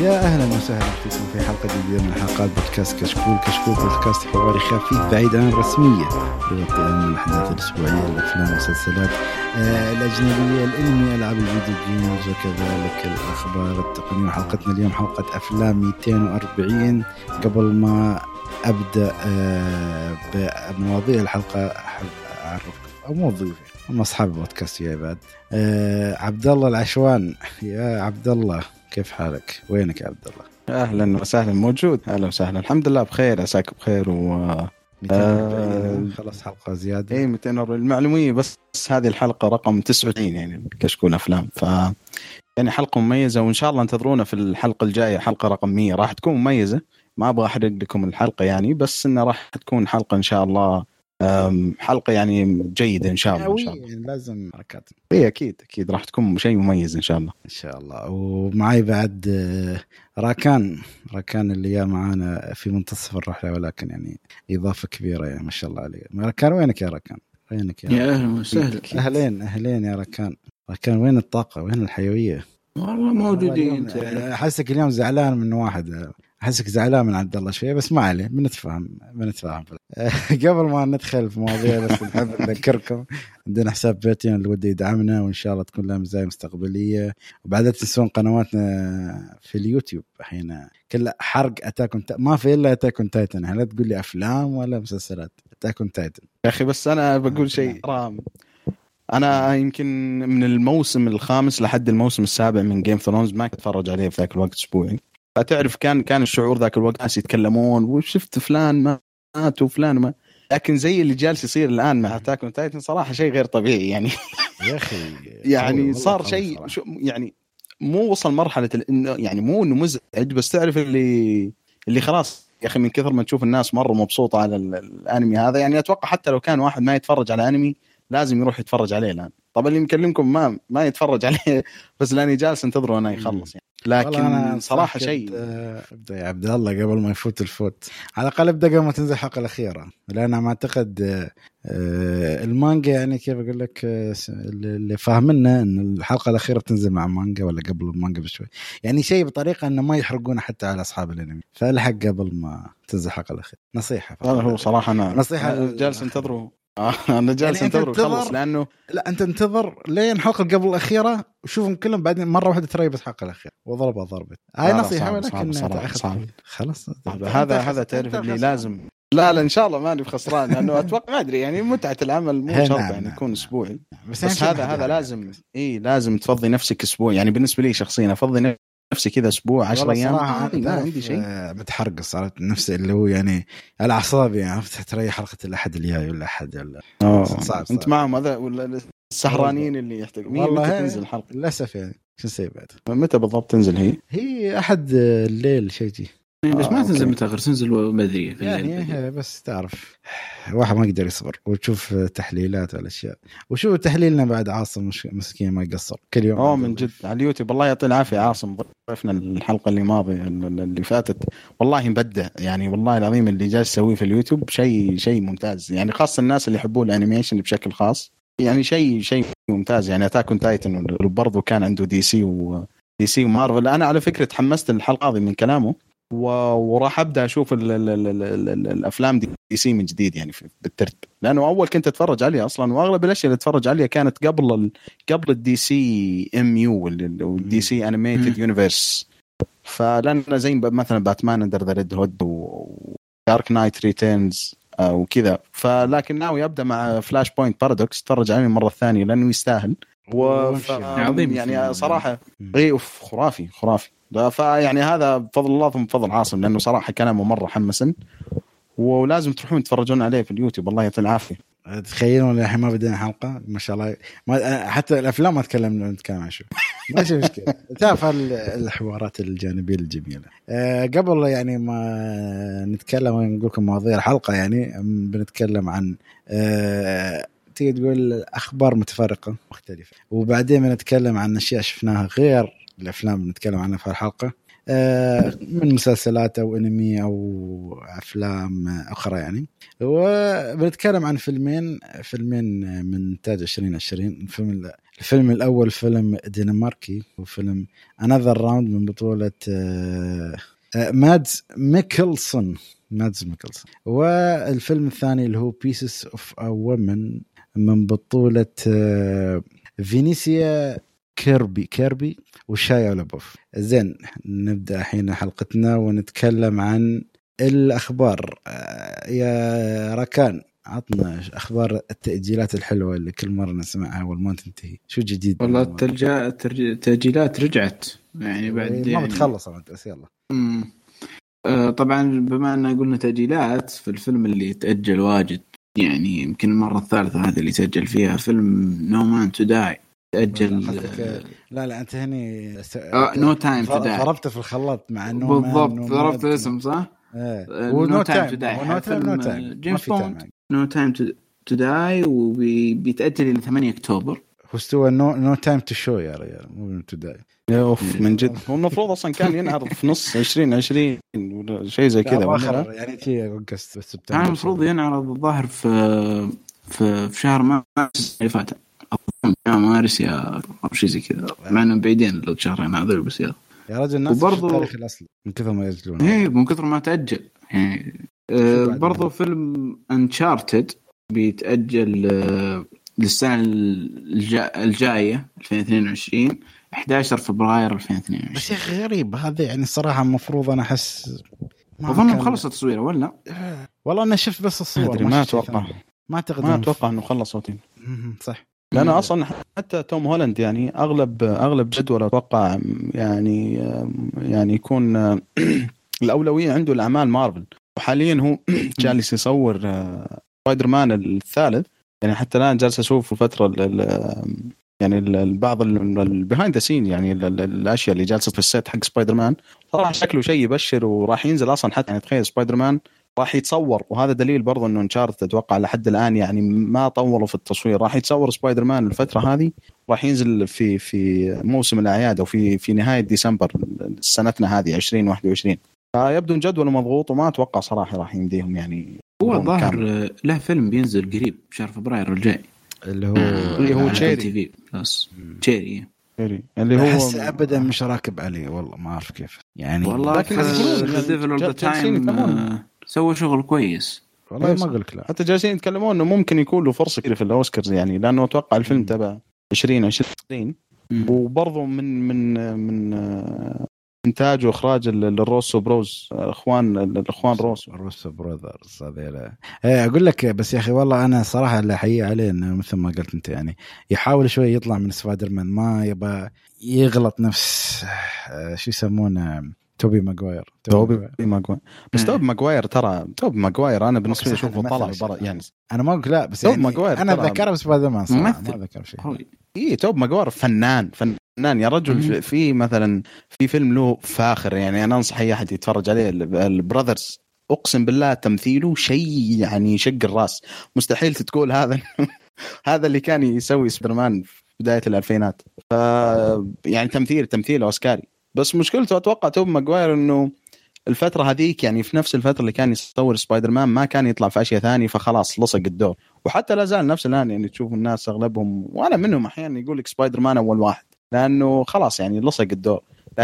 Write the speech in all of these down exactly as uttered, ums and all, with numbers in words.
يا أهلا وسهلا فيكم في حلقة جديدة من حلقات بودكاست كشكول. كشكول بودكاست حواري خفيف بعيد عن الرسمية، يغطي عن الأحداث الأسبوعية، الأفلام والمسلسلات آه الأجنبية، الأنمي، ألعاب الفيديو جيمز، وكذلك الأخبار التقنية. حلقتنا اليوم حلقة أفلام مئتين وأربعين. قبل ما أبدأ آه بمواضيع الحلقة أحب أعرفكم أو موظفين هم أصحاب البودكاست يا عباد. آه عبد الله العشوان، يا عبد الله كيف حالك؟ وينك يا عبد الله؟ اهلا وسهلا، موجود. اهلا وسهلا، الحمد لله بخير، عساك بخير. و آه... خلص حلقه زياده. اي مئتين المعلوميه، بس هذه الحلقه رقم تسعة وتسعين يعني كشكول افلام، ف يعني حلقه مميزه، وان شاء الله انتظرونا في الحلقه الجايه حلقه رقم مية راح تكون مميزه. ما ابغى احرق لكم الحلقه يعني، بس انها راح تكون حلقه ان شاء الله حلقه يعني جيده ان شاء الله. ان شاء الله يعني لازم حركات. اي اكيد اكيد راح تكون شيء مميز ان شاء الله. ان شاء الله. ومعي بعد راكان راكان اللي جاء معانا في منتصف الرحله، ولكن يعني اضافه كبيره يعني ما شاء الله عليه. راكان وينك يا راكان؟ وينك يا يا اهلا وسهلا. اهلين اهلين يا راكان. راكان وين الطاقه وين الحيويه؟ والله موجودين. احسك اليوم زعلان من واحد، أحسك زعلان من عبد الله شوية، بس ما عليه، بنتفاهم بنتفاهم قبل ما ندخل في مواضيع بس نحب نذكركم عندنا حساب باتريون اللي ودي يدعمنا، وإن شاء الله تكون لها مزايا مستقبلية. وبعد لا تنسون قنواتنا في اليوتيوب، الحين كل حرق أتاكون تا... ما في إلا أتاكون تايتن. هل تقول لي أفلام ولا مسلسلات؟ أتاكون تايتن يا أخي. بس أنا بقول شيء، أنا يمكن من الموسم الخامس لحد الموسم السابع من جيم ثرونز ما كنت أتفرج عليه في ذاك الوقت أسبوعي. فتعرف كان كان الشعور ذاك الوقت ناس يتكلمون وشفت فلان مات وفلان ما، لكن زي اللي جالس يصير الآن مع أتاك أون تايتن صراحة شيء غير طبيعي يعني. يا أخي يعني صار شيء يعني مو وصل مرحلة إنه يعني مو إنه مزعج، بس تعرف اللي اللي خلاص يا أخي من كثر ما تشوف الناس مرة مبسوطة على الأنمي هذا. يعني أتوقع حتى لو كان واحد ما يتفرج على أنمي لازم يروح يتفرج عليه الآن. طبعا اللي مكلمكم ما ما يتفرج عليه، بس لاني جالس انتظره انا يخلص يعني. لكن صراحه شيء ابدا يا عبد الله قبل ما يفوت الفوت، على الاقل ابدا قبل ما تنزل الحلقه الاخيره، لان انا ما اعتقد المانجا يعني كيف اقول لك اللي فاهمنا ان الحلقه الاخيره بتنزل مع المانجا ولا قبل المانجا بشوي، يعني شيء بطريقه انه ما يحرقونه حتى على اصحاب الانمي، فالحق قبل ما تنزل الحلقه الاخيره. نصيحه هذا هو صراحه انا نصيحه جالس انتظره. آه أنا جالس يعني انتظر خلص، لأنه لا أنت انتظر لين حلقة قبل الأخيرة وشوفهم كلهم بعدين مرة واحدة ترى بس حلقة الأخيرة وضربة ضربة. هاي نصيحة، ولكن خلاص هذا هذا تعرف اللي لازم. لا لا إن شاء الله ما أنا بخسران، لأنه أتوقع ما أدري يعني متعة العمل مو شرط يعني نعم يكون أسبوعي، بس, بس هذا هذا لازم إيه لازم تفضي نفسك أسبوع. يعني بالنسبة لي شخصيا أفضي نفسي كذا اسبوع عشر ايام ما عندي شيء متحرق صارت نفسي اللي هو يعني الاعصاب يعني عرفت تريح حلقه الاحد الجاي ولا احد ولا صعب انت معهم هذا ولا السهرانين اللي يحتاجون متى تنزل الحلقه للاسف يعني شو نسوي بعد متى بالضبط تنزل هي هي احد الليل شيء جي بس ما تنزل متاخر تنزل بدري في يعني بس تعرف واحد ما يقدر يصبر وتشوف تحليلات والاشياء. وشو تحليلنا بعد عاصم مسكين ما يقصر كل يوم اه من جد على اليوتيوب. الله يعطيه العافيه عاصم، ضيفنا الحلقه اللي ماضيه اللي فاتت والله مبدع يعني، والله العظيم اللي جالس يسويه في اليوتيوب شيء شيء ممتاز يعني، خاصه الناس اللي يحبون الانيميشن بشكل خاص يعني شيء شيء ممتاز يعني. أتاك أون تايتن وبرضه كان عنده دي سي ودي سي ومارفل. انا على فكره تحمست الحلقه هذه من كلامه، وراح ابدا اشوف ال ال ال ال ال الافلام دي سي من جديد يعني بالترتيب، لانه اول كنت اتفرج عليها اصلا، واغلب الاشياء اللي اتفرج عليها كانت قبل ال قبل الدي سي ام يو والدي سي انيميتد يونيفرس. فلان زي مثلا باتمان اندر ذا ريد هود ودارك نايت ريتيرنز وكذا، فلكن ناوي ابدا مع فلاش بوينت بارادوكس اتفرج عليه مره ثانيه لانه يستاهل. وف... يعني صراحه غيوف خرافي خرافي. فيعني هذا بفضل الله ثم بفضل عاصم، لأنه صراحة كلامه مرة حمسن، ولازم تروحون تتفرجون عليه في اليوتيوب. الله يعطيه العافية. تخيلون الحين ما بدينا حلقة ما شاء الله، ما حتى الأفلام ما تكلمنا نتكلم عن شو ماشي مشكلة. تعرف الحوارات الجانبية الجميلة. أه قبل يعني ما نتكلم ونقول لكم مواضيع الحلقة يعني بنتكلم عن أه تيجي تقول أخبار متفرقة مختلفة، وبعدين بنتكلم عن أشياء شفناها غير الأفلام بنتكلم عنها في الحلقة. من مسلسلات أو أنمي أو أفلام أخرى يعني. وبنتكلم عن فيلمين فيلمين من إنتاج عشرين عشرين. الفيلم الفيلم الأول فيلم دنماركي وفيلم Another Round من بطولة مادز ميكلسون مادز ميكلسون والفيلم الثاني اللي هو Pieces of a Woman من بطولة فينيسيا كيربي كيربي وشايا لابوف. زين نبدأ الحين حلقتنا ونتكلم عن الأخبار. يا ركان عطنا أخبار التأجيلات الحلوة اللي كل مرة نسمعها والما تنتهي. شو جديد؟ والله الترجع التأجيلات رجعت يعني بعد ما يعني بتخلص أنت بس يلا. امم آه طبعا بما أن قلنا تأجيلات في الفيلم اللي تأجل واجد يعني يمكن المرة الثالثة هذه اللي تأجل فيها فيلم No Man to Die تأجل. لا لا أنت هني آه No Time to Die ضربت في الخلاط مع إنه بالضبط ضربت الاسم صح. No Time to Die فيلم جيمس بوند No Time to to Die وبيتأجل إلى ثمانية أكتوبر. هو No No Time to Show يا رجال مو to die. اوف من جد هو المفروض اصلا كان ينعرض في نص عشرين عشرين ولا شيء زي كذا ولا يعني شيء اوغست سبتمبر. كان المفروض ينعرض الظاهر في في في شهر مارس اللي فات او مارس يا او شيء زي كذا مع انهم بعيدين لو شهرين هذول بس يلا يا رجل الناس وبرضو التاريخ الاصلي من كثر ما يسجلون ايه من كثر ما تأجل يعني. آه برضو فيلم انشارتد بيتأجل آه للسنة الجا... الجاية ألفين واثنين وعشرين أحد عشر فبراير ألفين واثنين وعشرين. بس يا أخي غريب هذا يعني الصراحة المفروض أنا أحس أظن كان... خلص التصوير ولا والله أنا شفت بس الصور ما أتوقع ما أعتقد ما أتوقع إنه خلص صوتين صح لأن أصلا حتى توم هولاند يعني أغلب أغلب جدول أتوقع يعني يعني يكون الأولوية عنده الأعمال مارفل وحاليا هو جالس يصور سبايدر مان الثالث يعني حتى الآن جالس أشوف الفترة يعني البعض البيهايند ذا سين يعني الأشياء اللي جالسة في السيت حق سبايدر مان صراحة شكله شيء يبشر وراح ينزل أصلا حتى يعني تخيل سبايدر مان راح يتصور وهذا دليل برضو إنه انشارت أتوقع لحد الآن يعني ما طوروا في التصوير راح يتصور سبايدر مان الفترة هذه راح ينزل في في موسم الأعياد أو في في نهاية ديسمبر سنتنا هذه عشرين واحد وعشرين فيبدو جدول مضغوط وما أتوقع صراحة راح يمديهم يعني. هو ظاهر له فيلم بينزل قريب شهر فبراير الجاي اللي هو اللي هو تشيري بس تشيري اللي هو بحس ابدا مش راكب عليه والله ما اعرف كيف يعني والله لكن ديفل اوف ذا تايم سوى شغل كويس والله ما اقول لك لا حتى جالسين يتكلمون انه ممكن يكون له فرصه كثيره في الاوسكارز يعني لانه اتوقع الفيلم تبع عشرين عشرين وبرضه من من من انتاج واخراج الروسو بروز اخوان الاخوان روسو روسو براذرز هذول. اقول لك بس يا اخي والله انا صراحه اللي احيي عليه انه مثل ما قلت انت يعني يحاول شوي يطلع من سبايدر مان ما يبغى يغلط نفس شو يسمونه توبي ماغواير توبي ماغواير بس توبي ماغواير ترى توبي ماغواير انا بالنسبه لي اشوفه طلع برا يعني انا ما اقول لا بس يعني انا ذكره بسبايدر مان صراحه ما ذكر شيء. ايه توبي ماغواير فنان فنان يا رجل في مثلا في فيلم له فاخر يعني انا انصح اي احد يتفرج عليه البراذرز اقسم بالله تمثيله شيء يعني يشق الراس مستحيل تقول هذا هذا اللي كان يسوي سبيرمان في بدايه الالفينات ف يعني تمثيل تمثيل اوسكاري. بس مشكلته اتوقع توب ماغواير انه الفتره هذيك يعني في نفس الفتره اللي كان يصور سبايدر مان ما كان يطلع في اشياء ثانيه فخلاص لصق الدور وحتى لا زال نفس الان يعني تشوف الناس اغلبهم وانا منهم احيانا يقول لك سبايدر مان اول واحد لانه خلاص يعني لصق الدور.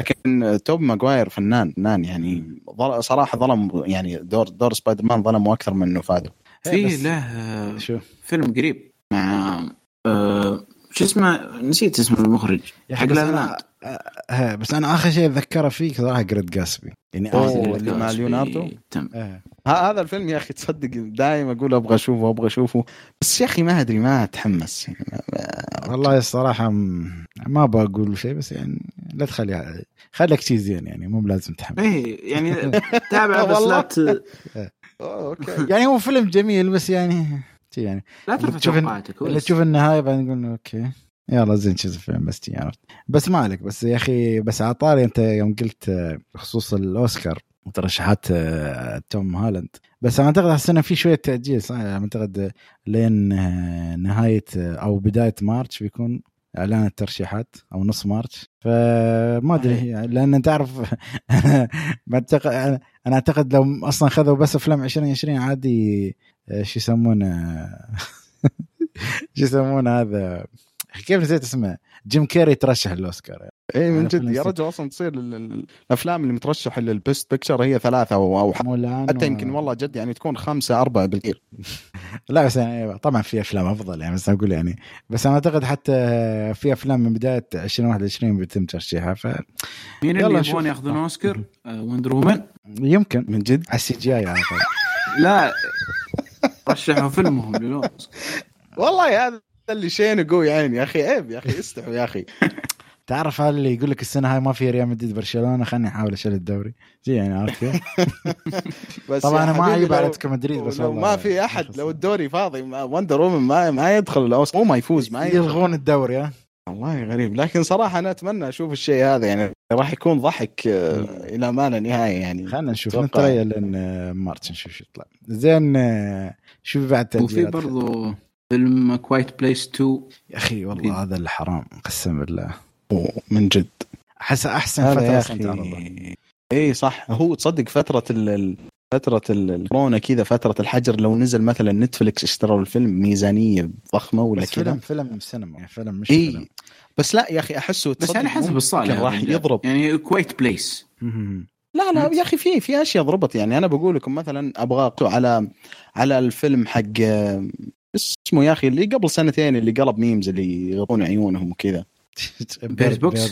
لكن توب ماغواير فنان فنان يعني صراحه ظلم يعني دور دور سبايدر مان ظلمه اكثر من انه فاده. في له شو فيلم قريب مع أه شو اسمه نسيت اسم المخرج حق لا ها بس انا اخر شيء اتذكره فيه صراحه جريت جاسبي يعني اللي مع ليوناردو آه. هذا الفيلم يا اخي تصدق دائما اقول ابغى اشوفه ابغى اشوفه بس يا اخي ما ادري ما اتحمس والله الصراحه ما بقول شيء بس يعني لا تخلي خليك شيء زين يعني مو لازم تحمس ايه يعني تابع بس لا ت... اوكي يعني هو فيلم جميل بس يعني يعني لا تشوف اللي تشوف النهايه بعدين نقول اوكي يلا زين شوف الفيلم بس تي عرفت بس ما عليك. بس يا اخي بس عطاري انت يوم قلت بخصوص الاوسكار وترشحات توم هولاند بس اعتقد هالسنه في شويه تاجيل صح اعتقد لين نهايه او بدايه مارس بيكون اعلان الترشيحات او نص مارس، فما ادري يعني لان انت تعرف بعتقد انا اعتقد لو اصلا خذوا بس افلام عشرين عشرين عادي شو يسمونه شو يسمونه هذا كيف نسيت اسمه جيم كيري ترشح للاوسكار يعني. اي من جد يا رجل اصلا تصير الافلام اللي مترشحه للبيست بيكتشر هي ثلاثه او, أو حتى و... يمكن والله جد يعني تكون خمسه اربعه بالكثير. لا بس يعني طبعا في افلام افضل يعني بس اقول يعني بس انا اعتقد حتى في افلام من بدايه عشرين واحد وعشرين بيتم ترشيحها. ف مين اللي يبغون ياخذون اوسكار؟ وندر وومن يمكن من جد على السي جي اي يعني. لا رشحوا فيلمهم للأوسكار والله هذا اللي شين قوي يعني يا اخي عيب يا اخي استحوا يا اخي. تعرف هذا اللي يقول لك السنه هاي ما في ريال مدريد برشلونه خلني احاول اشيل الدوري زي يعني عارف كيف. طبعا انا ما اعيب على اتلتيكو مدريد بس لو ما في احد لو الدوري فاضي وندر وومن ما ما يدخل الاوسكار مو ما يفوز ما يلغون الدوري ها والله غريب. لكن صراحه انا اتمنى اشوف الشيء هذا يعني راح يكون ضحك الى ما لا نهايه يعني. خلينا نشوف نتريا لين مارس نشوف شو يطلع زين. شوف بعد تسجيلات وفي برضو فيلم كوايت بليس تو يا اخي والله هذا اللي حرام قسم بالله من جد احس احسن فتره استمتعت. اي صح هو تصدق فتره ال فتره الكورونا كذا فتره الحجر لو نزل مثلا نتفليكس اشتروا الفيلم ميزانيه ضخمه ولا كذا فيلم فيلم سينما فيلم مش إيه فيلم بس لا يا اخي احسه بس يعني حسب الصالح راح يضرب يعني كوايت بليس. لا لا يا اخي في في اشياء ضربت يعني. انا بقول لكم مثلا ابغى على على الفيلم حق اسمه يا اخي اللي قبل سنتين اللي قلب ميمز اللي يغطون عيونهم وكذا بيرد بوكس.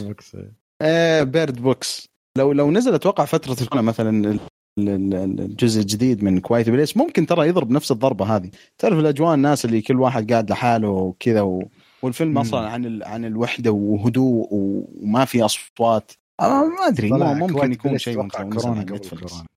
آه بيرد بوكس لو لو نزل اتوقع فتره الكورونا مثلا الجزء الجديد من كوايت بليس ممكن ترى يضرب نفس الضربه هذه. تعرف الاجواء الناس اللي كل واحد قاعد لحاله وكذا و... والفيلم اصلا عن ال... عن الوحده وهدوء وما في اصوات. آه ما ادري ممكن يكون شيء كورونا كورونا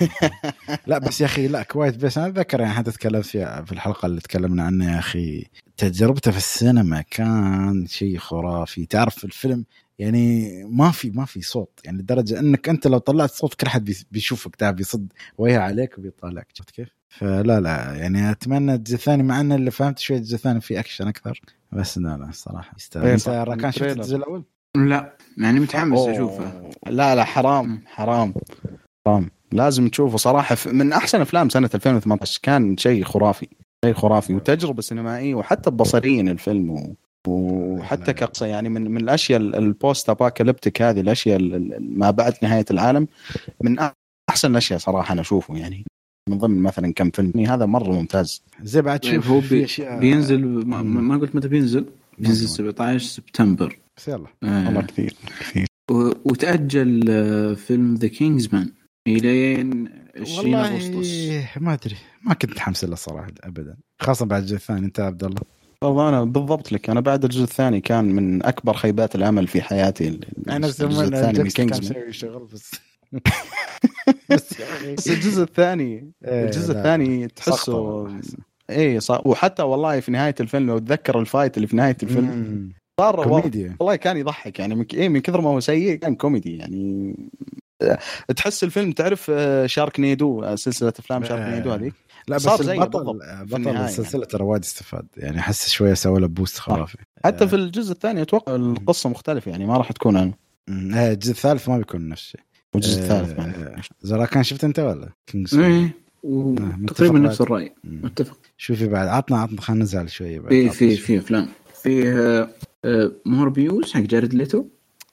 لا بس يا اخي لا كوايت بس انا اتذكر يعني حتى تكلمت فيها في الحلقه اللي تكلمنا عنها يا اخي تجربته في السينما كان شيء خرافي. تعرف الفيلم يعني ما في ما في صوت يعني لدرجه انك انت لو طلعت صوت كل حد بيشوفك تعب بيصد وجهه عليك وبيطالعك شفت كيف. فلا لا يعني اتمنى الجزء الثاني مع ان اللي فهمت شويه الجزء الثاني فيه اكشن اكثر بس لا لا الصراحه يستاهل. انت راكان شفت الجزء الاول؟ لا يعني متحمس اشوفه. لا لا حرام حرام حرام لازم تشوفه صراحه من احسن افلام سنه ألفين وثمانية عشر. كان شيء خرافي شيء خرافي وتجربه سينمائيه وحتى بصريا الفيلم و... وحتى كقصه يعني من من الاشياء البوست ابوكاليبتيك هذه الاشياء ما بعد نهايه العالم من احسن الاشياء صراحه انا اشوفه يعني من ضمن مثلا كم فيلم هذا مره ممتاز. زي بعد شوف هو بي بينزل ما, ما قلت متى بينزل بينزل سبعة عشر سبتمبر بس يلا والله آه. كثير كثير وتأجل فيلم ذا كينجزمان إلى عشرين أغسطس. ما أدري ما كنت متحمس له صراحة أبدا خاصة بعد الجزء الثاني. أنت عبد الله؟ والله أنا بالضبط لك أنا بعد الجزء الثاني كان من أكبر خيبات الأمل في حياتي. أنا الجزء الثاني من كينجزمان يشتغل بس بس الجزء الثاني الجزء الثاني تحسه إيه صار. وحتى والله في نهاية الفيلم لو تذكر الفايت اللي في نهاية الفيلم صار كوميديا والله كان يضحك يعني من إيه من كثر ما هو سيء كان كوميدي يعني. تحس الفيلم تعرف شارك نيدو سلسلة أفلام شارك نيدو هذه لا بس البطل بطل السلسلة ترى وايد استفاد يعني أحس شوية سوى له بوست خرافي. حتى في الجزء الثاني أتوقع القصة مختلفة يعني ما راح تكون عنه. الجزء الثالث ما بيكون نفس الشيء. والجزء الثالث يعني زرا كان شفت أنت ولا؟ إيه تقريبا نفس الرأي متفق. شوفي بعد عطنا عطنا خلينا نزعل شوية بعد. في في في أفلام في موربيوس حق جاريد ليتو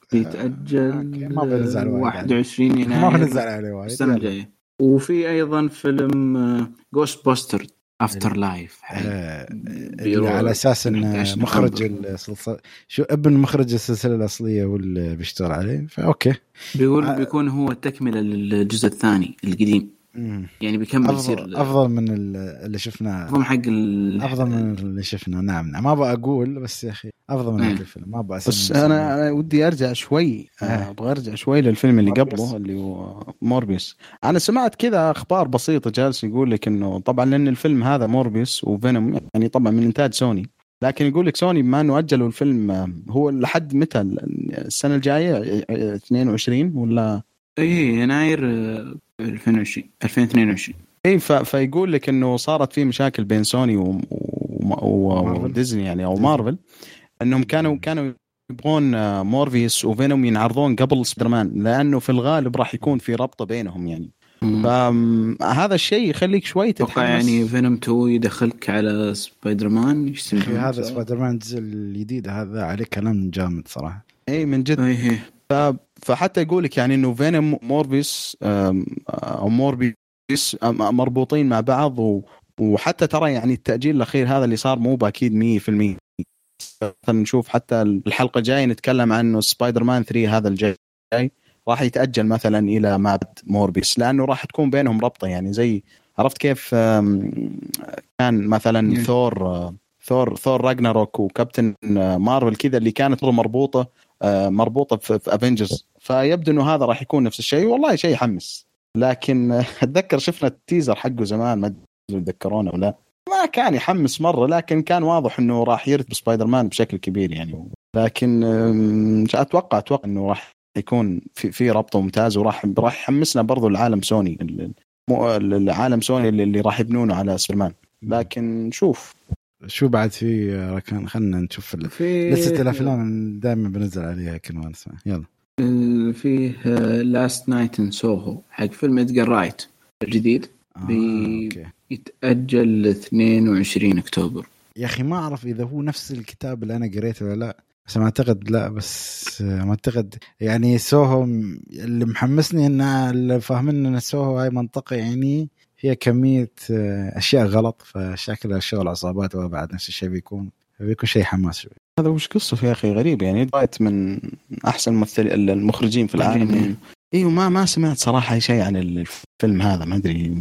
بيتأجل ما بنزعل واحد وعشرين يناير ما بنزعل عليه وايد السنة الجاية. وفي أيضا فيلم Ghost Buster After Life على أساس إن مخرج السلسلة شو ابن مخرج السلسلة الأصلية واللي بيشتغل عليه فأوكي بيقول آه. بيكون هو تكملة للجزء الثاني القديم مم. يعني بيكمل أفضل, يصير أفضل من اللي شفناه أفضل حق أفضل من اللي شفناه. نعم ما أبغى أقول بس يا أخي أفضل من الفيلم ما أبغى بس أنا أنا ودي أرجع شوي آه. أبغى أرجع شوي للفيلم اللي قبله اللي هو موربيوس. أنا سمعت كذا أخبار بسيطة جالس يقول لك إنه طبعا لأن الفيلم هذا موربيوس وفينوم يعني طبعا من إنتاج سوني لكن يقول لك سوني بما إنه أجلوا الفيلم هو لحد متى السنة الجاية اثنين وعشرين ولا إيه يناير ألفين وعشرين ألفين واثنين وعشرين. اي فيقول لك انه صارت في مشاكل بين سوني وديزني يعني او مارفل انهم كانوا كانوا يبغون مورفيوس وفينوم ينعرضون قبل سبايدرمان، لانه في الغالب راح يكون في ربطه بينهم يعني. فهذا الشيء يخليك شوي تتحمس. يعني فينوم تو يدخلك على سبايدر مان. هذا سبايدر مان الجزء الجديد هذا عليه كلام جامد صراحه. اي من جد. أيه. فحتى يقولك يعني انه فينوم موربيس او موربيس مربوطين مع بعض، وحتى ترى يعني التأجيل الأخير هذا اللي صار مو بأكيد مية في المية. نشوف حتى الحلقة الجاية نتكلم عنه سبايدر مان ثري هذا الجاي راح يتأجل مثلا إلى معبد موربيس، لأنه راح تكون بينهم ربطة. يعني زي عرفت كيف كان مثلا yeah. ثور ثور ثور راجناروك وكابتن مارفل كذا اللي كانت مربوطة مربوطة في أفنجرز، فيبدو إنه هذا راح يكون نفس الشيء. والله شيء يحمس. لكن أتذكر شفنا التيزر حقه زمان، ما تذكرونه ولا ما كان يحمس مرة، لكن كان واضح إنه راح يرتب سبايدر مان بشكل كبير يعني. لكن أتوقع أتوقع إنه راح يكون في في ربط ممتاز، وراح راح يحمسنا برضو العالم سوني، العالم سوني اللي, اللي راح يبنونه على سبايدر مان. لكن شوف شو بعد في ركان. خلنا نشوف لسه الأفلام دائما بنزل عليها كل ما نسمع. يلا فيه لاست نايت إن سوهو حق فيلم إدغار رايت الجديد آه، بيتأجل اثنين وعشرين أكتوبر. يا أخي ما أعرف إذا هو نفس الكتاب اللي أنا قريته ولا لا، بس ما أعتقد. لا بس ما أعتقد يعني. سوهو اللي محمسني إن اللي فاهمين إن سوهو هاي منطقة يعني فيها كمية أشياء غلط، فشكل الشغل عصابات وبعد نفس الشيء بيكون بيكون شيء حماس شوي. هذا وش قصته يا أخي غريب يعني. بايت من أحسن ممثل المخرجين في العالم يعني. إيه ما ما سمعت صراحة أي شيء عن الفيلم هذا، ما أدري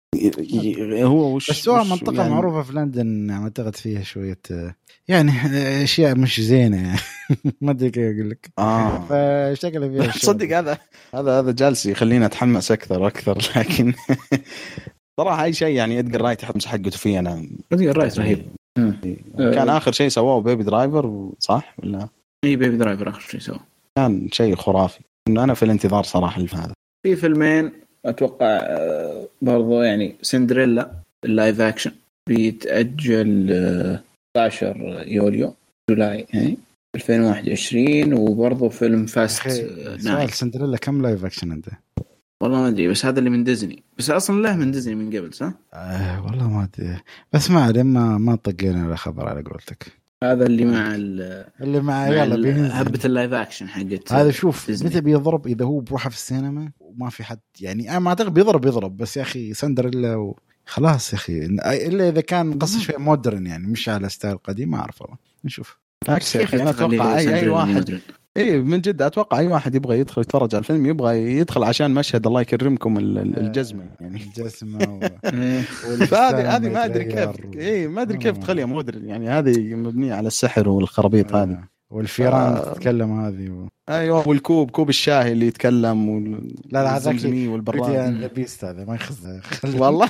هو وش. بس هو منطقة يعني معروفة في لندن، أعتقد فيها شوية يعني أشياء مش زينة يعني. ما أدري كيف أقول لك. آه فشكله فيها. صدق هذا هذا هذا جالس يخلينا أتحمس أكثر وأكثر. لكن صراحة أي شيء يعني إدغار رايت يحمس حقته فيه. أنا إدغار رايت رهيب. كان آخر شيء سواه بيبي درايفر صح ولا؟ إيه بيبي درايفر آخر شيء سواه كان شيء خرافي. أنا في الانتظار صراحة لهذا. في فيلمين أتوقع برضو يعني سندريلا اللايف أكشن بيتأجل ستة عشر يوليو جولاي يعني ألفين وواحد وعشرين. وبرضو فيلم فاست ناين. سندريلا كم لايف أكشن عنده؟ والله ما أدري، بس هذا اللي من ديزني. بس أصلا له من ديزني من قبل صح؟ آه والله ما أدري، بس ما أدري ما ما طقينا على خبر على قولتك. هذا اللي مع اللي مع يلا هبة اللايف أكشن حقت هذا. شوف متى بيضرب إذا هو بروحه في السينما وما في حد يعني. أنا ما أعتقد بيضرب بيضرب بس يا أخي سندريلا و... خلاص يا أخي، إلا إذا كان قصة شوي مودرن يعني مش على ستايل قديم. ما أعرف والله نشوف. أنا أتوقع أي, أي واحد إيه من جد أتوقع أي واحد يبغى يدخل يتفرج على الفيلم يبغى يدخل عشان مشهد الله يكرمكم الجزمة يعني الجزمة و... فهذه هذه ما أدري كيف إيه ما أدري كيف تخليها مودرن يعني. هذه مبنية على السحر والخرابيط هذه والفيران ف... تتكلم هذه و... أيوة والكوب كوب الشاي اللي يتكلم وال... لا لا هذاك والبراد لبيست هذا ما يخص والله.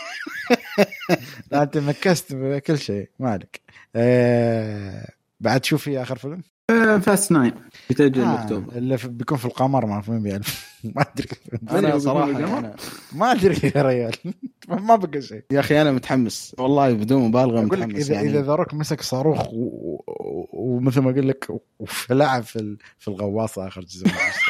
لا أنت مكست بكل شيء ما عليك. آه... بعد شوف في آخر فيلم فاست ناين بتأجل آه أكتوبر اللي بيكون في القمر ما فين بيعرف. ما أدري أنا صراحة أنا ما أدري يا ريال ما بقى شيء يا أخي. أنا متحمس والله بدون مبالغة متحمس. إذا يعني إذا ذروك مسك صاروخ ومثل ما أقول لك وفلعب في في الغواصة آخر جزء.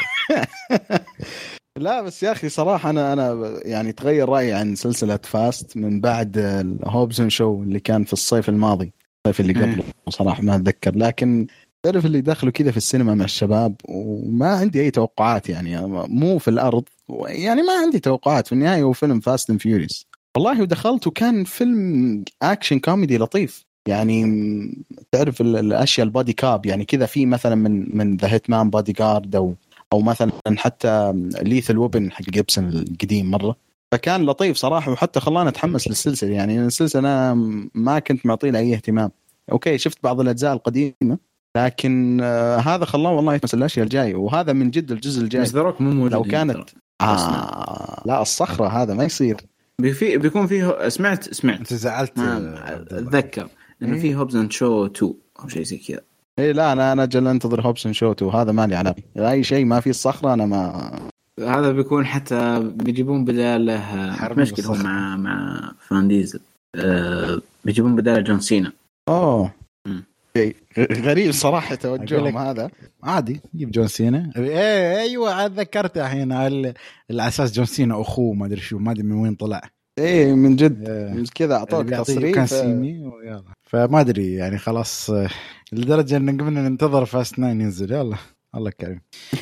لا بس يا أخي صراحة أنا أنا يعني تغير رأيي عن سلسلة فاست من بعد الهوبزن شو اللي كان في الصيف الماضي الصيف اللي قبله صراحة ما أتذكر. لكن تعرف اللي دخلوا كذا في السينما مع الشباب وما عندي أي توقعات يعني مو في الأرض يعني ما عندي توقعات. في النهاية هو فيلم فاست اند فيوريوس والله. ودخلت وكان فيلم أكشن كوميدي لطيف يعني. تعرف الأشياء البادي كاب يعني كذا في مثلا من من ذا هيتمان بادي جارد أو أو مثلا حتى ليثل ويبن حق جيبسون القديم مرة. فكان لطيف صراحة وحتى خلانا نتحمس للسلسلة يعني. السلسلة أنا ما كنت معطي لها أي اهتمام. أوكي شفت بعض الأجزاء القديمة لكن آه هذا خلاه والله يتمس الأشياء الجاي. وهذا من جد الجزء الجاي لو كانت آه لا الصخرة هذا ما يصير. بيفي بيكون فيه سمعت سمعت أنت زعلت أتذكر إنه فيه هوبزن شو تو أو شيء زي كذا. إيه لا أنا أنا جل أنتظر هوبزن شو تو هذا مالي علاقة أي شيء ما فيه الصخرة أنا ما. هذا بيكون حتى بيجيبون بداله مشكلة مع مع فان ديزل. أه بيجيبون بداله جون سينا. أوه غريب صراحة توجههم هذا. عادي يجيب جون سينا. ايه ايوه ذكرت الحين على الاساس جون سينا اخوه ما ادري شو ما ادري من وين طلع. ايه من جد إيه. كذا اعطوك تصريح كان سيمي ويلا فما ادري يعني خلاص لدرجة ان قبلنا ننتظر فاست ناين ينزل. يلا الله كريم.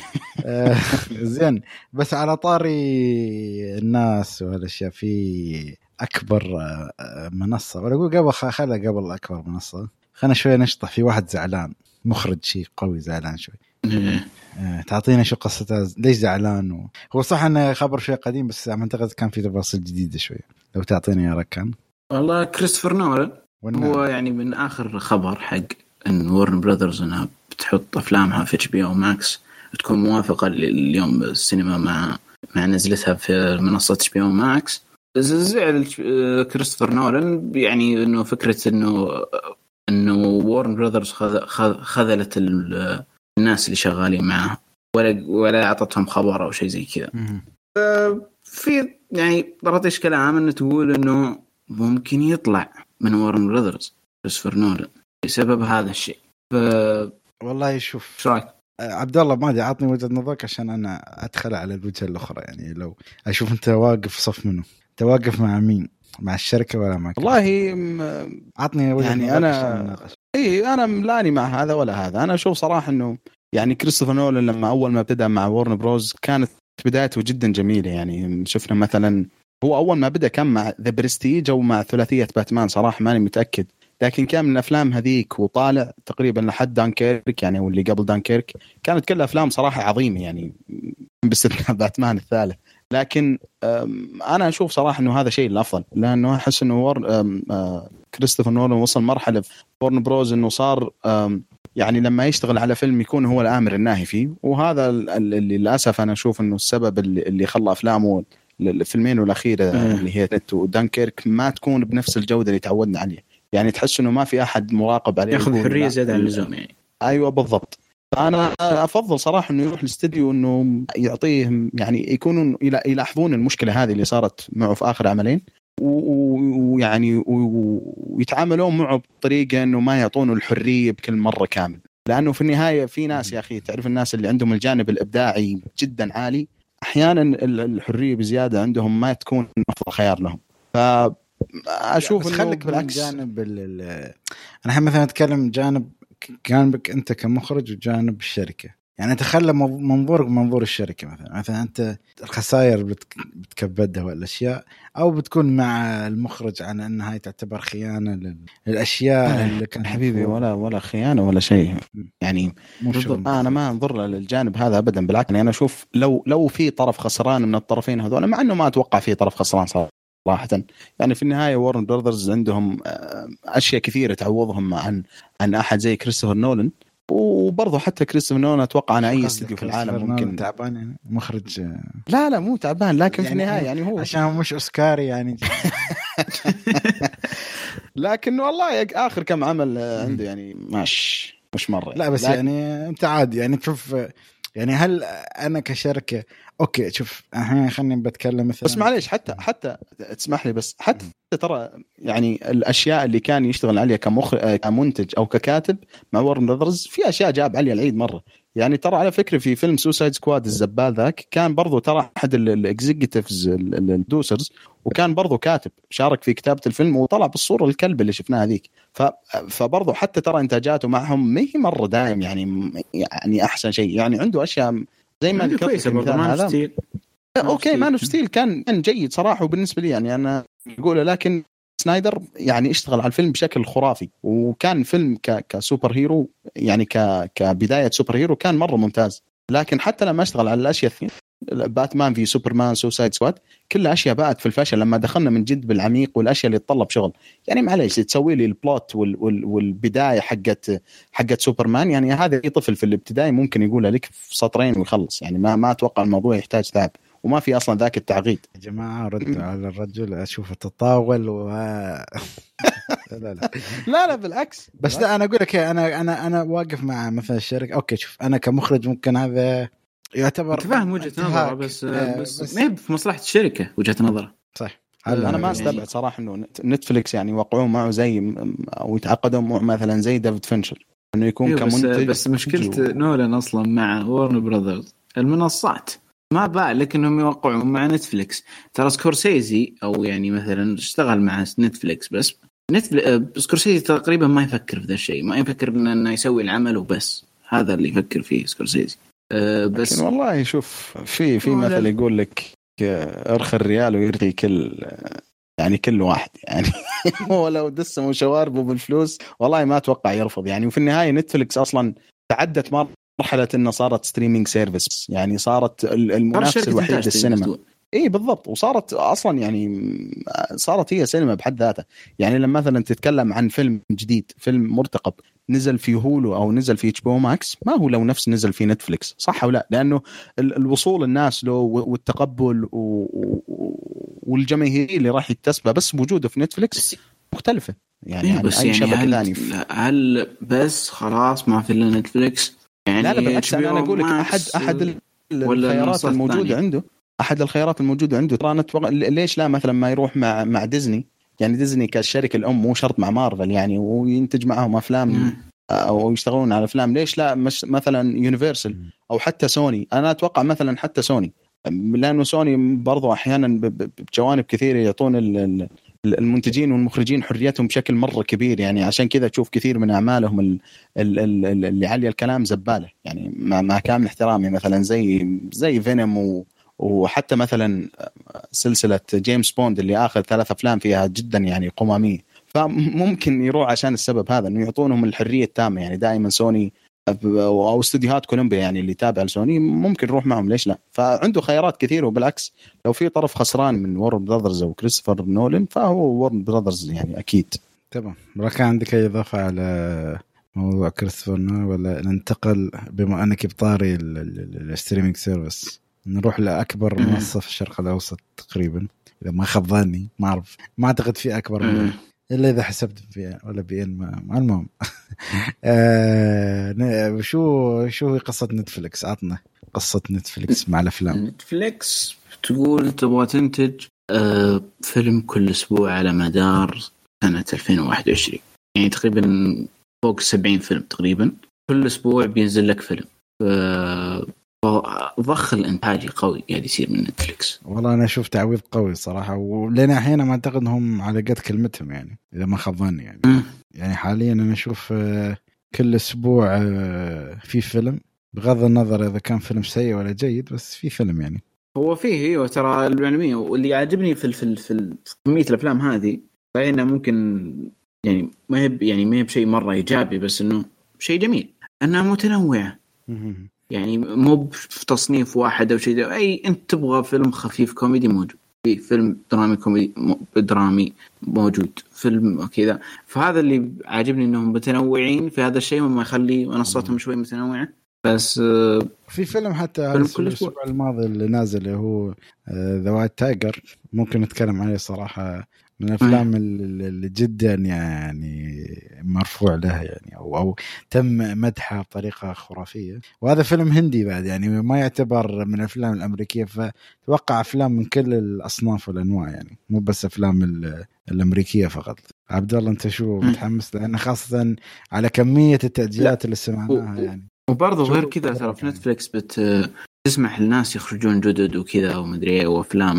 زين بس على طاري الناس وهالاشياء في اكبر منصة ولا اقول قبل خلها قبل اكبر منصة خلنا شوي نشطح. في واحد زعلان مخرج شيء قوي زعلان شوي. تعطينا شو قصته ليش زعلان و... هو صح انه خبر شوي قديم بس اعتقد كان في تفاصيل جديدة شوي لو تعطينا يا ركان. والله كريستوفر نولان هو يعني من اخر خبر حق ان وارن براذرز انها بتحط افلامها في اتش بي او ماكس تكون موافقة اليوم السينما مع مع نزلتها في منصة اتش بي او ماكس. زعل كريستوفر نولان يعني انه فكرة انه انه وارن براذرز خذلت الناس اللي شغالين معه ولا ولا اعطتهم خبر او شيء زي كذا. في يعني طرطيش كلام انه تقول انه ممكن يطلع من وارن براذرز كريستوفر نولان بسبب هذا الشيء. ف والله شوف شو رايك عبد الله؟ ما ادري اعطني وجهة نظرك عشان انا ادخل على الوجهة الاخرى. يعني لو اشوف انت واقف صف منه انت واقف مع مين؟ مع الشركة ولا معك؟ والله عطني وجهة يعني نظرك انا اي انا ملاني مع هذا ولا هذا. انا اشوف صراحة انه يعني كريستوفر نولان لما اول ما ابتدى مع وارن بروز كانت بدايته جدا جميلة. يعني شفنا مثلا هو اول ما بدا كان مع ذا برستيج او مع ثلاثية باتمان صراحة ماني متأكد لكن كان من الافلام هذيك وطالع تقريبا لحد دانكيرك يعني واللي قبل دانكيرك كانت كلها افلام صراحه عظيمه يعني باستثناء باتمان الثالث. لكن انا اشوف صراحه انه هذا شيء الافضل لانه احس انه ور كريستوفر نولان وصل مرحله في وارن بروز انه صار يعني لما يشتغل على فيلم يكون هو الامر الناهي فيه. وهذا اللي للاسف انا اشوف انه السبب اللي خلى افلامه الفيلمين الاخيره اللي هي تيت ودانكيرك ما تكون بنفس الجوده اللي تعودنا عليها. يعني تحس انه ما في احد مراقب عليه ياخذ حريه زياده عن اللزوم يعني. ايوه بالضبط. فانا افضل صراحه انه يروح الاستديو انه يعطيهم يعني يكونوا يلاحظون المشكله هذه اللي صارت معه في اخر عملين ويعني ويتعاملون معه بطريقه انه ما يعطونه الحريه بكل مره كامل. لانه في النهايه في ناس يا اخي تعرف الناس اللي عندهم الجانب الابداعي جدا عالي احيانا الحريه بزياده عندهم ما تكون افضل خيار لهم. ف اشوف انه خليك بالعكس جانب ال انا الحين مثلا اتكلم جانب جانبك انت كمخرج وجانب الشركه. يعني تخلى منظورك منظور الشركه. مثلا مثلا انت الخسائر بتكبدها والاشياء او بتكون مع المخرج عن انها هاي تعتبر خيانه للاشياء اللي كان حبيبي ولا ولا خيانه ولا شيء. يعني انا ما انظر للجانب هذا ابدا بالعكس. يعني انا اشوف لو لو في طرف خسران من الطرفين هذول مع انه ما اتوقع في طرف خسران صار صراحة. يعني في النهاية وارن براذرز عندهم أشياء كثيرة تعوضهم عن عن أحد زي كريستوفر نولان. وبرضه حتى كريستوفر نولان أتوقع عن أي استديو في العالم ممكن تعبان يعني مخرج. لا لا مو تعبان لكن يعني في النهاية يعني هو عشان مش أوسكاري يعني. لكن والله آخر كم عمل عنده يعني ماش مش مرة. لا بس لكن يعني أنت عادي يعني تشوف يعني هل أنا كشركة أوكي شوف أنا خلني بتكلم مثلا بس معليش حتى حتى تسمح لي بس حتى ترى يعني الأشياء اللي كان يشتغل عليها كمخرج كمنتج أو ككاتب مع وارن براذرز في أشياء جاب عليها العيد مرة. يعني ترى على فكرة في فيلم سوسايد سكواد الزبال ذاك كان برضو ترى أحد الإكزيكتيفز الدوسرز وكان برضو كاتب شارك في كتابة الفيلم وطلع بالصورة الكلب اللي شفناها ذيك. فبرضو حتى ترى إنتاجاته معهم ما هي مرة دائم يعني يعني أحسن شيء. يعني عنده أشياء زي ما ذكرت هذا اوكي مان اوف ستيل كان كان جيد صراحه وبالنسبه لي يعني انا اقوله. لكن سنايدر يعني اشتغل على الفيلم بشكل خرافي وكان فيلم ك كسوبر هيرو يعني ك كبدايه سوبر هيرو كان مره ممتاز. لكن حتى لما اشتغل على الاشياء الثانيه باتمان في سوبرمان سوسايد سكواد كل اشياء بقت في الفشل لما دخلنا من جد بالعميق والاشياء اللي تطلب شغل. يعني معليش تسوي لي البلوت وال وال والبدايه حقت حقت سوبرمان يعني هذا اي طفل في الابتدائي ممكن يقولها لك في سطرين ويخلص. يعني ما ما اتوقع الموضوع يحتاج تعب وما في اصلا ذاك التعقيد. يا جماعه ردوا على الرجل اشوفه تطاول و لا لا لا لا بالعكس. بس لا انا اقول لك انا انا انا واقف مع مثلا الشركه. اوكي شوف انا كمخرج ممكن هذا يعتبر فاهم وجهه نظره بس بس, بس ما هي في مصلحه الشركه وجهه نظره صح. انا ما استبعد صراحه انه نتفليكس يعني يوقعون معه زي او يتعاقدون معه مثلا زي ديفيد فينشر انه يكون أيوة كمنتج. بس, بس مشكله و... نولان اصلا مع وارن براذرز المنصات ما بالك انهم يوقعون مع نتفليكس. ترى سكورسيزي او يعني مثلا اشتغل مع نتفليكس بس نتفليكس سكورسيزي تقريبا ما يفكر في ذا الشيء، ما يفكر انه يسوي العمل وبس، هذا اللي يفكر فيه سكورسيزي. أه بس والله شوف في في مثل يقول لك ارخي الريال ويرغي كل يعني كل واحد يعني هو لو دسموا شواربه بالفلوس والله ما اتوقع يرفض يعني. وفي النهايه نتفليكس اصلا تعدت مرحله انه صارت ستريمينج سيرفيس، يعني صارت المنافس الوحيد للسينما. اي بالضبط، وصارت اصلا يعني صارت هي سينما بحد ذاتها. يعني لما مثلا تتكلم عن فيلم جديد، فيلم مرتقب نزل في هولو او نزل في اتش بي او ماكس، ما هو لو نفس نزل في نتفليكس، صح او لا؟ لانه الوصول الناس له والتقبل والجماهيريه اللي راح يكتسبها بس بوجوده في نتفليكس مختلفه يعني, يعني بس اي يعني شبكه هل, ثانيه. هل بس خلاص ما في الا نتفليكس يعني؟ لا لا بالعكس، انا اقول لك احد احد الخيارات الموجوده عنده احد الخيارات الموجوده عنده ترى نتوقع ليش لا مثلا ما يروح مع مع ديزني. يعني ديزني كالشركه الام مو شرط مع مارفل يعني، وينتج معهم افلام او يشتغلون على افلام. ليش لا مش مثلا يونيفرسال او حتى سوني؟ انا اتوقع مثلا حتى سوني، لانه سوني برضو احيانا بجوانب كثيره يعطون المنتجين والمخرجين حريتهم بشكل مره كبير يعني. عشان كذا تشوف كثير من اعمالهم اللي علي الكلام زباله يعني، مع كامل احترامي، مثلا زي زي فينوم و وحتى مثلا سلسلة جيمس بوند اللي آخر ثلاث أفلام فيها جدا يعني قمامية. فممكن يروح عشان السبب هذا، إنه يعطونهم الحرية التامة يعني. دائما سوني أو استوديوهات كولومبيا يعني اللي تابع لسوني ممكن يروح معهم، ليش لا؟ فعنده خيارات كثيرة. وبالعكس لو في طرف خسران من وارن براذرز أو كريستوفر نولان فهو وارن براذرز يعني أكيد. تمام. كان عندك أي إضافة على موضوع كريستوفر نولان ولا ننتقل بما أنك بطاري الستريمينج سيرفيس نروح لأكبر منصة في الشرق الأوسط تقريبا، إذا ما خاب ظني، ما أعرف، ما أعتقد في أكبر منه إلا إذا حسبت في ولا بين ما المهم. آه شو شو هي قصة نتفليكس؟ عطنا قصة نتفليكس مع الأفلام. نتفليكس تقول تبغى تنتج آه فيلم كل أسبوع على مدار سنة ألفين وواحد وعشرين، يعني تقريبا فوق سبعين فيلم تقريبا كل أسبوع بينزل لك فيلم. آه ضخ الانتاجي قوي قاعد يصير من نتفليكس. والله انا اشوف تعويض قوي صراحه، ولنا احيانا ما اعتقد انهم على قد كلمتهم يعني، اذا ما خاب ظني يعني. م. يعني حاليا انا اشوف كل اسبوع في فيلم، بغض النظر اذا كان فيلم سيء ولا جيد، بس في فيلم يعني. هو فيه ايوه ترى العلميه. واللي يعجبني في في في كميه الافلام هذه فإنه ممكن يعني ما هي يعني ما هي بشيء مره ايجابي، بس انه شيء جميل انها متنوعه. يعني مو في تصنيف واحد أو شيء، أي أنت تبغى فيلم خفيف كوميدي موجود، في فيلم درامي كوميدي درامي موجود، فيلم كذا. فهذا اللي عاجبني إنهم متنوعين في هذا الشيء، وما يخلي منصاتهم شوي متنوعة. بس في فيلم حتى الأسبوع الماضي اللي نازل اللي هو ذا وايت تايجر، ممكن نتكلم عليه صراحة، من الأفلام اللي جدا يعني مرفوع له يعني، أو أو تم مدحه بطريقة خرافية. وهذا فيلم هندي بعد يعني، ما يعتبر من الأفلام الأمريكية، فتوقع أفلام من كل الأصناف والأنواع يعني، مو بس أفلام الأمريكية فقط. عبد الله أنت شو متحمس؟ لأن خاصة على كمية التأجيلات اللي سمعناها يعني. وبرضه غير كذا ترى في نتفليكس بت تسمح للناس يخرجون جدد وكذا ومدري ايه، وافلام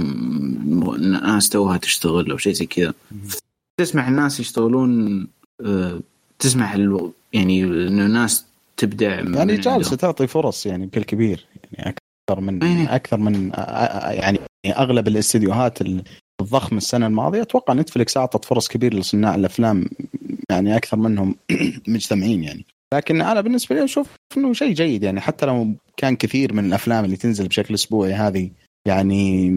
ناس توها تشتغل او شيء زي كذا، تسمح الناس يشتغلون، تسمح يعني انه الناس تبدع يعني، جالسه تعطي فرص يعني بكل كبير يعني، اكثر من أيه. اكثر من يعني اغلب الاستديوهات الضخمه السنه الماضيه. اتوقع نتفليكس اعطت فرص كبيره لصناع الافلام يعني اكثر منهم مجتمعين يعني. لكن أنا بالنسبة لي أشوف إنه شيء جيد يعني، حتى لو كان كثير من الأفلام اللي تنزل بشكل أسبوعي هذه يعني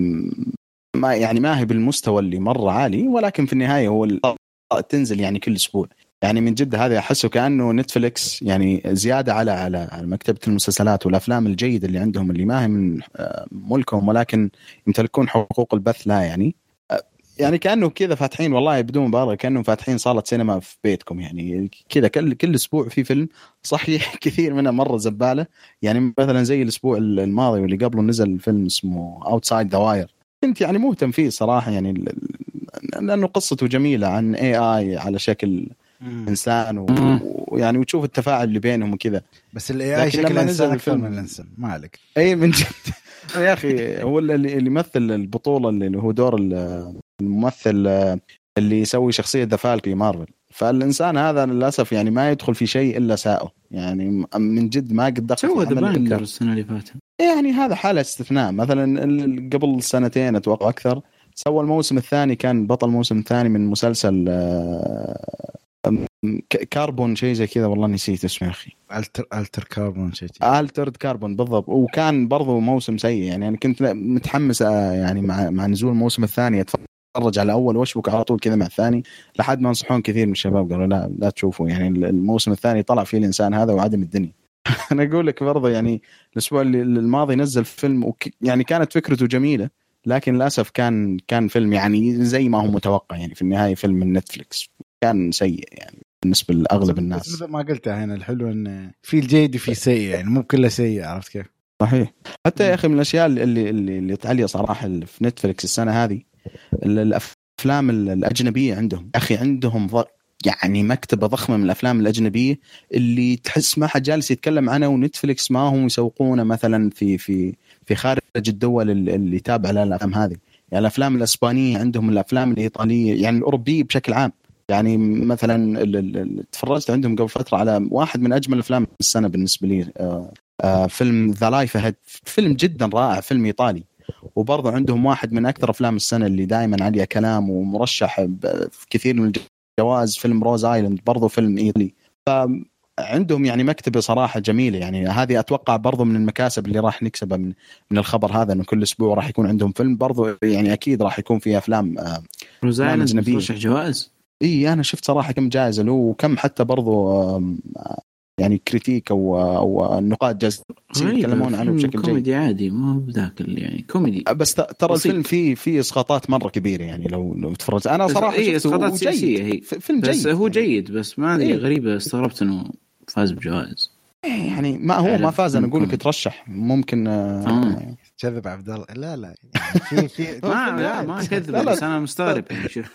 ما يعني ما هي بالمستوى اللي مرة عالي، ولكن في النهاية هو تنزل يعني كل أسبوع يعني. من جد هذا أحسه كأنه نتفليكس يعني زيادة على على مكتبة المسلسلات والأفلام الجيدة اللي عندهم، اللي ما هي من ملكهم ولكن يمتلكون حقوق البث لا يعني. يعني كأنه كذا فاتحين، والله بدون مبالغة كأنهم فاتحين صالة سينما في بيتكم يعني كذا. كل كل أسبوع في فيلم، صحيح كثير منها مرة زبالة يعني. مثلا زي الأسبوع الماضي واللي قبله نزل فيلم اسمه Outside the Wire، كنت يعني مهتم فيه صراحة يعني لأنه قصته جميلة عن إيه آي على شكل مم. إنسان ويعني وتشوف التفاعل اللي بينهم وكذا. بس ال إيه آي شكل إنسان أكثر من الإنسان ما عليك. أي من جد يا أخي هو اللي اللي يمثل البطولة اللي هو دور الممثل اللي يسوي شخصية ذا فالكي مارفل. فالإنسان هذا للأسف يعني ما يدخل في شيء إلا ساءه يعني من جد ما قد دخل سوى ذا بانكر السنة اللي فاتت. يعني هذا حالة استثناء. مثلا قبل سنتين أتوقع أكثر سوى الموسم الثاني كان بطل الموسم الثاني من مسلسل كاربون شيء زي كذا والله نسيت اسمه يا أخي. ألتر ألتر كاربون شيء ألترد كاربون بالضبط. وكان برضو موسم سيء يعني أنا كنت متحمس يعني مع مع نزول الموسم الثاني أتفرج على أول واشبك على طول كذا مع الثاني لحد ما نصحون كثير من الشباب قالوا لا لا تشوفوا يعني الموسم الثاني طلع فيه الإنسان هذا وعدم الدنيا. أنا أقول لك برضه يعني الأسبوع الماضي نزل فيلم وك يعني كانت فكرته جميلة لكن للأسف كان كان فيلم يعني زي ما هو متوقع يعني في النهاية فيلم من نتفليكس كان سيء يعني بالنسبة لأغلب الناس. مثل ما قلت هنا الحلو إن في الجيد وفي سيء يعني مو كله سيء عرفت كيف؟ صحيح. حتى يا أخي من الأشياء اللي اللي اللي تعلي صراحة في نتفليكس السنة هذه الأفلام الأجنبية عندهم أخي عندهم ض... يعني مكتبة ضخمة من الأفلام الأجنبية اللي تحس ما حد جالس يتكلم عنها ونتفليكس ما هم يسوقونه مثلا في في في خارج الدول اللي تابع لها الأفلام هذه. يعني الأفلام الإسبانية عندهم الأفلام الإيطالية يعني الأوروبية بشكل عام. يعني مثلا تفرجت عندهم قبل فترة على واحد من أجمل الأفلام السنة بالنسبة لي آآ آآ فيلم ذا لايف أهيد فيلم جدا رائع فيلم إيطالي. وبرضه عندهم واحد من أكثر أفلام السنة اللي دائما عليها كلام ومرشح في كثير من الجوائز فيلم روز آيلاند برضه فيلم إيطالي. فعندهم يعني مكتبة صراحة جميلة يعني هذه أتوقع برضه من المكاسب اللي راح نكسبها من من الخبر هذا إنه كل أسبوع راح يكون عندهم فيلم برضه يعني أكيد راح يكون فيه أفلام روز آيلاند مرشح جوائز. إيه أنا شفت صراحة كم جائزة له وكم حتى برضه يعني كريتيك أو أو النقاد جالسين يتكلمون عنه بشكل جيد. كوميدي عادي ما بذاك يعني كوميدي بس ترى الفيلم فيه فيه إسقاطات مرة كبيرة يعني لو لو تفرجت أنا صراحة إيه إسقاطات سياسية هي فيلم جيد بس هو جيد بس ما أدري إيه؟ غريبة استغربت إنه فاز بجوائز يعني ما هو ما فاز أنا أقول لك ترشح ممكن آه. كذب عبد الله لا لا يعني في في ما لا ما كذب بس أنا مستغرب يعني شوف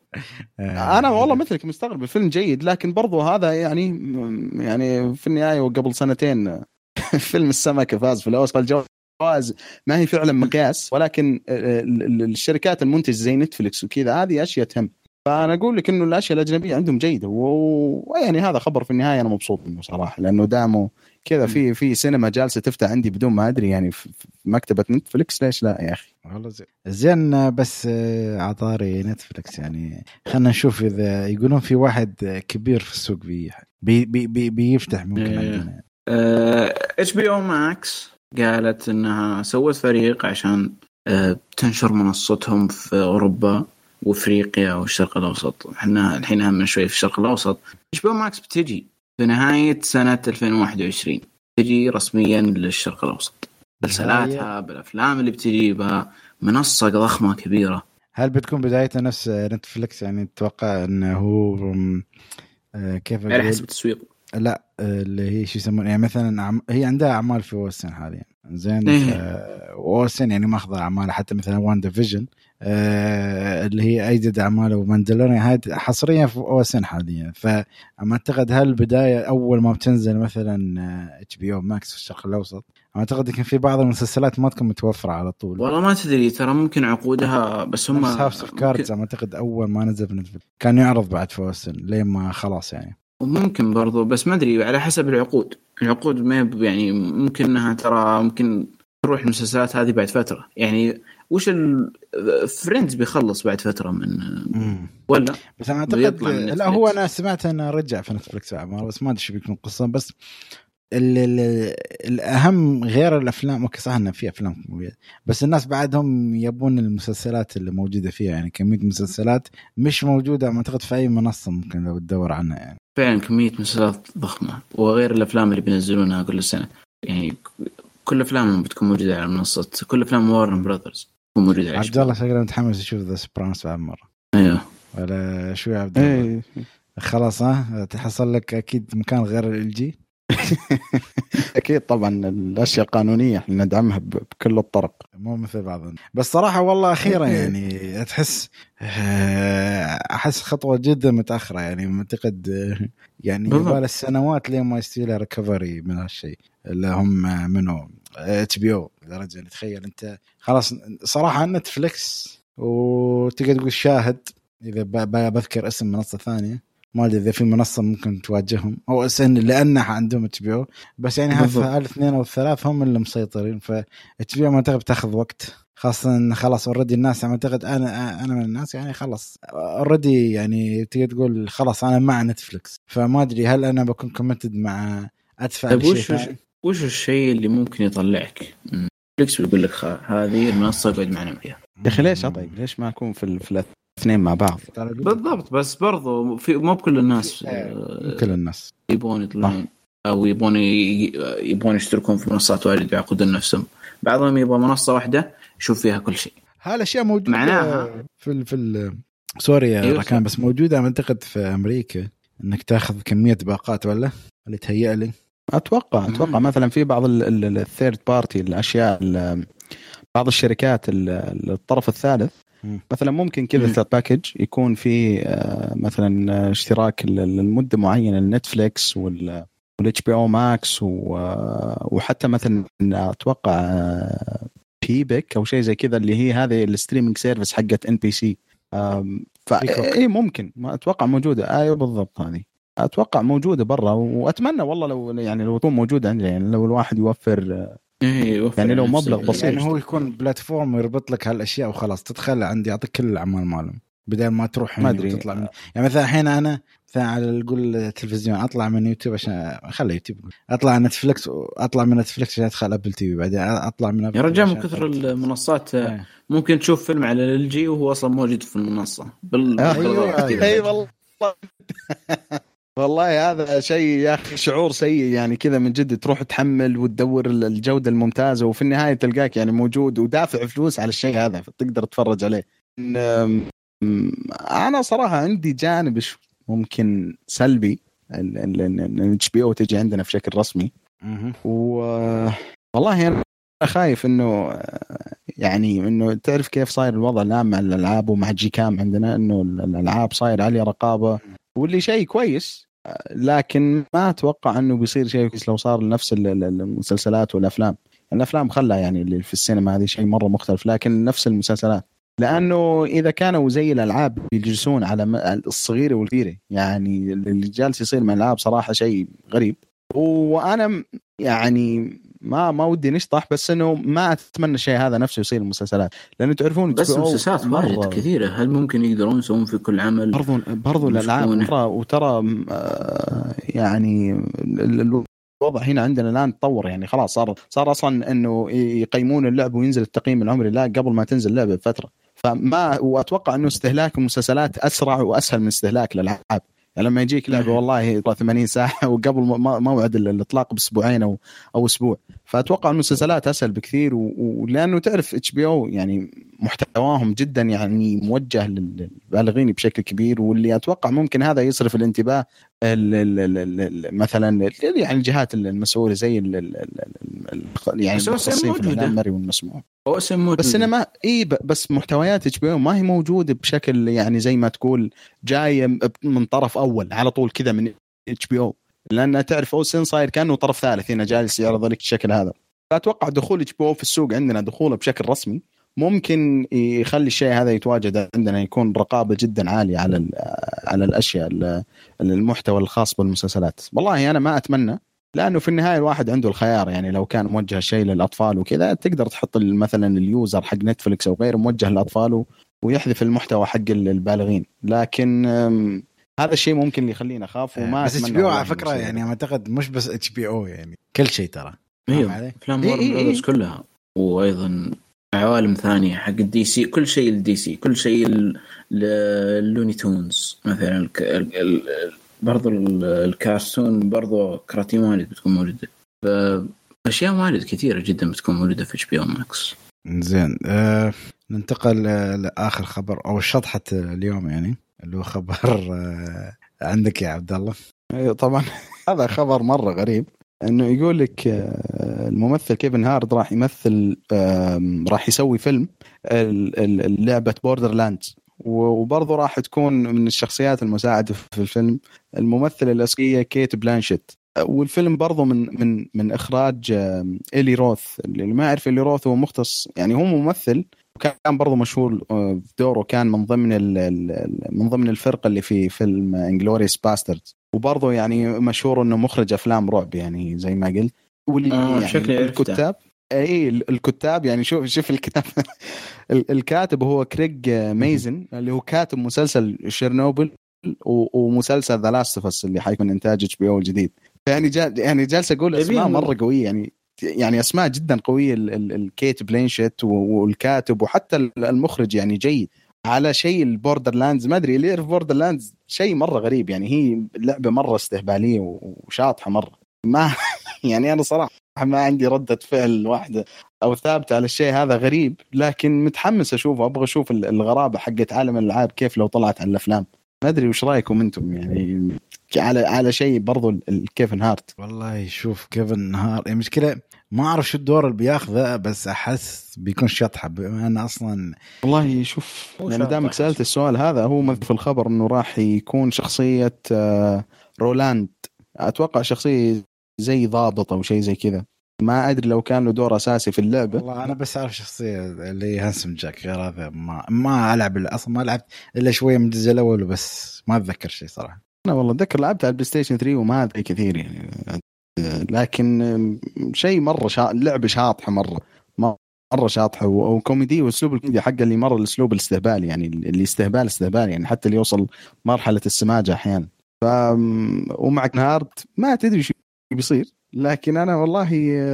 أنا والله مثلك مستغرب الفيلم جيد لكن برضو هذا يعني يعني في النهاية وقبل سنتين فيلم السمكة فاز في الأوسكار الجوائز ما هي فعلا مقياس ولكن الشركات المنتج زي نتفليكس وكذا هذه أشياء تهم. فأنا أقول لك إنه الأشياء الأجنبية عندهم جيدة ويعني هذا خبر في النهاية أنا مبسوط منه صراحة لأنه دامه كذا في في سينما جالسة تفتح عندي بدون ما أدري يعني في مكتبة نتفليكس ليش لا يا أخي والله زين زين. بس عطاري نتفليكس يعني خلنا نشوف إذا يقولون في واحد كبير في السوق بي بي بي بيفتح ممكن عندنا. إتش بي أو ماكس قالت إنها سوت فريق عشان تنشر منصتهم في أوروبا وأفريقيا والشرق الأوسط. إحنا الحين هم شوي في الشرق الأوسط. إتش بي أو ماكس بتجي في نهاية سنة ألفين وواحد وعشرين تجي رسميا للشرق الأوسط برسالاتها بالأفلام اللي بتجيبها منصة ضخمة كبيرة. هل بتكون بدايتها نفس نتفليكس يعني تتوقع أنه هو كيف على حسب التسويق؟ لا اللي هي شو يسمون يعني مثلا هي عندها أعمال في أوسن حاليا زين أوسن يعني ماخذة أعمال حتى مثلا وان ديفيجن آه اللي هي أيدد أعماله وماندلوريان هاي حصريا في أوسن حاليا. فأما أعتقد هالبداية أول ما بتنزل مثلا اتش بي او ماكس في الشرق الأوسط أعتقد يمكن في بعض المسلسلات ما تكون متوفرة على طول. والله ما تدري ترى ممكن عقودها بس هم هاوس اوف كاردز أعتقد أول ما نزل بنتفليكس كان يعرض بعد في أوسن لين ما خلاص يعني وممكن برضو بس ما أدري على حسب العقود العقود ما يعني ممكن أنها ترى ممكن تروح المسلسلات هذه بعد فترة يعني وش الفريندز بيخلص بعد فترة من مم. ولا بس أنا أعتقد لا هو أنا سمعت أنه رجع في نتفليكس عمار بس ما أدري شو بيكون قصة. بس ال ال الأهم غير الأفلام أوكي صح إنه في أفلام بس الناس بعدهم يبون المسلسلات اللي موجودة فيها يعني كمية مسلسلات مش موجودة أعتقد في أي منصة ممكن لو تدور عنها يعني فعلا كمية مسلسلات ضخمة وغير الأفلام اللي بينزلونها كل سنة يعني كل أفلامهم بتكون موجودة على منصة كل أفلام وارن براذرز تكون موجودة على عبد الله شكله متحمس يشوف ذا سوبرانوس بعد مرة. أيوه ولا شو يا عبد الله خلاص ها تحصل لك أكيد مكان غير ال جي اكيد طبعا الاشياء القانونيه احنا ندعمها بكل الطرق، مو مثل بعضهم. بس صراحه والله اخيرا يعني تحس احس خطوه جدا متاخره، يعني معتقد يعني يبال السنوات لين ما يستوي له ريكفري من هالشيء اللي هم منو اتش بي او. درجه تخيل انت خلاص صراحه نتفليكس وتقدر تقول شاهد، اذا بذكر اسم منصه ثانيه ما ادري اذا في منصه ممكن تواجههم او اسن لانها عندهم اتش بي او، بس يعني هالاثنين او الثلاث هم اللي مسيطرين. ف اتش بي او ما تقدر تاخذ وقت، خاصه خلاص اوريدي الناس اعتقد انا انا من الناس يعني خلاص اوريدي يعني تقدر تقول خلاص انا مع نتفليكس. فما ادري هل انا بكون كومنتد مع ادفع شيء ثاني. وش الشيء اللي ممكن يطلعك نتفليكس ويقول لك هذه المنصه قاعد معنا فيها؟ يا اخي ليش طيب ليش ما اكون في في الاثنين مع بعض؟ بالضبط، بس برضو في مو بكل الناس كل الناس يبون يطلعون او يبون يبون يشتركون في منصات واجد يعقدون نفسهم. بعضهم يبغى منصه واحده يشوف فيها كل شيء. هالاشياء موجوده معناها في في سوري يا أيوة ركان، بس موجوده منطقه في امريكا انك تاخذ كميه باقات ولا اللي تهيأ لي اتوقع مم. اتوقع مثلا في بعض الثيرد بارتي الاشياء بعض الشركات الطرف الثالث مم. مثلا ممكن كذا باكج يكون في مثلا اشتراك للمده معينه لنتفليكس وال والاتش بي او ماكس وحتى مثلا اتوقع بيبك او شيء زي كذا اللي هي هذه الستريمينج سيرفيس حقت ان بي سي. فاي ممكن ما اتوقع موجوده. ايوه بالضبط هذه اتوقع موجوده برا، واتمنى والله لو يعني لو تكون موجوده عندنا، يعني لو الواحد يوفر يعني لو مبلغ بسيط يعني هو يكون بلاتفورم يربط لك هالاشياء وخلاص تدخل عندي يعطيك كل الاعمال مالهم بدل ما تروح ما ادري تطلع من... يعني مثلا الحين انا مثلا على نقول التلفزيون اطلع من يوتيوب عشان اخلي يوتيوب، اطلع نتفليكس واطلع من نتفليكس عشان ادخل ابل تي في، بعدين اطلع من يا رجال من كثر المنصات اه. ممكن تشوف فيلم على ال جي وهو اصلا موجود في المنصه بال اي والله والله هذا شيء يا اخي شعور سيء يعني كذا من جد، تروح تحمل وتدور الجوده الممتازه وفي النهايه تلقاك يعني موجود ودافع فلوس على الشيء هذا فتقدر تتفرج عليه. انا صراحه عندي جانب ممكن سلبي ان اتش بي او تجي عندنا في شكل رسمي، والله انا خايف انه يعني انه تعرف كيف صاير الوضع الان مع الالعاب ومع جي كام عندنا، انه الالعاب صاير عليها رقابه واللي شيء كويس، لكن ما اتوقع انه بيصير شيء كويس لو صار لنفس المسلسلات والافلام. الافلام خلها يعني اللي في السينما هذه شيء مره مختلف، لكن نفس المسلسلات، لانه اذا كانوا زي الالعاب يجلسون على الصغيره والكبيره، يعني اللي جالس يصير مع الالعاب صراحه شيء غريب. وانا يعني ما ما ودي نشطح، بس انه ما اتمنى الشيء هذا نفسه يصير المسلسلات، لانه تعرفون بس المسلسلات واجد كثيره، هل ممكن يقدرون يسوون في كل عمل برضو برضو الالعاب ترى وترى يعني الوضع هنا عندنا الان تطور، يعني خلاص صار صار اصلا انه يقيمون اللعب وينزل التقييم العمري لا قبل ما تنزل اللعبه بفتره. فما واتوقع انه استهلاك المسلسلات اسرع واسهل من استهلاك الالعاب. يعني لما يجيك لعبه والله ثمانين ساعه وقبل موعد الاطلاق باسبوعين او او اسبوع، فاتوقع المسلسلات اسهل بكثير. ولانه تعرف اتش بي او يعني محتواهم جدا يعني موجه للبالغين بشكل كبير، واللي اتوقع ممكن هذا يصرف الانتباه مثلا يعني الجهات المسؤوله زي يعني المختصين في الاعلام المرئي والمسموع. بس انا ما اي بس محتويات اتش بي او ما هي موجوده بشكل يعني زي ما تقول جايه من طرف اول على طول كذا من اتش بي او، لان تعرف اوسن صاير كانه طرف ثالث هنا جالس يعرض لك الشكل هذا. فاتوقع دخول اتش بي او في السوق عندنا دخوله بشكل رسمي ممكن يخلي الشيء هذا يتواجد عندنا، يكون رقابه جدا عاليه على على الاشياء المحتوى الخاص بالمسلسلات. والله انا ما اتمنى، لانه في النهايه الواحد عنده الخيار، يعني لو كان موجه شيء للاطفال وكذا تقدر تحط مثلا اليوزر حق نتفليكس او غيره موجه للاطفال ويحذف المحتوى حق البالغين، لكن هذا الشيء ممكن اللي يخلينا اخاف. وما بس اتش بي او على فكره يعني اعتقد مش بس اتش بي او، يعني كل شيء ترى ايوه افلام وورن براذرز كلها، وايضا عوالم ثانيه حق الدي سي، كل شيء الدي سي، كل شيء اللوني تونز مثلا، برضو الكارتون، برضو كراتين بتكون موجوده، فاشياء واجد كثيره جدا بتكون موجوده في اتش بي او ماكس. زين أه ننتقل لاخر خبر او شطحه اليوم، يعني اللي هو خبر أه عندك يا عبد الله. ايوه طبعا هذا خبر مره غريب. انه يقول لك الممثل كيفن هارد راح يمثل راح يسوي فيلم اللعبة بوردرلاندز، وبرضه راح تكون من الشخصيات المساعدة في الفيلم الممثلة الأساسية كيت بلانشيت. والفيلم برضه من من من إخراج إيلي روث. اللي ما يعرف إيلي روث هو مختص، يعني هو ممثل وكان برضه مشهور في دوره، كان من ضمن من ضمن الفرقة اللي في فيلم إنجلوريوس باستردز، وبرضه يعني مشهور إنه مخرج أفلام رعب يعني زي ما قلت. واللي آه يعني الكتاب اي الكتاب يعني شوف شوف الكتاب الكاتب هو كريج ميزن اللي هو كاتب مسلسل شيرنوبل ومسلسل ذا لاست اوف اس اللي حيكون انتاج اتش بي او الجديد. يعني جا يعني جالس اقول اسماء مره قويه، يعني يعني اسماء جدا قويه، الكيت بلينشيت والكاتب وحتى المخرج يعني جيد على شيء البوردرلاندز. ما ادري اللي يعرف بوردرلاندز شيء مره غريب، يعني هي لعبه مره استهباليه وشاطحه مره. ما يعني انا صراحه ما عندي ردة فعل واحدة أو ثابتة على الشيء هذا، غريب، لكن متحمس أشوفه، أبغى أشوف الغرابة حقت عالم الألعاب كيف لو طلعت على الأفلام. ما أدري وش رأيكم أنتم يعني على على شيء برضو كيفن هارت. والله شوف كيفن هارت المشكلة ما أعرف شو الدور اللي بياخذه، بس أحس بيكون شطحة. أنا أصلا والله شوف يعني دامك سألت السؤال هذا، هو مذكر في الخبر إنه راح يكون شخصية رولاند، أتوقع شخصية زي ضابط أو شيء زي كذا. ما أدري لو كان له دور أساسي في اللعبة. والله أنا بس أعرف شخصية اللي هانسم جاك، غير هذا ما ما ألعب أصلا، ما لعبت إلا شوية من الجزء الأول بس ما أتذكر شيء صراحة. أنا والله أتذكر لعبت على البلاي ستيشن ثري وما أدري كثير يعني، لكن شيء مرة شا... لعبة شاطحة مرة مرة شاطحة وكوميدي، وأسلوب الكوميدي حقه اللي مرة الأسلوب الاستهبال، يعني اللي استهبال استهبال يعني حتى اللي يوصل مرحلة السماجة أحيانا. ف ومعك نهارت ما تدري شو بيصير، لكن أنا والله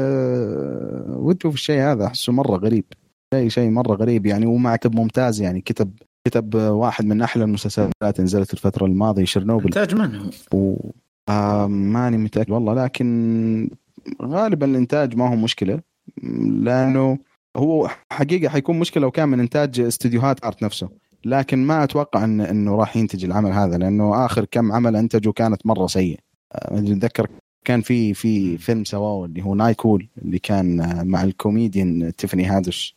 ودي في الشيء هذا أحسه مرة غريب، شيء شيء مرة غريب يعني. ومع كتب ممتاز يعني، كتب كتب واحد من أحلى المسلسلات نزلت الفترة الماضية شيرنوبل. إنتاج من هو؟ و... آه ماني متأكد والله، لكن غالبا الإنتاج ما هو مشكلة، لأنه هو حقيقة حيكون مشكلة لو كان من إنتاج استديوهات آرت نفسه، لكن ما أتوقع إن إنه راح ينتج العمل هذا، لأنه آخر كم عمل أنتجه كانت مرة سيئة. أتذكر كان في في فيلم سواه اللي هو نايكول اللي كان مع الكوميديان تيفاني هادوش.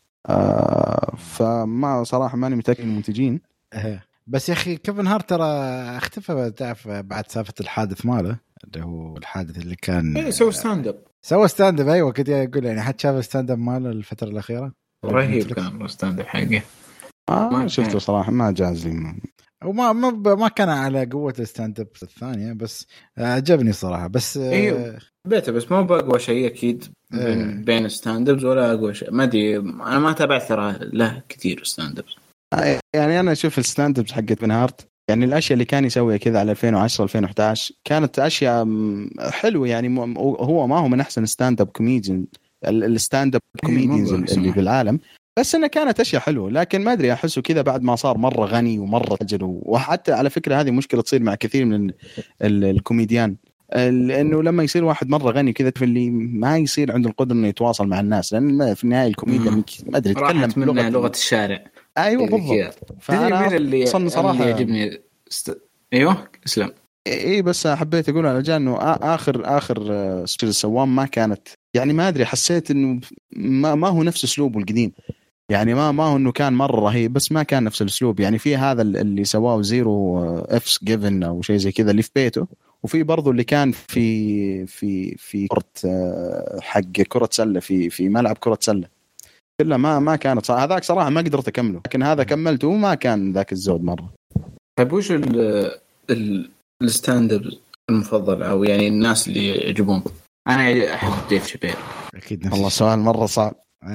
آه فما صراحة ماني متأكد من المنتجين. بس يا أخي كيفن هارت ترى اختفى تعرف بعد سالفة الحادث ماله، اللي هو الحادث اللي كان إيه سوى ستاند اب سوى ستاند اب أيوة كده يقول يعني حد شاف ستاند اب ماله الفترة الأخيرة رهيب كان ستاند اب حقه. آه ما شفته صراحة، ما جاز لي، وما ما ما كان على قوة الستاند اب الثانية، بس عجبني صراحة. بس ايوه بيته بس ما بقوى شيء اكيد بين, بين ستاند ابز ولا اقوى شيء. ما ادري انا ما تابعت ترى له كثير ستاند ابز. آه يعني انا اشوف الستاند ابز حقت بن هارت، يعني الاشياء اللي كان يسويها كذا على ألفين وعشرة ألفين وإحدى عشر كانت اشياء حلوه يعني. هو ما هو من احسن ستاند اب كوميديان الستاند اب كوميديانز اللي في العالم، بس انها كانت اشياء حلوه. لكن ما ادري احسه كذا بعد ما صار مره غني ومره تاجر، وحتى على فكره هذه مشكله تصير مع كثير من الكوميديان، لانه لما يصير واحد مره غني كذا في اللي ما يصير عنده القدره انه يتواصل مع الناس، لان في النهايه الكوميديا ما ادري يتكلم بلغه لغه الشارع. ايوه بالضبط. فانا اللي صراحه اللي يعجبني است... ايوه اسلام اي بس حبيت اقول على جال انه اخر اخر سبيل السوام ما كانت يعني، ما ادري حسيت انه ما, ما هو نفس اسلوبه القديم يعني، ما ما هو انه كان مره رهيب بس ما كان نفس الاسلوب يعني. في هذا اللي سواه زيرو افس جيفن او شيء زي كذا اللي في بيته، وفي برضو اللي كان في في في كرة حق كرة سلة في في ملعب كرة سلة، كلها ما ما كانت صراحة. هذاك صراحة ما قدرت أكمله، لكن هذا كملته وما كان ذاك الزود مرة. طيب وش ال ال الستاند المفضل أو يعني الناس اللي يعجبون؟ أنا أحب ديف شابيل أكيد. والله سؤال مرة صعب،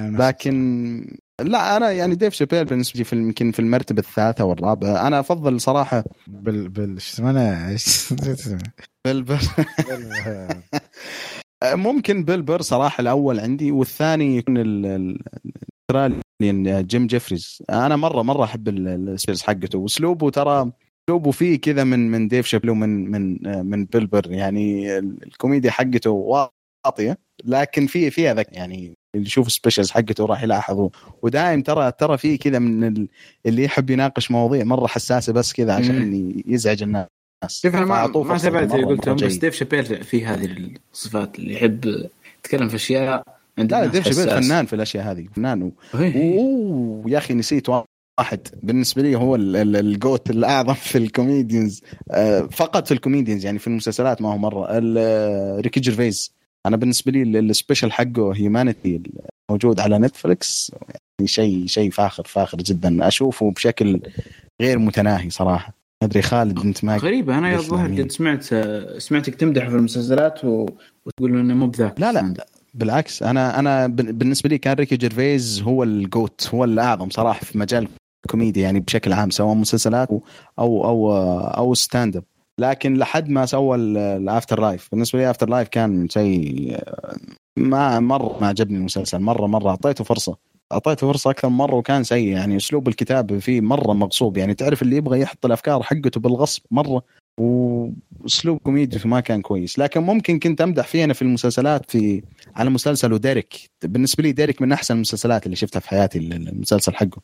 لكن لا أنا يعني ديف شابيل بالنسبة لي في يمكن في المرتبة الثالثة والرابعة. أنا أفضل صراحة بال بال شو اسمه بلبر ممكن بلبر صراحة الأول عندي، والثاني يكون الأستراليين جيم جيفريز. أنا مرة مرة أحب السبيرز حقته وأسلوبه، ترى أسلوبه فيه كذا من من ديف شابيل ومن من من بلبر يعني. الكوميديا حقته واطية لكن فيه فيها ذاك يعني، اللي يشوف سبيشلز حقته راح يلاحظه. ودائم ترى ترى فيه كذا من اللي يحب يناقش مواضيع مرة حساسة بس كذا عشان يزعج الناس. شوف انا ما ما تابعت اللي قلتهم، بس ديف شابيل في هذه الصفات اللي يحب يتكلم في اشياء. لا ديف شابيل فنان في الاشياء هذه، فنان و... ويا اخي نسيت واحد بالنسبه لي هو الجوت الاعظم في الكوميديانز، فقط في الكوميديانز يعني في المسلسلات ما هو مره، ريكي جيرفيز. انا بالنسبه لي السبيشال حقه هيومانيتي موجود على نتفليكس، يعني شيء شيء فاخر فاخر جدا، اشوفه بشكل غير متناهي صراحه. ادري خالد انت ما غريبه، انا يا الظاهر قد سمعت سمعتك تمدح في المسلسلات و... وتقول انه مو بذاك. لا لا بالعكس، انا انا بالنسبه لي كان ريكي جيرفيز هو الجوت، هو الاعظم صراحه في مجال الكوميديا يعني بشكل عام، سواء مسلسلات او او او, أو ستاند اب. لكن لحد ما سوى الافتر لايف، بالنسبه لي افتر لايف كان شيء ما مره ما عجبني المسلسل، مره مره اعطيته فرصه اعطيته فرصه اكثر مره وكان سيء. يعني اسلوب الكتاب فيه مره مغصوب، يعني تعرف اللي يبغى يحط الافكار حقته بالغصب مره، واسلوب كوميدي ما كان كويس. لكن ممكن كنت امدح فيه انا في المسلسلات في على مسلسل ديريك. بالنسبه لي ديريك من احسن المسلسلات اللي شفتها في حياتي، المسلسل حقه.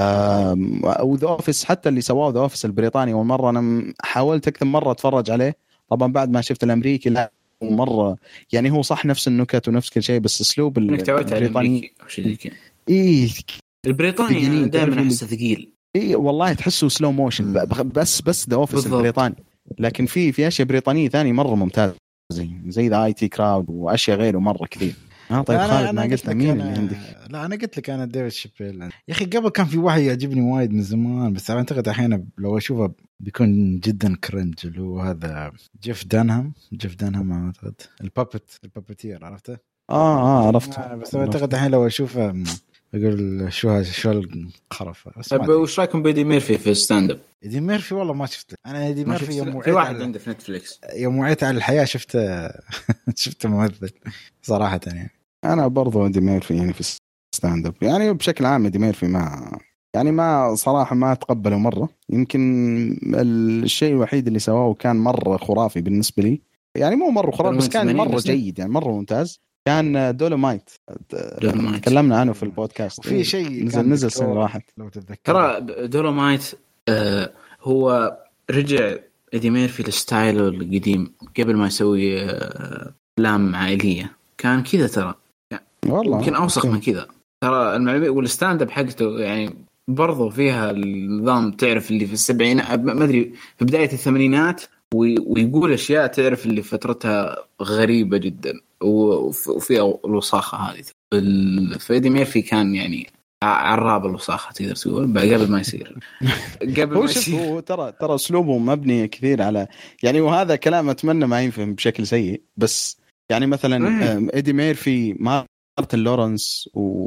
او ذا اوفيس حتى اللي سواه ذا اوفيس البريطاني، والمره انا حاولت اكثر مره اتفرج عليه طبعا بعد ما شفت الامريكي، لا مره يعني هو صح نفس النكت ونفس كل شيء، بس اسلوب البريطاني ايه البريطاني دائما احسه ثقيل. اي والله تحسه سلو موشن بس بس ذا اوفيس البريطاني. لكن في في اشياء بريطانيه ثانيه مره ممتازه زي زي ذا اي تي كراود واشياء غيره مره كثير. اه طيب خالد ما قلت مين اللي عندك؟ لا انا قلت لك انا ديفيد شابيل يا اخي. قبل كان في واحد يعجبني وايد من زمان، بس اعتقد الحين لو اشوفه بيكون جدا كرنج، اللي هو هذا جيف دانهام. جيف دانهام اعتقد البابت البابتير، عرفته؟ اه اه عرفته. آه بس اعتقد الحين لو اشوفه اقول شو هذا شو القرف. طيب وش رايكم بإيدي ميرفي في الستاند اب؟ إيدي ميرفي والله ما شفت. انا إيدي ميرفي يوم في واحد عنده في نتفليكس يوم وعيت على الحياه شفته شفته ممثل صراحه يعني. انا برضو إيدي ميرفي يعني في الستاند اب يعني بشكل عام إيدي ميرفي ما يعني ما صراحه ما اتقبله مره. يمكن الشيء الوحيد اللي سواه كان مره خرافي بالنسبه لي، يعني مو مره خرافي بس كان مره جيد يعني مره ممتاز، كان دولومايت. تكلمنا عنه في البودكاست. في شيء نزل نزل سنة واحد لو تتذكر. ترى دولومايت آه هو رجع إيدي ميرفي للستايل القديم قبل ما يسوي أفلام آه عائلية. كان كذا ترى يعني والله يمكن أوسخ من كذا ترى المعلومات. والستاند اب حقته يعني برضو فيها النظام، تعرف اللي في السبعينات ما أدري في بداية الثمانينات، ويقول أشياء تعرف اللي فترتها غريبة جدا وفيها الوساخة هذه. فإيدي ميرفي كان يعني عراب الوساخة تقدر تقول قبل ما يصير قبل ما يصير. ترى ترى أسلوبه مبني كثير على يعني، وهذا كلام أتمنى ما ينفهم بشكل سيء، بس يعني مثلا إيدي ميرفي مارتن لورنس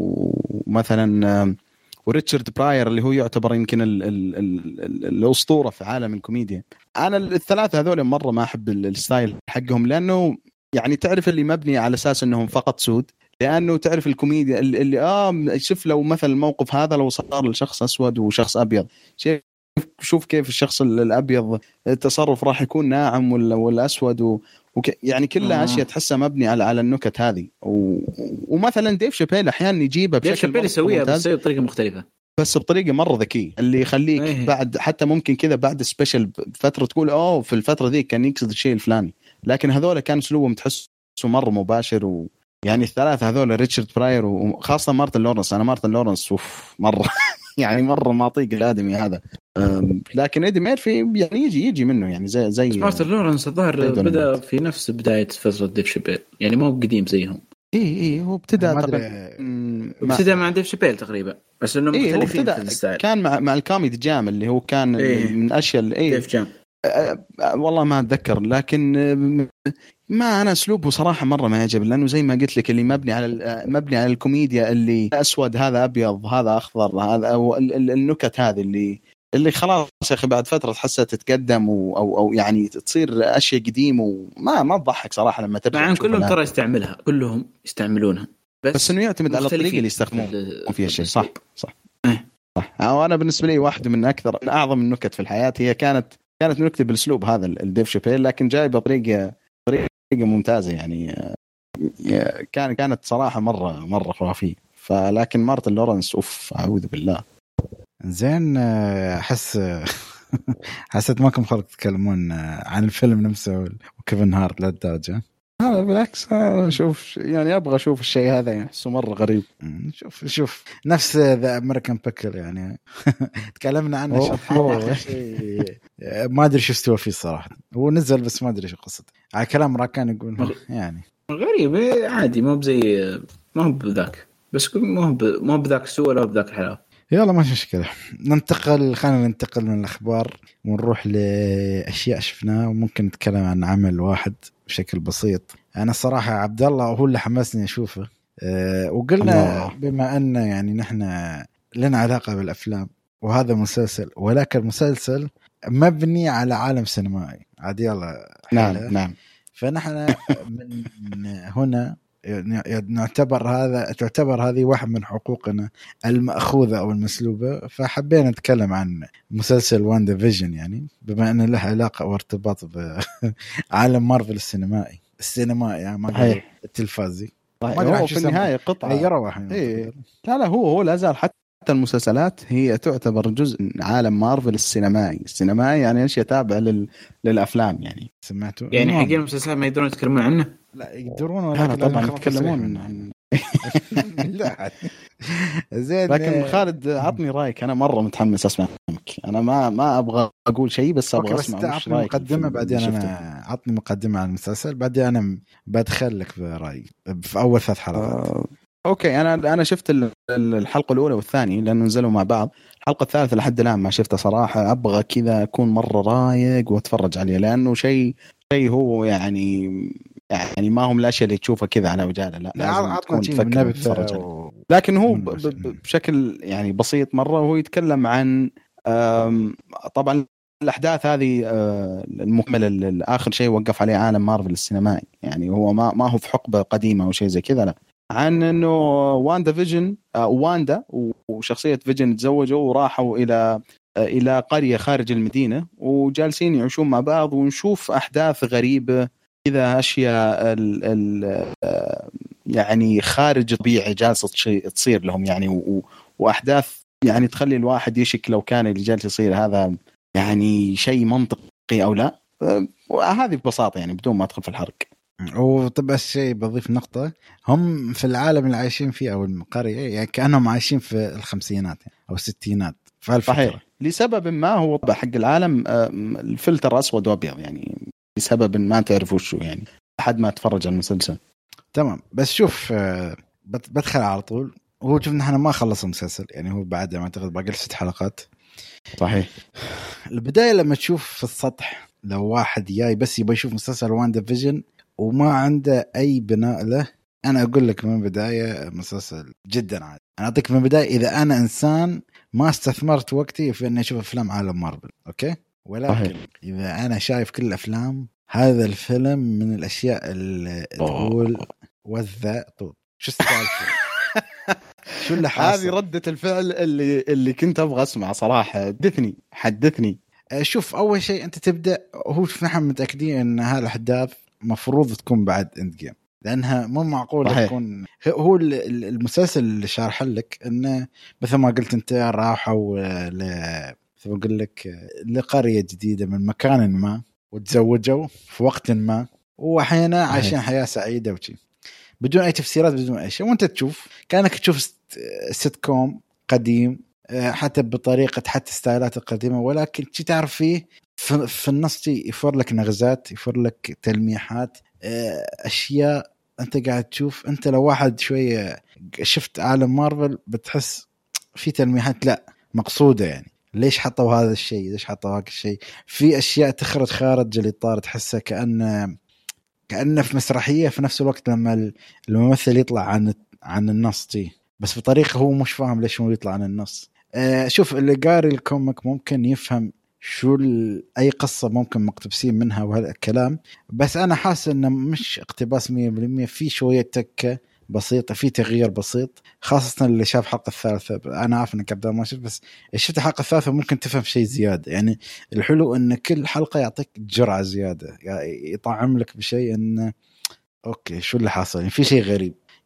ومثلا وريتشارد براير اللي هو يعتبر يمكن ال ال ال الأسطورة في عالم الكوميديا. أنا الثلاثة هذول مرة ما أحب الستايل حقهم، لأنه يعني تعرف اللي مبني على أساس أنهم فقط سود. لأنه تعرف الكوميديا اللي, اللي آه شوف لو مثل الموقف هذا لو صار لشخص أسود وشخص أبيض، شوف شوف كيف الشخص الأبيض التصرف راح يكون ناعم ولا ولا أسود و وك يعني كلها أشياء تحسها مبني على على النكت هذه. و... ومثلا ديف شابيل أحيانا يجيبها بشكل شابيل يسويها بس بطريقة مختلفة، بس بطريقة مرة ذكية اللي يخليك أيه. بعد حتى ممكن كذا بعد سبيشل فترة تقول أوه في الفترة ذي كان يقصد الشيء الفلاني. لكن هذول كان أسلوبهم تحسه مرة مباشر. و يعني الثلاثة هذول ريتشارد براير وخاصة مارتن لورنس. أنا مارتن لورنس أوف مرة يعني مرة ما أطيق الآدمي هذا. لكن إيدي ميرفي يعني يجي يجي منه يعني زي زي مارتن لورنس الظاهر بدأ في نفس بداية فترة ديف شابيل، يعني مو قديم زيهم. إيه إيه هو ابتدأ ابتدأ مع ديف شابيل تقريبا، بس إنه إيه مختلفين في الستايل. كان مع مع الكوميدي جام اللي هو كان إيه من أشياء إيه ديف جام. أه والله ما أتذكر، لكن ما أنا أسلوبه صراحة مرة ما يعجب، لأنه زي ما قلت لك اللي مبني على مبني على الكوميديا اللي أسود هذا أبيض هذا أخضر هذا أو النكت هذه اللي اللي خلاص يا أخي بعد فترة تحسها تتقدم أو أو أو يعني تصير أشياء قديم وما ما تضحك صراحة لما ترجع. مع كلهم ترى يستعملها كلهم يستعملونها بس, بس إنه يعتمد على الطريقة اللي يستخدمون فيها شيء. صح صح صح. وأنا بالنسبة لي واحدة من أكثر من أعظم النكت في الحياة هي كانت كانت نكتة بالأسلوب هذا الديف شابيل، لكن جاي بطريقة طريقة ممتازة يعني. كان كانت صراحة مرة مرة خرافية. فلكن مارتن لورنس أوف أعوذ بالله. زين أحس حسيت ماكم خلق تتكلمون عن الفيلم نفسه وكيفن هارت للدرجة. لا بالعكس شوف يعني ابغى اشوف الشيء هذا يعني احسه مره غريب. شوف شوف نفس ذا امريكان بيكل يعني تكلمنا عنه شيء ما ادري شو استوى فيه صراحه. هو نزل بس ما ادري شو قصته. على كلام راكان يقول يعني غريب عادي مو بزي ما هو بذاك بس مو مو بذاك السوء ولا بذاك الحلاوه. يلا ما مشكله. ننتقل خلينا ننتقل من الاخبار ونروح لاشياء شفناها وممكن نتكلم عن عمل واحد بشكل بسيط. أنا صراحة عبد الله هو اللي حمسني أشوفه. أه وقلنا الله. بما أن يعني نحن لنا علاقة بالأفلام وهذا مسلسل ولكن مسلسل مبني على عالم سينمائي عادي الله. نعم نعم. فنحن من هنا نعتبر هذا تعتبر هذه واحد من حقوقنا المأخوذة أو المسلوبة. فحبينا نتكلم عن مسلسل واندا فيجن يعني بما أنه له علاقة وارتباط بعالم مارفل السينمائي السينمائي يعني ما التلفازي. هو في النهاية قطعة يروح إيه. لا لا هو هو لا زال حتى المسلسلات هي تعتبر جزء من عالم مارفل السينمائي. السينمائي يعني أشياء تابعة لل... للأفلام يعني سمعتوا يعني حق المسلسلات ما يدرون يتكلمون عنه. لا يقدرون ولا طبعا يتكلمون عن لا زين. لكن خالد عطني رايك أنا مرة متحمس أسمع منك. أنا ما ما أبغى أقول شيء بس أبغى أسمع وش رايك. مقدمة بعدين أنا عطني مقدمة عن المسلسل بعدين أنا بدخل لك برأيي في أول ثلاث حلقات. آه. أوكي أنا أنا شفت الحلقة الأولى والثانية لأنه نزلوا مع بعض. الحلقة الثالثة لحد الآن ما شفتها صراحة. أبغى كذا أكون مرة رايق وأتفرج عليه لأنه شيء شيء هو يعني يعني ما هم الأشياء اللي تشوفها كذا على وجاله. لا لازم تكون تفكر تتفرج عليه. لكن هو بشكل يعني بسيط مرة وهو يتكلم عن طبعا الأحداث هذه المكملة الآخر شيء وقف عليه عالم مارفل السينمائي. يعني هو ما ما هو في حقبة قديمة أو شيء زي كذا لا. عن إنه واندا فيجن واندا وشخصية فيجن تزوجوا وراحوا إلى إلى قرية خارج المدينة وجالسين يعيشون مع بعض ونشوف أحداث غريبة كذا أشياء ال ال يعني خارج الطبيعة جالسة تصير لهم يعني وأحداث يعني تخلي الواحد يشك لو كان اللي جالس يصير هذا يعني شيء منطقي أو لا. وهذه ببساطة يعني بدون ما أدخل في الحرق. وطبعا الشيء بضيف نقطة هم في العالم اللي عايشين فيه أو القرية يعني كأنهم عايشين في الخمسينات أو الستينات صحيح. لسبب ما هو حق العالم الفلتر أسود وأبيض يعني لسبب ما تعرفوا شو يعني لحد ما تفرج على المسلسل. تمام بس شوف بدخل على طول. هو شوف نحن ما خلص المسلسل يعني هو بعد ما أعتقد باقي ست حلقات. صحيح. البداية لما تشوف في السطح لو واحد جاي بس يبغى يشوف مسلسل واندا فيجن وما عنده أي بناء له أنا أقول لك من بداية مسلسل جدا عادي. أنا أعطيك من بداية إذا أنا إنسان ما استثمرت وقتي في أني أشوف أفلام عالم مارفل أوكي. ولكن صحيح. إذا أنا شايف كل الأفلام هذا الفيلم من الأشياء اللي تقول وذا طول شو السالفة شو اللي حاصل. هذه ردة الفعل اللي اللي كنت أبغى أسمع صراحة. حدثني حدثني. شوف أول شيء أنت تبدأ هو نحن متأكدين أن هالأحداث مفروض تكون بعد إند جيم لأنها مو معقول تكون. هو المسلسل اللي شارح لك إنه مثل ما قلت أنت راحوا ل بقول لك لقرية جديدة من مكان ما وتزوجوا في وقت ما وأحيانا عايشين حياة سعيدة وشي بدون أي تفسيرات بدون أي شيء وأنت تشوف كأنك تشوف سيت كوم قديم حتى بطريقة حتى ستايلات القديمة ولكن شي تعرف فيه في النص يفر لك نغزات يفر لك تلميحات أشياء أنت قاعد تشوف. أنت لو واحد شوية شفت عالم مارفل بتحس في تلميحات لا مقصودة يعني ليش حطوا هذا الشيء ليش حطوا هذا الشيء. في أشياء تخرج خارج الإطار تحسها كأن كأنه في مسرحية في نفس الوقت لما الممثل يطلع عن عن النص تي بس بطريقة هو مش فاهم ليش هو يطلع عن النص. أه شوف اللي قاري الكوميك ممكن يفهم شو أي قصة ممكن مقتبسين منها وهذا الكلام بس أنا حاسس إنه مش اقتباس مية بالمية. في شوية تكة بسيطة في تغيير بسيط خاصة اللي شاف حلقة الثالثة. أنا عارف إنك قبل ما شفت بس شفت الحلقة الثالثة ممكن تفهم شيء زيادة. يعني الحلو إن كل حلقة يعطيك جرعة زيادة يعني يطعم لك بشيء إنه أوكي شو اللي حاصل يعني في شيء غريب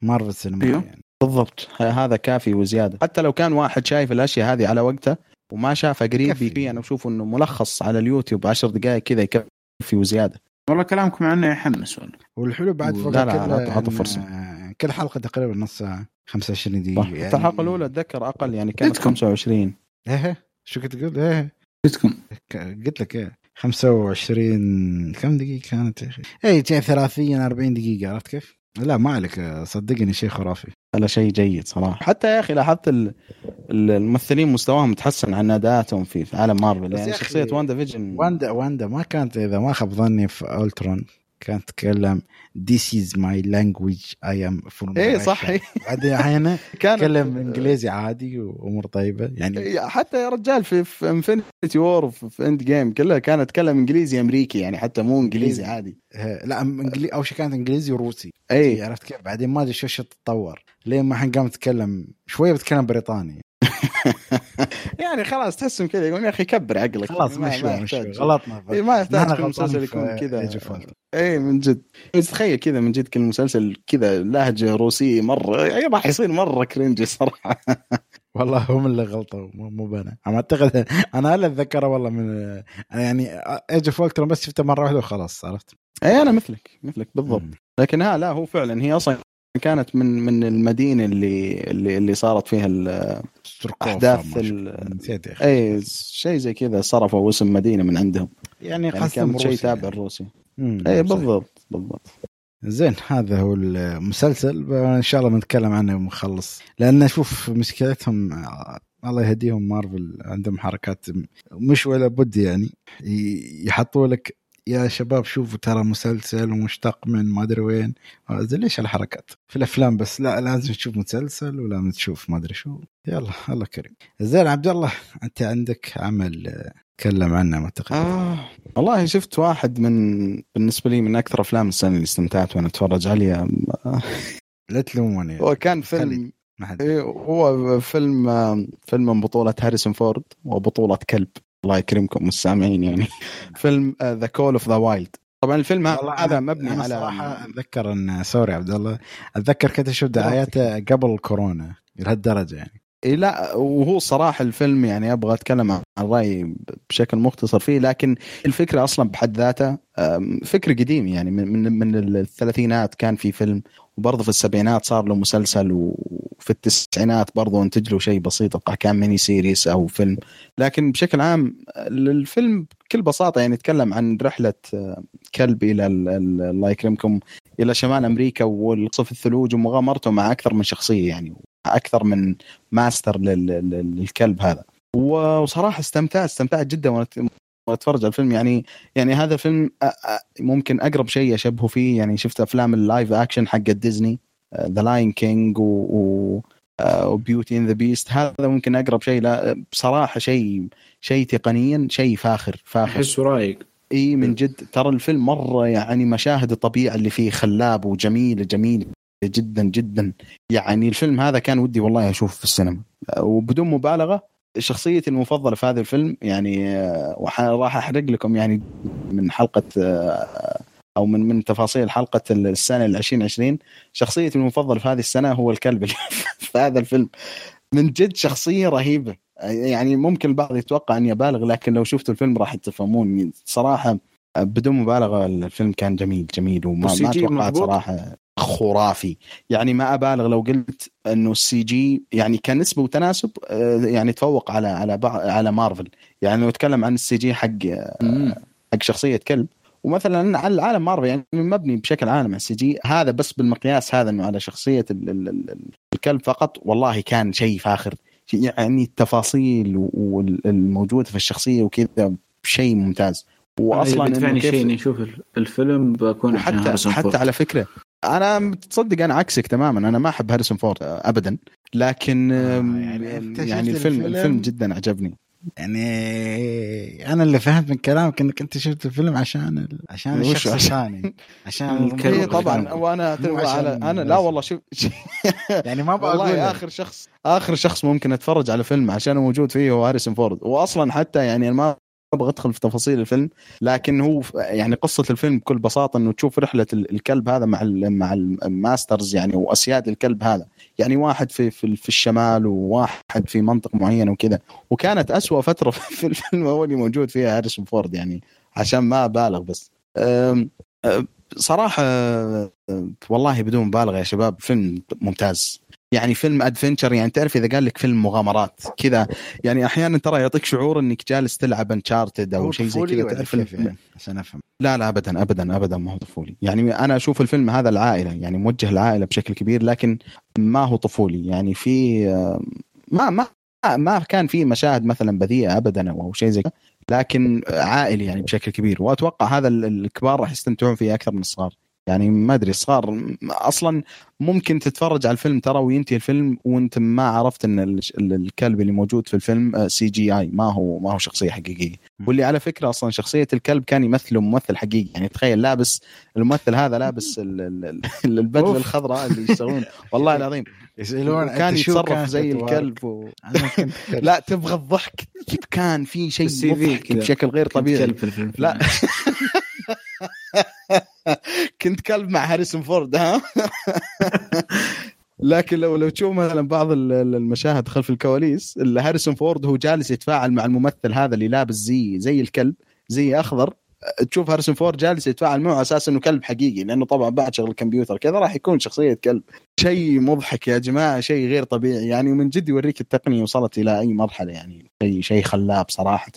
مارفل سينما أيوه. يعني. بالضبط هذا كافي وزياده. حتى لو كان واحد شايف الاشياء هذه على وقتها وما شافها قريب بيكفي. انا بشوف انه ملخص على اليوتيوب عشر دقائق كذا يكفي وزياده. والله كلامكم عنه يحمس والله. والحلو بعد فوق لا لا كل عطوا فرصه. كل حلقه تقريبا نص ساعه خمسة وعشرين دقيقه يعني الحلقه الاولى اتذكر اقل يعني كانت خمسة وعشرين. ايه شو كنت تقول؟ ايه قلتكم قلت لك ايه خمسة وعشرين كم دقيقه كانت يا اخي؟ اي ثلاثين أربعين دقيقه. عرفت كيف؟ لا ما عليك صدقني شيء خرافي. هذا شيء جيد صراحه. حتى يا اخي لاحظت الممثلين مستواهم تحسن عن اداءاتهم في عالم مارفل. يعني شخصيه واندا فيجن واندا واندا ما كانت اذا ما خاب ظني في أولترون كانت تتكلم this is my language I am from ايه صحيح. بعدين هنا تتكلم انجليزي عادي وامور طيبه يعني. حتى يا رجال في في انفينيتي وور في اند جيم كلها كانت تتكلم انجليزي امريكي يعني حتى مو انجليزي عادي. لا انجليزي او شيء كانت انجليزي وروسي. اي عرفت كيف؟ بعدين ما ادري شو شو تتطور لين ما حين قام تتكلم شويه بتكلم بريطاني. يعني خلاص تحسهم كذا يقول يا اخي كبر عقلك خلاص مشوا مشوا غلطنا ما يحتاج كل مسلسل يكون كذا. اي من جد تخيل كذا من جد كل مسلسل كذا لهجه روسيه مره يعني راح يصير مره كرنج صراحه. والله هم اللي غلطوا مو بنا. انا اعتقد انا هلا اتذكره والله من يعني ايج اوف أولترون بس شفته مره واحده وخلاص عرفت. اي انا مثلك مثلك بالضبط. لكن ها لا هو فعلا هي اصلا كانت من من المدينه اللي اللي اللي صارت فيها الاحداث نسيت يا اخي. اي شيء زي كذا صرفوا اسم مدينه من عندهم يعني, يعني كان شيء تابع الروسي. اي بالضبط بالضبط. زين هذا هو المسلسل ان شاء الله بنتكلم عنه ونخلص لان اشوف مشكلتهم الله يهديهم مارفل عندهم حركات مش ولا بد يعني يحطوا لك يا شباب شوفوا ترى مسلسل ومشتق من ما ادري وين. زي ليش الحركات في الافلام بس لا لازم تشوف مسلسل ولا تشوف ما ادري شو. يلا الله كريم. زين عبد الله انت عندك عمل تكلم عنه ما تقدر. آه والله شفت واحد من بالنسبه لي من اكثر افلام السنه اللي استمتعت وانا اتفرج عليها. لا تلوموني. هو كان فيلم إيه هو فيلم فيلم من بطوله هاريسون فورد وبطوله كلب الله يكرمكم السامعين يعني. فيلم ذا كول اوف ذا وايلد. طبعا الفيلم هذا مبني أنا على صراحه اتذكر ان سوري عبد الله اتذكر كنت اشوف دعاياته قبل الكورونا لهالدرجه يعني. إيه لا وهو صراحة الفيلم يعني أبغى أتكلم عن رأيي بشكل مختصر فيه. لكن الفكرة أصلا بحد ذاتها فكرة قديم يعني من من من الثلاثينات كان في فيلم وبرضه في السبعينات صار له مسلسل وفي التسعينات برضه انتج له شيء بسيط كان ميني سيريس أو فيلم. لكن بشكل عام الفيلم بكل بساطة يعني يتكلم عن رحلة كلب إلى الله يكرمكم إلى شمال أمريكا والقصف الثلوج ومغامرته مع أكثر من شخصية يعني أكثر من ماستر للكلب هذا. وصراحة استمتعت استمتعت جدا وأنا أتفرج على الفيلم يعني يعني هذا الفيلم ممكن أقرب شيء أشبهه فيه يعني شفت أفلام اللايف أكشن حق ديزني ذا لاين كينج وبيوتي إن ذا بيست. هذا ممكن أقرب شيء. لا بصراحة شيء شيء تقنيا شيء فاخر فاخر. أحسه رايق. إيه من جد ترى الفيلم مرة يعني مشاهد الطبيعة اللي فيه خلاب وجميل جميل جدا جدا. يعني الفيلم هذا كان ودي والله أشوفه في السينما. وبدون مبالغة شخصيتي المفضلة في هذا الفيلم يعني وراح أحرق لكم يعني من حلقة أو من من تفاصيل حلقة السنة العشرين عشرين. شخصيتي المفضلة في هذه السنة هو الكلب اللي في هذا الفيلم. من جد شخصية رهيبة يعني ممكن البعض يتوقع أن يبالغ لكن لو شفتوا الفيلم راح تفهمون صراحة بدون مبالغة. الفيلم كان جميل جميل وما ما توقعت صراحة خرافي يعني ما أبالغ لو قلت إنه السي جي يعني كان نسبة وتناسب يعني تفوق على على على مارفل. يعني لو نتكلم عن السي جي حق حق شخصية كلب ومثلا على العالم مارفل يعني مبني بشكل عام على السي جي هذا بس بالمقياس هذا إنه على شخصية الكلب فقط والله كان شيء فاخر يعني التفاصيل والموجودة في الشخصية وكذا شيء ممتاز. واصلا انه كيف شيء نشوف الفيلم بكون حتى حتى على فكره انا تصدق انا عكسك تماما. انا ما احب هاريسون فورد ابدا لكن آه يعني, يعني الفيلم الفيلم جدا عجبني. يعني انا اللي فهمت من كلامك انك انت شفت الفيلم عشان عشان الشخص الثاني عشان الكلب طبعا. وانا على انا لا والله شوف يعني ما بقول والله اخر شخص اخر شخص ممكن اتفرج على فيلم عشان موجود فيه هو هاريسون فورد. واصلا حتى يعني ما ابغى ادخل في تفاصيل الفيلم، لكن هو يعني قصه الفيلم بكل بساطه انه تشوف رحله الكلب هذا مع مع الماسترز يعني واسياد الكلب هذا، يعني واحد في في, في الشمال وواحد في منطقه معينه وكذا. وكانت أسوأ فتره في الفيلم هو اللي موجود فيها هاريسون فورد، يعني عشان ما بالغ بس أم أم صراحه والله بدون مبالغه يا شباب فيلم ممتاز. يعني فيلم ادفنتشر، يعني تعرف اذا قال لك فيلم مغامرات كذا، يعني احيانا ترى يعطيك شعور انك جالس تلعب انشارتد او شيء زي كذا، تعرف يعني عشان افهم. لا لا ابدا ابدا ابدا ما هو طفولي. يعني انا اشوف الفيلم هذا العائله، يعني موجه العائله بشكل كبير، لكن ما هو طفولي. يعني في ما ما ما كان في مشاهد مثلا بذيئه ابدا او شيء زي كذا، لكن عائلي يعني بشكل كبير. واتوقع هذا الكبار راح يستمتعون فيه اكثر من الصغار. يعني ما ادري الصغار اصلا ممكن تتفرج على الفيلم ترى وينتهي الفيلم وانت ما عرفت ان الكلب اللي موجود في الفيلم سي جي اي، ما هو ما هو شخصيه حقيقيه. واللي على فكره اصلا شخصيه الكلب كان يمثله ممثل حقيقي، يعني تخيل لابس الممثل هذا لابس البدله الخضراء اللي يشتغلون والله العظيم يسألون كان يتصرف زي الكلب و... لا تبغى الضحك، كان في شيء مضحك بشكل غير طبيعي. لا كنت كلب مع هاريسون فورد ها. لكن لو لو تشوف مثلا بعض المشاهد خلف الكواليس، هاريسون فورد هو جالس يتفاعل مع الممثل هذا اللي لابس زي زي الكلب زي اخضر، تشوف هاريسون فورد جالس يتفاعل معه اساس انه كلب حقيقي، لانه طبعا بعد شغل الكمبيوتر كذا راح يكون شخصيه كلب. شيء مضحك يا جماعه، شيء غير طبيعي يعني، ومن جد يوريك التقنيه وصلت الى اي مرحله، يعني شيء شيء خلاب صراحه.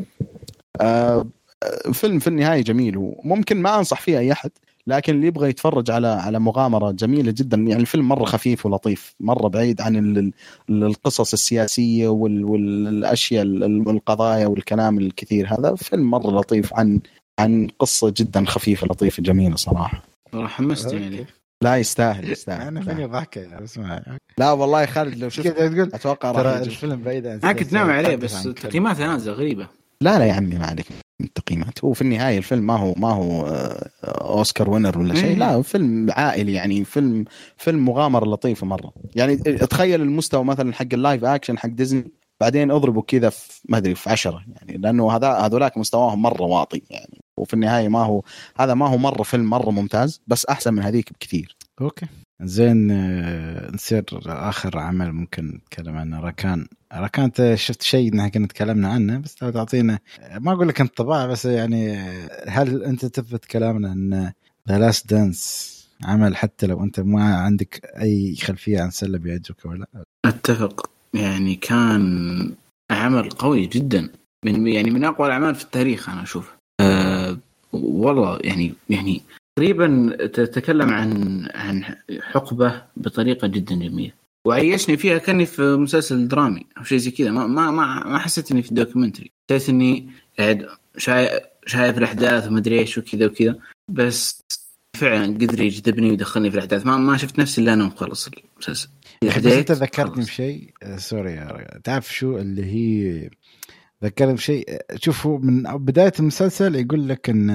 آه فيلم في النهايه جميل، وممكن ما انصح فيه اي احد، لكن اللي يبغى يتفرج على على مغامره جميله جدا. يعني الفيلم مره خفيف ولطيف، مره بعيد عن القصص السياسيه والاشياء القضايا والكلام الكثير. هذا فيلم مره لطيف عن عن قصه جدا خفيفه لطيفه جميله صراحه. والله حمستني يعني. لا يستاهل يستاهل. انا فيني ضحكه يعني اسمع. لا والله خالد لو شفت تقول اتوقع راح الفيلم بعيد عن انا كنت ناوي عليه بس تقييماته نازله غريبه. لا لا يا عمي ما عليك من التقييمات، هو في النهايه الفيلم ما هو ما هو اوسكار وينر ولا شيء، لا فيلم عائلي يعني، فيلم فيلم مغامره لطيفه مره. يعني تخيل المستوى مثلا حق اللايف اكشن حق ديزني، بعدين اضربوا كذا في ما ادري في عشرة، يعني لانه هذا هذولاك مستواهم مره واطي يعني. وفي النهايه ما هو هذا ما هو مره فيلم مره ممتاز، بس احسن من هذيك بكثير. اوكي زين. نصير اخر عمل ممكن نتكلم عنه، ركان. ركان شفت شيء انها كنا تكلمنا عنه، بس لو تعطينا ما اقول لك انت طباع، بس يعني هل انت تثبت كلامنا ان ذا لاست دانس عمل حتى لو انت ما عندك اي خلفيه عن سله بيعجبك ولا؟ اتفق، يعني كان عمل قوي جدا، من يعني من اقوى الاعمال في التاريخ انا اشوف. أه والله يعني يعني تقريبا تتكلم عن عن حقبه بطريقه جدا جميله، وعيشني فيها كاني في مسلسل درامي او شيء زي كذا. ما ما ما حسيت اني في دوكيومنتري، حسيت اني قاعد شايف شايف الاحداث وما ادري ايش وكذا وكذا، بس فعلا قدر يجذبني ويدخلني في الاحداث. ما ما شفت نفسي الا انا مخلص المسلسل. بس انت ذكرتني بشيء سوري يا تعرف شو اللي هي ذكرني بشيء. شوفوا من بداية المسلسل يقول لك ان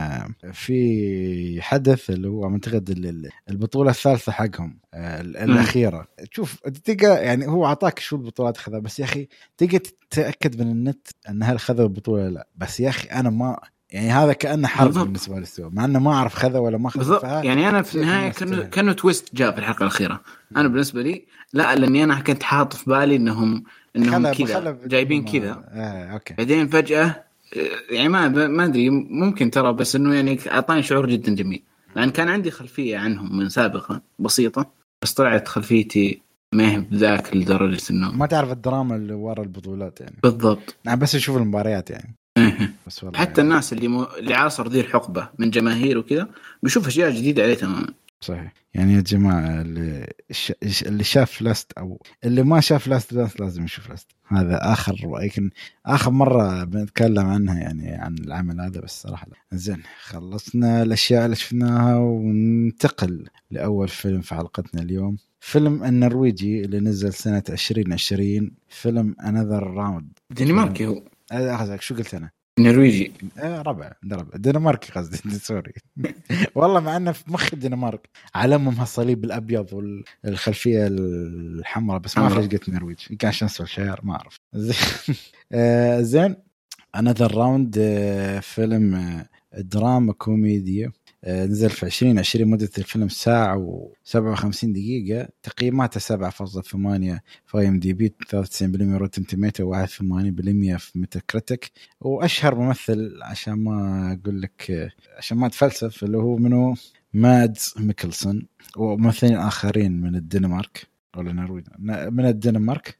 في حدث اللي هو منتقد البطولة الثالثة حقهم الأخيرة. شوف تلقى يعني هو عطاك شو البطولات خذها، بس يا أخي تلقى تتأكد من النت أن هل خذوا البطولة لا. بس يا أخي أنا ما يعني هذا كأنه حرب بالنسبة للسوا، مع أنه ما أعرف خذا ولا ما خذا. يعني أنا في النهاية كانوا كانوا تويست جاء في الحلقة الأخيرة. أنا بالنسبة لي لا، لأني أنا كنت حاط في بالي إنهم إنهم كذا جايبين كذا آه، أوكي. بعدين فجأة يعني ما ما أدري ممكن ترى، بس إنه يعني أعطاني شعور جدا جميل، لأن كان عندي خلفية عنهم من سابقة بسيطة، بس طلعت خلفيتي ما هي بذاك لدرجة إنه ما تعرف الدراما اللي ورا البطولات يعني. بالضبط. نعم بس أشوف المباريات يعني. بس حتى يعني الناس اللي مو... اللي عاصر ذي الحقبة من جماهير وكذا بيشوف أشياء جديدة عليه تماما. صحيح. يعني يا جماعة اللي, ش... اللي شاف لاست أو اللي ما شاف لاست دانس لازم يشوف لاست. هذا آخر ويمكن آخر مرة بنتكلم عنها يعني عن العمل هذا، بس صراحة لا. زين خلصنا الأشياء اللي شفناها وننتقل لأول فيلم في حلقتنا اليوم. فيلم النرويجي اللي نزل سنة عشرين عشرين، فيلم Another Round. دنماركي هو. أخذك شو قلت أنا؟ نرويجي. آه ربع ربع دنماركي قصدي سوري. والله مع أنه في مخ الدنمارك علمهم هالصليب الأبيض والخلفية الحمراء، بس ما أعرف ليش قلت نرويج، كان شمس والشعر ما أعرف. زين آه زين Another Round فيلم دراما كوميديا نزل في عشرين عشرين. مدة الفيلم ساعة وسبعة وخمسين دقيقة. تقييماته سبعة فاصلة ثمانية في ام دي بي، ثلاثة وتسعين بالمئة روتن توميتو، واحد وثمانين بالمئة في ميتا كريتيك. وأشهر ممثل عشان ما أقول لك عشان ما تفلسف اللي هو منو مادز ميكلسون، وممثلين آخرين من الدنمارك ولا نرويج من الدنمارك.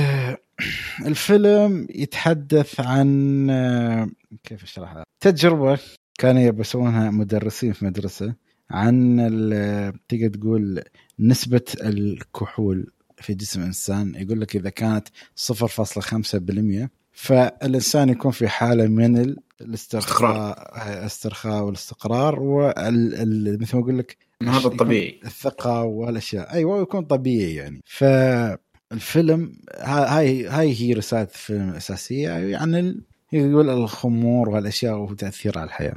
الفيلم يتحدث عن كيف اشرحها تجربة كانوا يبسونها مدرسين في مدرسة عن تقدر تقول نسبة الكحول في جسم الإنسان. يقول لك إذا كانت صفر فاصلة خمسة بالمئة فالإنسان يكون في حالة من الاسترخاء الاسترخاء والاستقرار وال مثل ما أقول لك هذا الطبيعي، الثقة والأشياء أيوة يكون طبيعي يعني. فالفيلم هاي هاي هي رسالة الفيلم الأساسية يعني يقول الخمور والأشياء وتأثير على الحياة.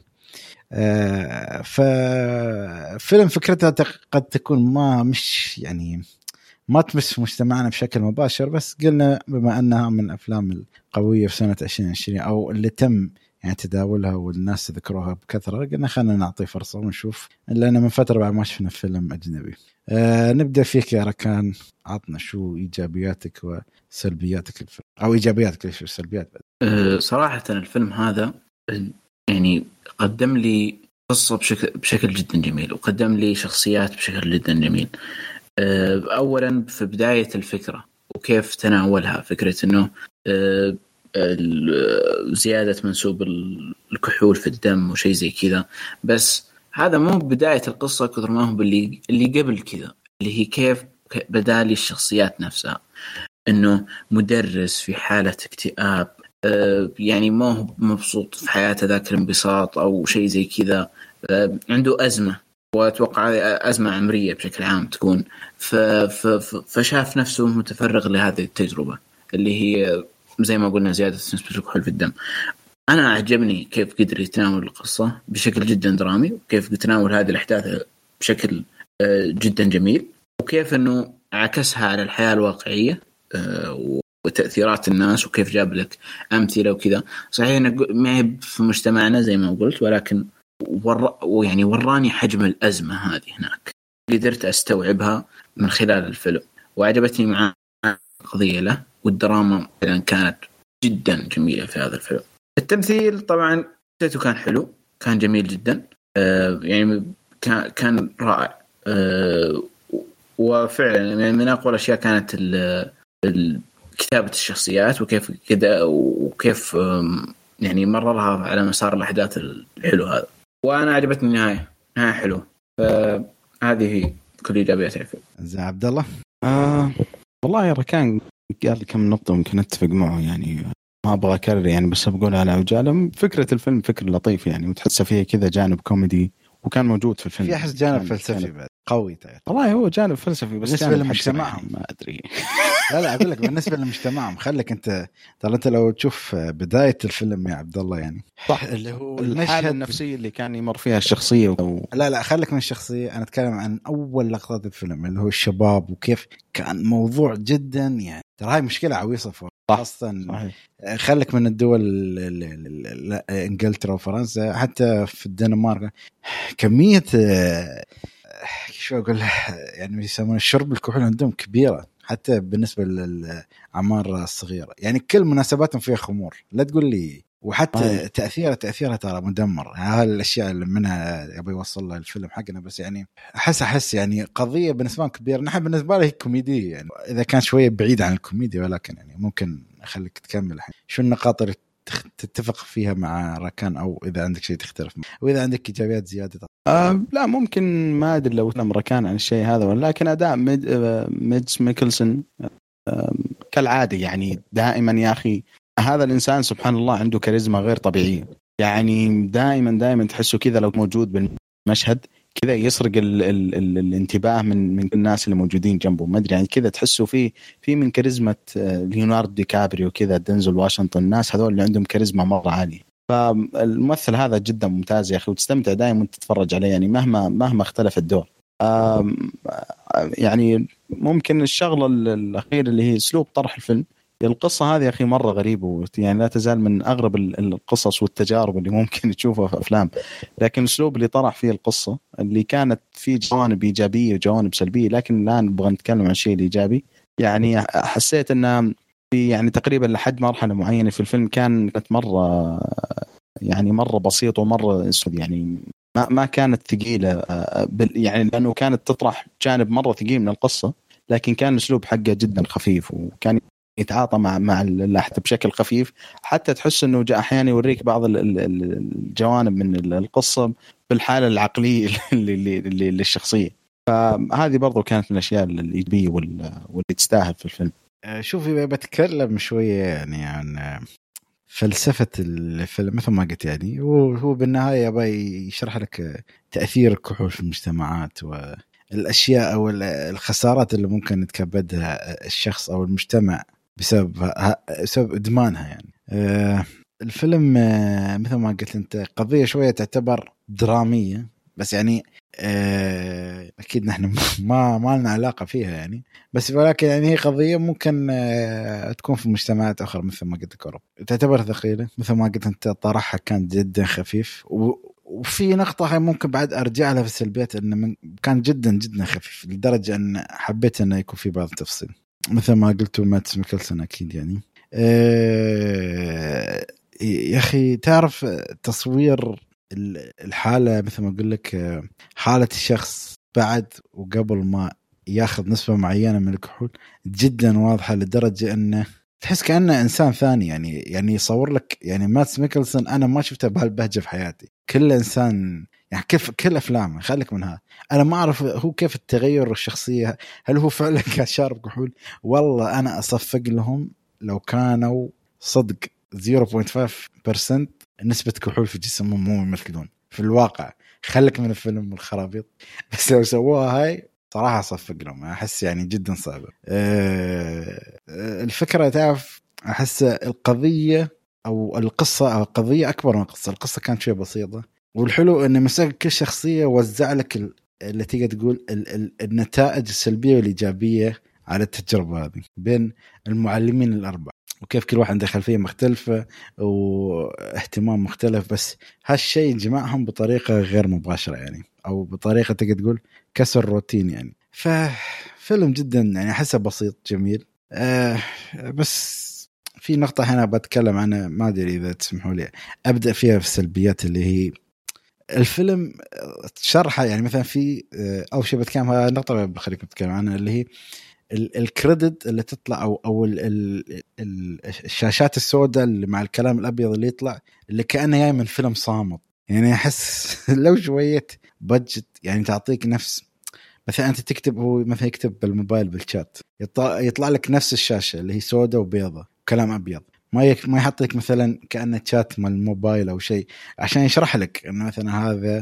آه ففيلم فكرتها قد تكون ما مش يعني ما تمس مجتمعنا بشكل مباشر، بس قلنا بما أنها من الأفلام القوية في سنة عشرين عشرين أو اللي تم يعني تداولها والناس ذكروها بكثرة، قلنا خلنا نعطي فرصة ونشوف، لأن من فترة بعد ما شفنا فيلم أجنبي. آه نبدأ فيك يا ركان، عطنا شو إيجابياتك وسلبياتك الفيلم، أو إيجابياتك ليش والسلبيات. أه صراحة الفيلم هذا يعني قدم لي قصة بشكل, بشكل جدا جميل، وقدم لي شخصيات بشكل جدا جميل. أه أولا في بداية الفكرة وكيف تناولها، فكرة أنه أه زيادة منسوب الكحول في الدم وشيء زي كذا، بس هذا مو بداية القصة كثر ما هو باللي اللي قبل كذا، اللي هي كيف بدالي الشخصيات نفسها. انه مدرس في حالة اكتئاب، أه يعني ما هو مبسوط في حياته ذاك الانبساط او شيء زي كذا، أه عنده أزمة، واتوقع أزمة عمرية بشكل عام تكون، فشاف نفسه متفرغ لهذه التجربة اللي هي زي ما قلنا زيادة نسبة الكحول في الدم. أنا أعجبني كيف قدر يتناول القصة بشكل جدا درامي، وكيف يتناول هذه الأحداث بشكل جدا جميل، وكيف أنه عكسها على الحياة الواقعية وتأثيرات الناس، وكيف جاب لك أمثلة وكذا. صحيح ما هي في مجتمعنا زي ما قلت، ولكن ور... يعني وراني حجم الأزمة هذه هناك، قدرت أستوعبها من خلال الفيلم، وعجبتني مع قضية له، والدراما كانت جدا جميلة في هذا الفيلم. التمثيل طبعا كان حلو، كان جميل جدا، آه يعني كان كان رائع، آه وفعلا يعني من أقوى الأشياء كانت كتابة الشخصيات، وكيف كده وكيف يعني مررها على مسار الأحداث الحلو هذا. وأنا عجبتني النهاية، نهاية حلوة، فهذه كل إيجابيات الفيلم. زين عبد الله. آه والله يا ركان قال كم نقطة ممكن أتفق معه، يعني ما أبغى أكرر يعني، بس بقول على عجالة. فكرة الفيلم فكرة لطيف يعني، وتحس فيها كذا جانب كوميدي، وكان موجود في الفيلم. في أحس جانب فلسفي بعد قوي تعرف. والله هو جانب فلسفي، بس بالنسبة لمجتمعهم ما أدري. لا لا أقول لك بالنسبة لمجتمعهم، خليك أنت ترى أنت لو تشوف بداية الفيلم يا عبد الله يعني صح، اللي هو الحالة النفسية اللي كان يمر فيها الشخصية و... لا لا خليك من الشخصية، أنا أتكلم عن أول لقطات الفيلم اللي هو الشباب، وكيف كان موضوع جدا يعني، ترى هاي مشكلة عويصة خاصة. خليك من الدول إنجلترا وفرنسا، حتى في الدنمارك كمية شو أقول يعني يسمون الشرب الكحول عندهم كبيرة، حتى بالنسبة للأعمار الصغيرة، يعني كل مناسباتهم فيها خمور، لا تقول لي. وحتى آه. تأثيرها تأثيرها ترى مدمر، يعني هاي الأشياء اللي منها يبي يوصل لها الفيلم حقنا. بس يعني أحس أحس يعني قضية بالنسبة لنا كبيرة، نحن بالنسبة لي كوميدية يعني، إذا كان شوية بعيد عن الكوميديا، ولكن يعني ممكن أخليك تكمل الحين. شو النقاط اللي تتفق فيها مع ركان، أو إذا عندك شيء تختلف، وإذا عندك إيجابيات زيادة؟ آه لا ممكن ما أدري لو تم ركان عن الشيء هذا، ولكن أداء ميد آه ميدز ميكلسون آه كالعادة يعني، دائما يا أخي هذا الإنسان سبحان الله عنده كاريزما غير طبيعية، يعني دائما دائما تحسه كذا لو موجود بالمشهد كذا يسرق ال ال ال الانتباه من من الناس اللي موجودين جنبه، ما أدري يعني كذا تحسه في في من كاريزما ليوناردو دي كابريو كذا، دنزل واشنطن، الناس هذول اللي عندهم كاريزما مرة عالية. فالممثل هذا جدا ممتاز يا أخي، وتستمتع دائما تتفرج عليه يعني مهما مهما اختلف الدور. يعني ممكن الشغلة الأخيرة اللي هي أسلوب طرح الفيلم، القصة هذه يا أخي مرة غريبة، يعني لا تزال من أغرب القصص والتجارب اللي ممكن تشوفها في أفلام. لكن الأسلوب اللي طرح فيه القصة اللي كانت فيه جوانب إيجابية وجوانب سلبية، لكن الآن نبغى نتكلم عن الشيء الإيجابي. يعني حسيت أن في يعني تقريبا لحد مرحلة معينة في الفيلم كانت مرة يعني مرة بسيطة ومرة يعني ما ما كانت ثقيلة، يعني لأنه كانت تطرح جانب مرة ثقيل من القصة، لكن كان الأسلوب حقه جدا خفيف، وكان يتعاطى مع مع اللاحظ بشكل خفيف، حتى تحس انه جاء احيانا يوريك بعض الجوانب من القصه بالحاله العقليه اللي للشخصيه. فهذه برضو كانت من الاشياء الايجابيه واللي تستاهل في الفيلم. شوفي بتكلم شويه يعني عن فلسفه الفيلم مثل ما قلت، يعني وهو بالنهايه يبغى يشرح لك تاثير الكحول في المجتمعات والاشياء او الخسارات اللي ممكن يتكبدها الشخص او المجتمع بسبب بسبب ادمانها. يعني آه الفيلم آه مثل ما قلت انت قضيه شويه تعتبر دراميه، بس يعني آه اكيد نحن ما ما لنا علاقه فيها يعني، بس ولكن يعني هي قضيه ممكن آه تكون في مجتمعات اخرى مثل ما قلت لك تعتبر ثقيله. مثل ما قلت انت طرحها كان جدا خفيف، و وفي نقطة هاي ممكن بعد أرجع لها في السلبيات، إنه كان جدا جدا خفيف لدرجة أن حبيت إنه يكون في بعض التفصيل مثل ما قلتوا مات ميكلسون أكيد يعني. أه يا أخي تعرف تصوير الحالة مثل ما أقول لك حالة الشخص بعد وقبل ما ياخذ نسبة معينة من الكحول جدا واضحة لدرجة أنه تحس كأنه إنسان ثاني. يعني يعني يصور لك يعني مات ميكلسون أنا ما شفته بهالبهجة في حياتي. كل إنسان يعني كيف كل أفلامه خليك منها، أنا ما أعرف هو كيف التغير الشخصية، هل هو فعلا كان شارب كحول؟ والله أنا أصفق لهم لو كانوا صدق صفر فاصلة خمسة بالمئة نسبة كحول في جسمهم مو يمثلون في الواقع. خليك من الفيلم والخرابيط، بس لو سووها هاي صراحة أصفق لهم. أحس يعني جدا صعبة أه الفكرة. تعرف أحس القضية أو القصة أو القضية أكبر من القصة. القصة كانت شوية بسيطة، والحلو إن مسك كل شخصية وزع لك اللي تيجي تقول ال ال النتائج السلبية والإيجابية على التجربة هذه بين المعلمين الأربعة، وكيف كل واحد عنده خلفية مختلفة واهتمام مختلف، بس هالشيء جمعهم بطريقة غير مباشرة يعني، أو بطريقة تيجي تقول كسر روتين يعني. ففيلم جدا يعني أحسه بسيط جميل. أه بس في نقطة هنا بتكلم عنها، ما أدري إذا تسمحوا لي أبدأ فيها في السلبيات اللي هي الفيلم شرحها. يعني مثلا في أو شيء بتكلم هذا نقطة بخليك بتكلم عنها، اللي هي الكريدت اللي تطلع أو أو ال ال ال الشاشات السوداء اللي مع الكلام الأبيض اللي يطلع، اللي كأنه جاي من فيلم صامت. يعني أحس لو شوية بادجت يعني تعطيك نفس مثلا أنت تكتب، هو مثلا يكتب بالموبايل بالشات يطلع, يطلع لك نفس الشاشة اللي هي سوداء وبيضة كلام أبيض، ما يك ما يحط لك مثلا كأنه شات مال الموبايل أو شيء عشان يشرح لك إنه مثلا هذا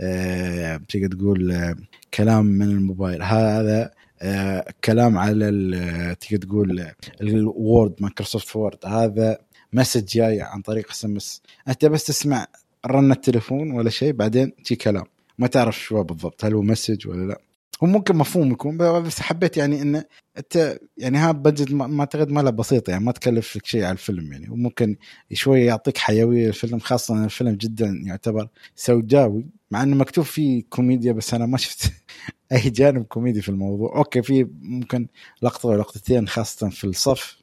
آه بتيجي تقول آه كلام من الموبايل، هذا آه كلام على تيجي تقول الوورد مايكروسوفت وورد، هذا مسج جاي عن طريق اس ام اس. أنت بس تسمع رن التليفون ولا شيء، بعدين تجي كلام ما تعرف شو بالضبط، هل هو مسج ولا لا. هو ممكن مفهوم يكون، بس حبيت يعني إنه أنت يعني ها بجد ما أعتقد ما له بسيط يعني، ما تكلف لك شيء على الفيلم يعني، وممكن شوية يعطيك حيوية الفيلم، خاصة أن الفيلم جدا يعتبر سوداوي مع إنه مكتوب فيه كوميديا، بس أنا ما شفت أي جانب كوميدي في الموضوع. أوكي في ممكن لقطة ولا لقطتين خاصة في الصف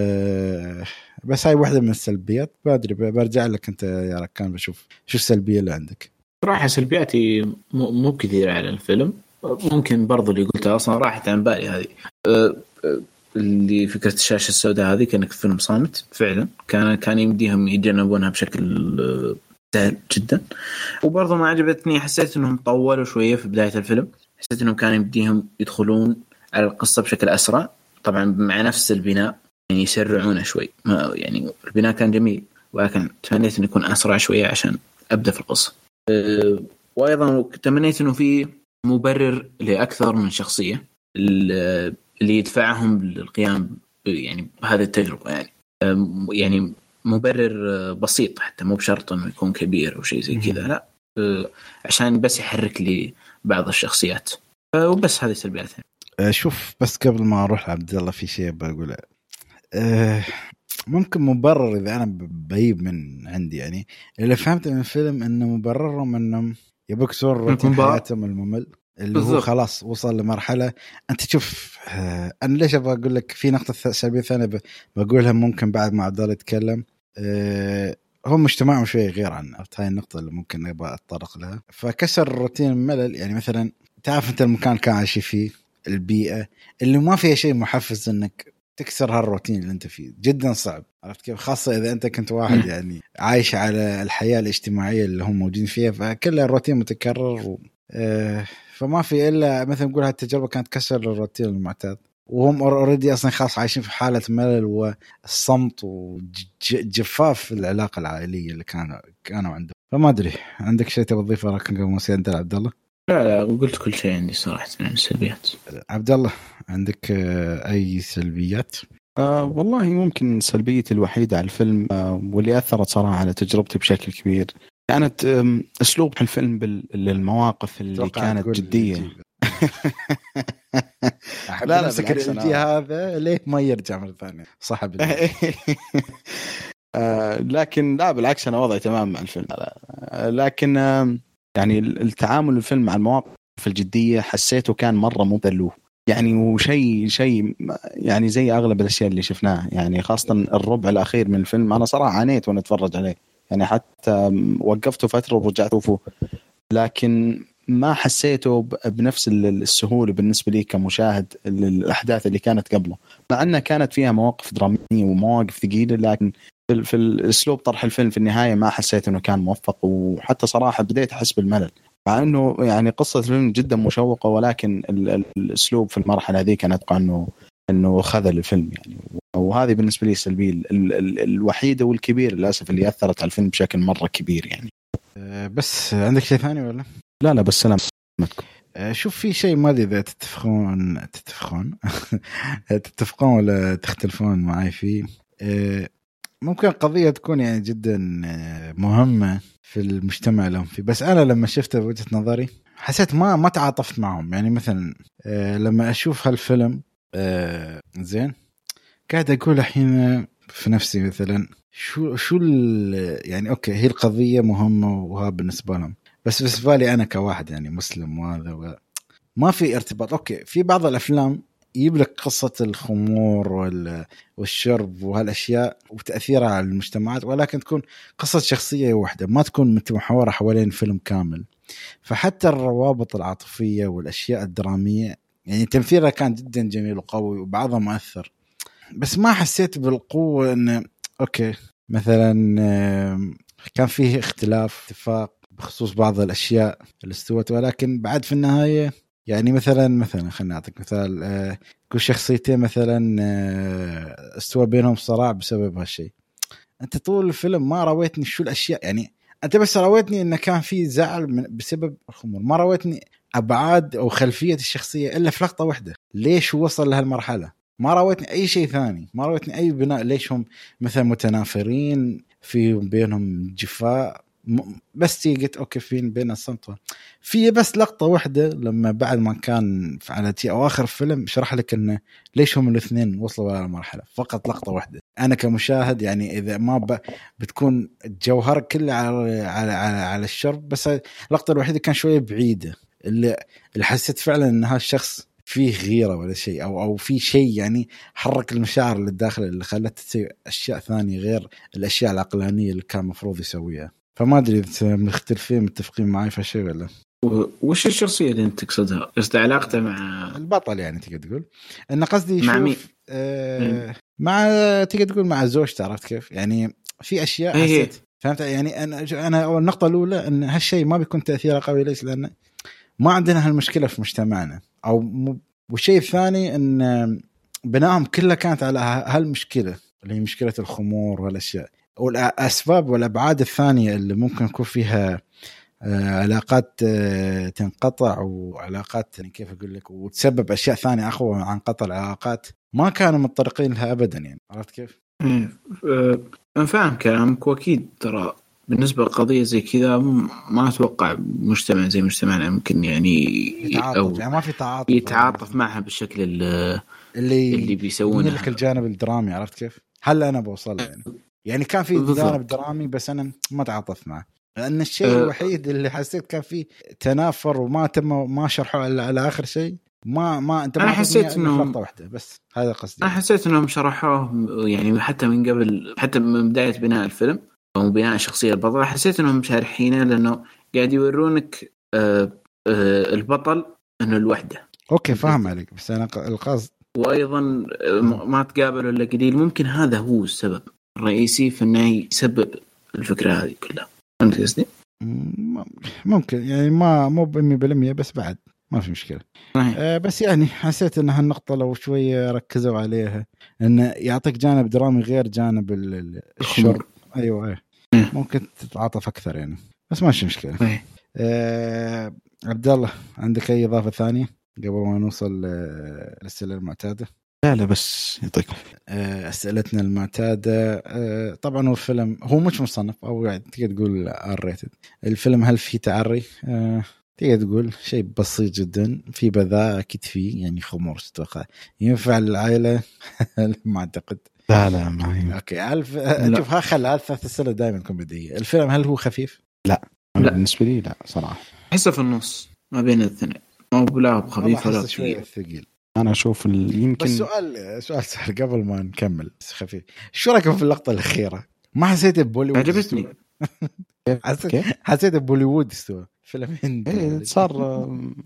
أه بس هاي واحدة من السلبيات. بدري برجع لك أنت يا ركان بشوف شو السلبية اللي عندك. صراحة سلبياتي مو كثيرة على الفيلم، ممكن برضو اللي قلتها أصلا راحت عن بالي هذه أه أه اللي فكرة الشاشة السوداء هذه، كانك فيلم صامت فعلا، كان كان يمديهم يتجنبونها بشكل سهل جدا. وبرضو ما عجبتني، حسيت انهم طولوا شوية في بداية الفيلم، حسيت انهم كان يمديهم يدخلون على القصة بشكل أسرع، طبعا مع نفس البناء يعني يسرعونه شوي. ما يعني البناء كان جميل، ولكن تمنيت انه يكون أسرع شوية عشان أبدأ في القصة. أه وأيضا تمنيت انه في مبرر لأكثر من شخصية اللي يدفعهم للقيام يعني بهذه التجربة، يعني يعني مبرر بسيط حتى مو بشرط انه يكون كبير او شيء زي كذا، لا عشان بس يحرك لي بعض الشخصيات وبس. هذه سلبياتها. شوف بس قبل ما اروح عبد الله في شيء بقوله. أه ممكن مبرر إذا أنا بعيب من عندي، يعني اللي فهمت من الفيلم إنه مبررهم إنهم يبوك صور روتين حياتهم الممل اللي بالزبط. هو خلاص وصل لمرحلة أنت تشوف. أه أنا ليش أبغى أقول لك في نقطة سلبية ثانية بقولها ممكن بعد ما عبد الله يتكلم. أه هم مجتمعهم شوي غير عن هاي النقطة اللي ممكن أبغى أتطرق لها. فكسر الروتين الملل، يعني مثلا تعرف أنت المكان كان عايش فيه، البيئة اللي ما فيها شيء محفز إنك تكسر هالروتين اللي أنت فيه جدا صعب. عرفت كيف؟ خاصة إذا أنت كنت واحد يعني عايش على الحياة الاجتماعية اللي هم موجودين فيها، فكل الروتين متكرر و... آه فما في إلا مثلا نقول هالتجربة كانت كسر الروتين المعتاد، وهم أوريدي أصلا خاص عايشين في حالة ملل والصمت وجفاف في العلاقة العائلية اللي كانوا كانوا عندهم. فما أدري عندك شيء تبغى تضيفه راكن قبل ما نسير عند عبد الله؟ لا لا قلت كل شيء عندي صراحة من السلبيات. عبد الله عندك أي سلبيات؟ آه والله ممكن سلبية الوحيدة على الفيلم آه واللي أثرت صراحة على تجربتي بشكل كبير كانت آه أسلوب الفيلم بالمواقف اللي كانت جدية. لا لا بالعكس هذا ليه ما يرجع مرة ثانية صاحب آه لكن لا بالعكس أنا وضعي تمام مع الفيلم. آه لكن آه يعني التعامل الفيلم مع المواقف الجدية حسيته كان مرة مبلو يعني، وشيء شيء يعني زي أغلب الأشياء اللي شفناها يعني، خاصة الربع الأخير من الفيلم أنا صراحة عانيت وأنا أتفرج عليه يعني، حتى وقفته فترة ورجعت أشوفه لكن ما حسيته بنفس السهولة بالنسبة لي كمشاهد الأحداث اللي كانت قبله، مع أنها كانت فيها مواقف درامية ومواقف ثقيلة، لكن في الأسلوب طرح الفيلم في النهاية ما حسيت أنه كان موفق، وحتى صراحة بديت أحس بالملل مع أنه يعني قصة الفيلم جدا مشوقة، ولكن الأسلوب في المرحلة هذه كان أتوقع أنه أنه خذل الفيلم يعني، وهذه بالنسبة لي السلبية الوحيدة والكبير للأسف اللي أثرت على الفيلم بشكل مرة كبير يعني. بس عندك شيء ثاني ولا؟ لا لا بس سلامتكم. شوف في شيء ما أدري إذا تتفقون تتفقون تتفقون ولا تختلفون معي فيه. ممكن قضية تكون يعني جدا مهمة في المجتمع لهم فيه، بس أنا لما شفته بوجهة نظري حسيت ما ما تعاطفت معهم. يعني مثلا لما أشوف هالفيلم زين قاعد أقول الحين في نفسي مثلا شو شو يعني أوكي هي القضية مهمة وها بالنسبة لهم، بس بالنسبة لي أنا كواحد يعني مسلم وهذا ما في ارتباط. أوكي في بعض الأفلام يجيب لك قصة الخمور والشرب وهالأشياء وتأثيرها على المجتمعات، ولكن تكون قصة شخصية واحدة ما تكون محورة حوالين فيلم كامل. فحتى الروابط العاطفية والأشياء الدرامية يعني تمثيلها كان جدا جميل وقوي وبعضها مؤثر، بس ما حسيت بالقوة إن أوكي مثلا كان فيه اختلاف اتفاق بخصوص بعض الأشياء اللي استوت، ولكن بعد في النهاية يعني مثلا مثلا خلينا نعطيك مثال آه كل شخصيتين مثلا آه استوى بينهم صراع بسبب هالشيء. أنت طول الفيلم ما رويتني شو الأشياء، يعني أنت بس رويتني إن كان في زعل من بسبب الخمور، ما رويتني أبعاد أو خلفية الشخصية إلا في لقطة واحدة ليش وصل لهالمرحلة. ما رويتني أي شيء ثاني، ما رويتني أي بناء ليش هم مثلا متنافرين في بينهم جفاء، بس تيجت أوكي فين بين الصمت في بس لقطة واحدة لما بعد ما كان على تي أواخر الفيلم شرح لك إنه ليش هم الاثنين وصلوا على المرحلة. فقط لقطة واحدة أنا كمشاهد يعني إذا ما ب... بتكون الجوهر كله على على على, على الشرب، بس اللقطة الوحيدة كان شوية بعيدة اللي اللي حسيت فعلا إن هالشخص فيه غيرة ولا شيء أو أو في شيء يعني حرك المشاعر اللي داخل اللي خلته تسوي أشياء ثانية غير الأشياء العقلانية اللي كان مفروض يسويها. فما أدري إذا مختلفين متفقين معي في شيء ولا. وش الشخصية اللي أنت تقصدها؟ قصد علاقته مع البطل يعني تقدر تقول إن قصدي مع مين؟ آه مع تقدر تقول مع زوجته. عرفت كيف يعني في أشياء حسيت فهمت يعني أنا أنا أول النقطة الأولى إن هالشيء ما بيكون تأثيره قوي ليش لأن ما عندنا هالمشكلة في مجتمعنا أو م... والشيء الثاني إن بناهم كلها كانت على هالمشكلة اللي هي مشكلة الخمور والأشياء والأسباب والأبعاد الثانية اللي ممكن يكون فيها علاقات تنقطع وعلاقات يعني كيف أقول لك وتسبب أشياء ثانية أقوى عن قطع العلاقات ما كانوا متطرقين لها أبدا يعني. عرفت كيف؟ أنا فاهم كلامك وأكيد ترى بالنسبة لقضية زي كذا ما أتوقع مجتمع زي مجتمعنا ممكن يعني يتعاطف، يعني ما في تعاطف يتعاطف معها بالشكل اللي اللي, اللي بيسوونه لك الجانب الدرامي. عرفت كيف؟ هل أنا بوصل يعني يعني كان في بالضبط. جانب درامي بس أنا ما تعاطف معه، لأن الشيء أه الوحيد اللي حسيت كان فيه تنافر وما تم ما شرحوا إلا على آخر شيء. ما ما أنت ما أنا حسيت إنه لقطة واحدة بس، هذا قصدي. أنا حسيت إنهم شرحوه يعني حتى من قبل، حتى من بداية بناء الفيلم أو بناء الشخصية البطلة، حسيت إنهم شارحينه لأنه قاعد يورونك أه أه البطل إنه الوحدة. أوكي فاهم عليك، بس أنا القصد وأيضا ما تقابلوا إلا قليل، ممكن هذا هو السبب الرئيسي في إنه يسبب الفكرة هذه كلها. فهمت قصدي؟ ممكن يعني ما مو بمية بالمية بس بعد ما في مشكلة. أه بس يعني حسيت ان هالنقطة لو شوية ركزوا عليها، انه يعطيك جانب درامي غير جانب الشر. ايوه ايه ممكن تتعاطف اكثر يعني، بس ماشي مشكلة. أه عبد الله عندك اي اضافة ثانية قبل ما نوصل للأسئلة المعتادة؟ لا لا بس يعطيكم. أه أسئلتنا المعتادة. أه طبعا هو الفيلم هو مش مصنف او يعني تقدر تقول آر ريتد. الفيلم هل فيه تعري؟ أه تقدر تقول شيء بسيط جدا، في بذاء أكيد فيه يعني خمور استوقع ينفع للعائلة. ما أعتقد. لا لا ما هي. أوكي ألف شوف ها خل ألف السنة دائما كوميدية. الفيلم هل هو خفيف؟ لا, لا. بالنسبة لي لا صراحة حسه في النص ما بين الاثنين، ما بلا خفيف ولا شوية ثقيل. أنا أشوف يمكن. بس سؤال سؤال سهل قبل ما نكمل بس خفيف، شو رأيكم في اللقطة الأخيرة؟ ما حسيت ببوليوود؟ عجبتني. حسيت حسيت ببوليوود استوى فيلم هندي. إيه صار.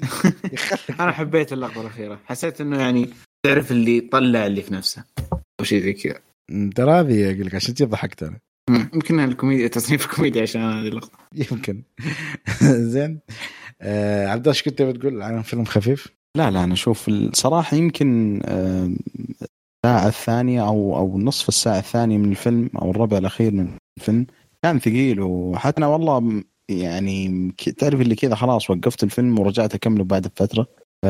أنا حبيت اللقطة الأخيرة، حسيت إنه يعني تعرف اللي طلع اللي في نفسه أو شيء زي كذا. ترى هذه أقول لك عشان كذا ضحكت أنا. يمكن الكوميديا تصنيف الكوميديا عشان هذه اللقطة يمكن. زين آه عبد الله كنت بتقول عن فيلم خفيف؟ لا لا أنا أشوف الصراحة يمكن آه الساعة الثانية أو أو نصف الساعة الثانية من الفيلم أو الربع الأخير من الفيلم كان ثقيل، وحتى أنا والله يعني تعرف اللي كذا خلاص وقفت الفيلم ورجعت أكمله بعد فترة.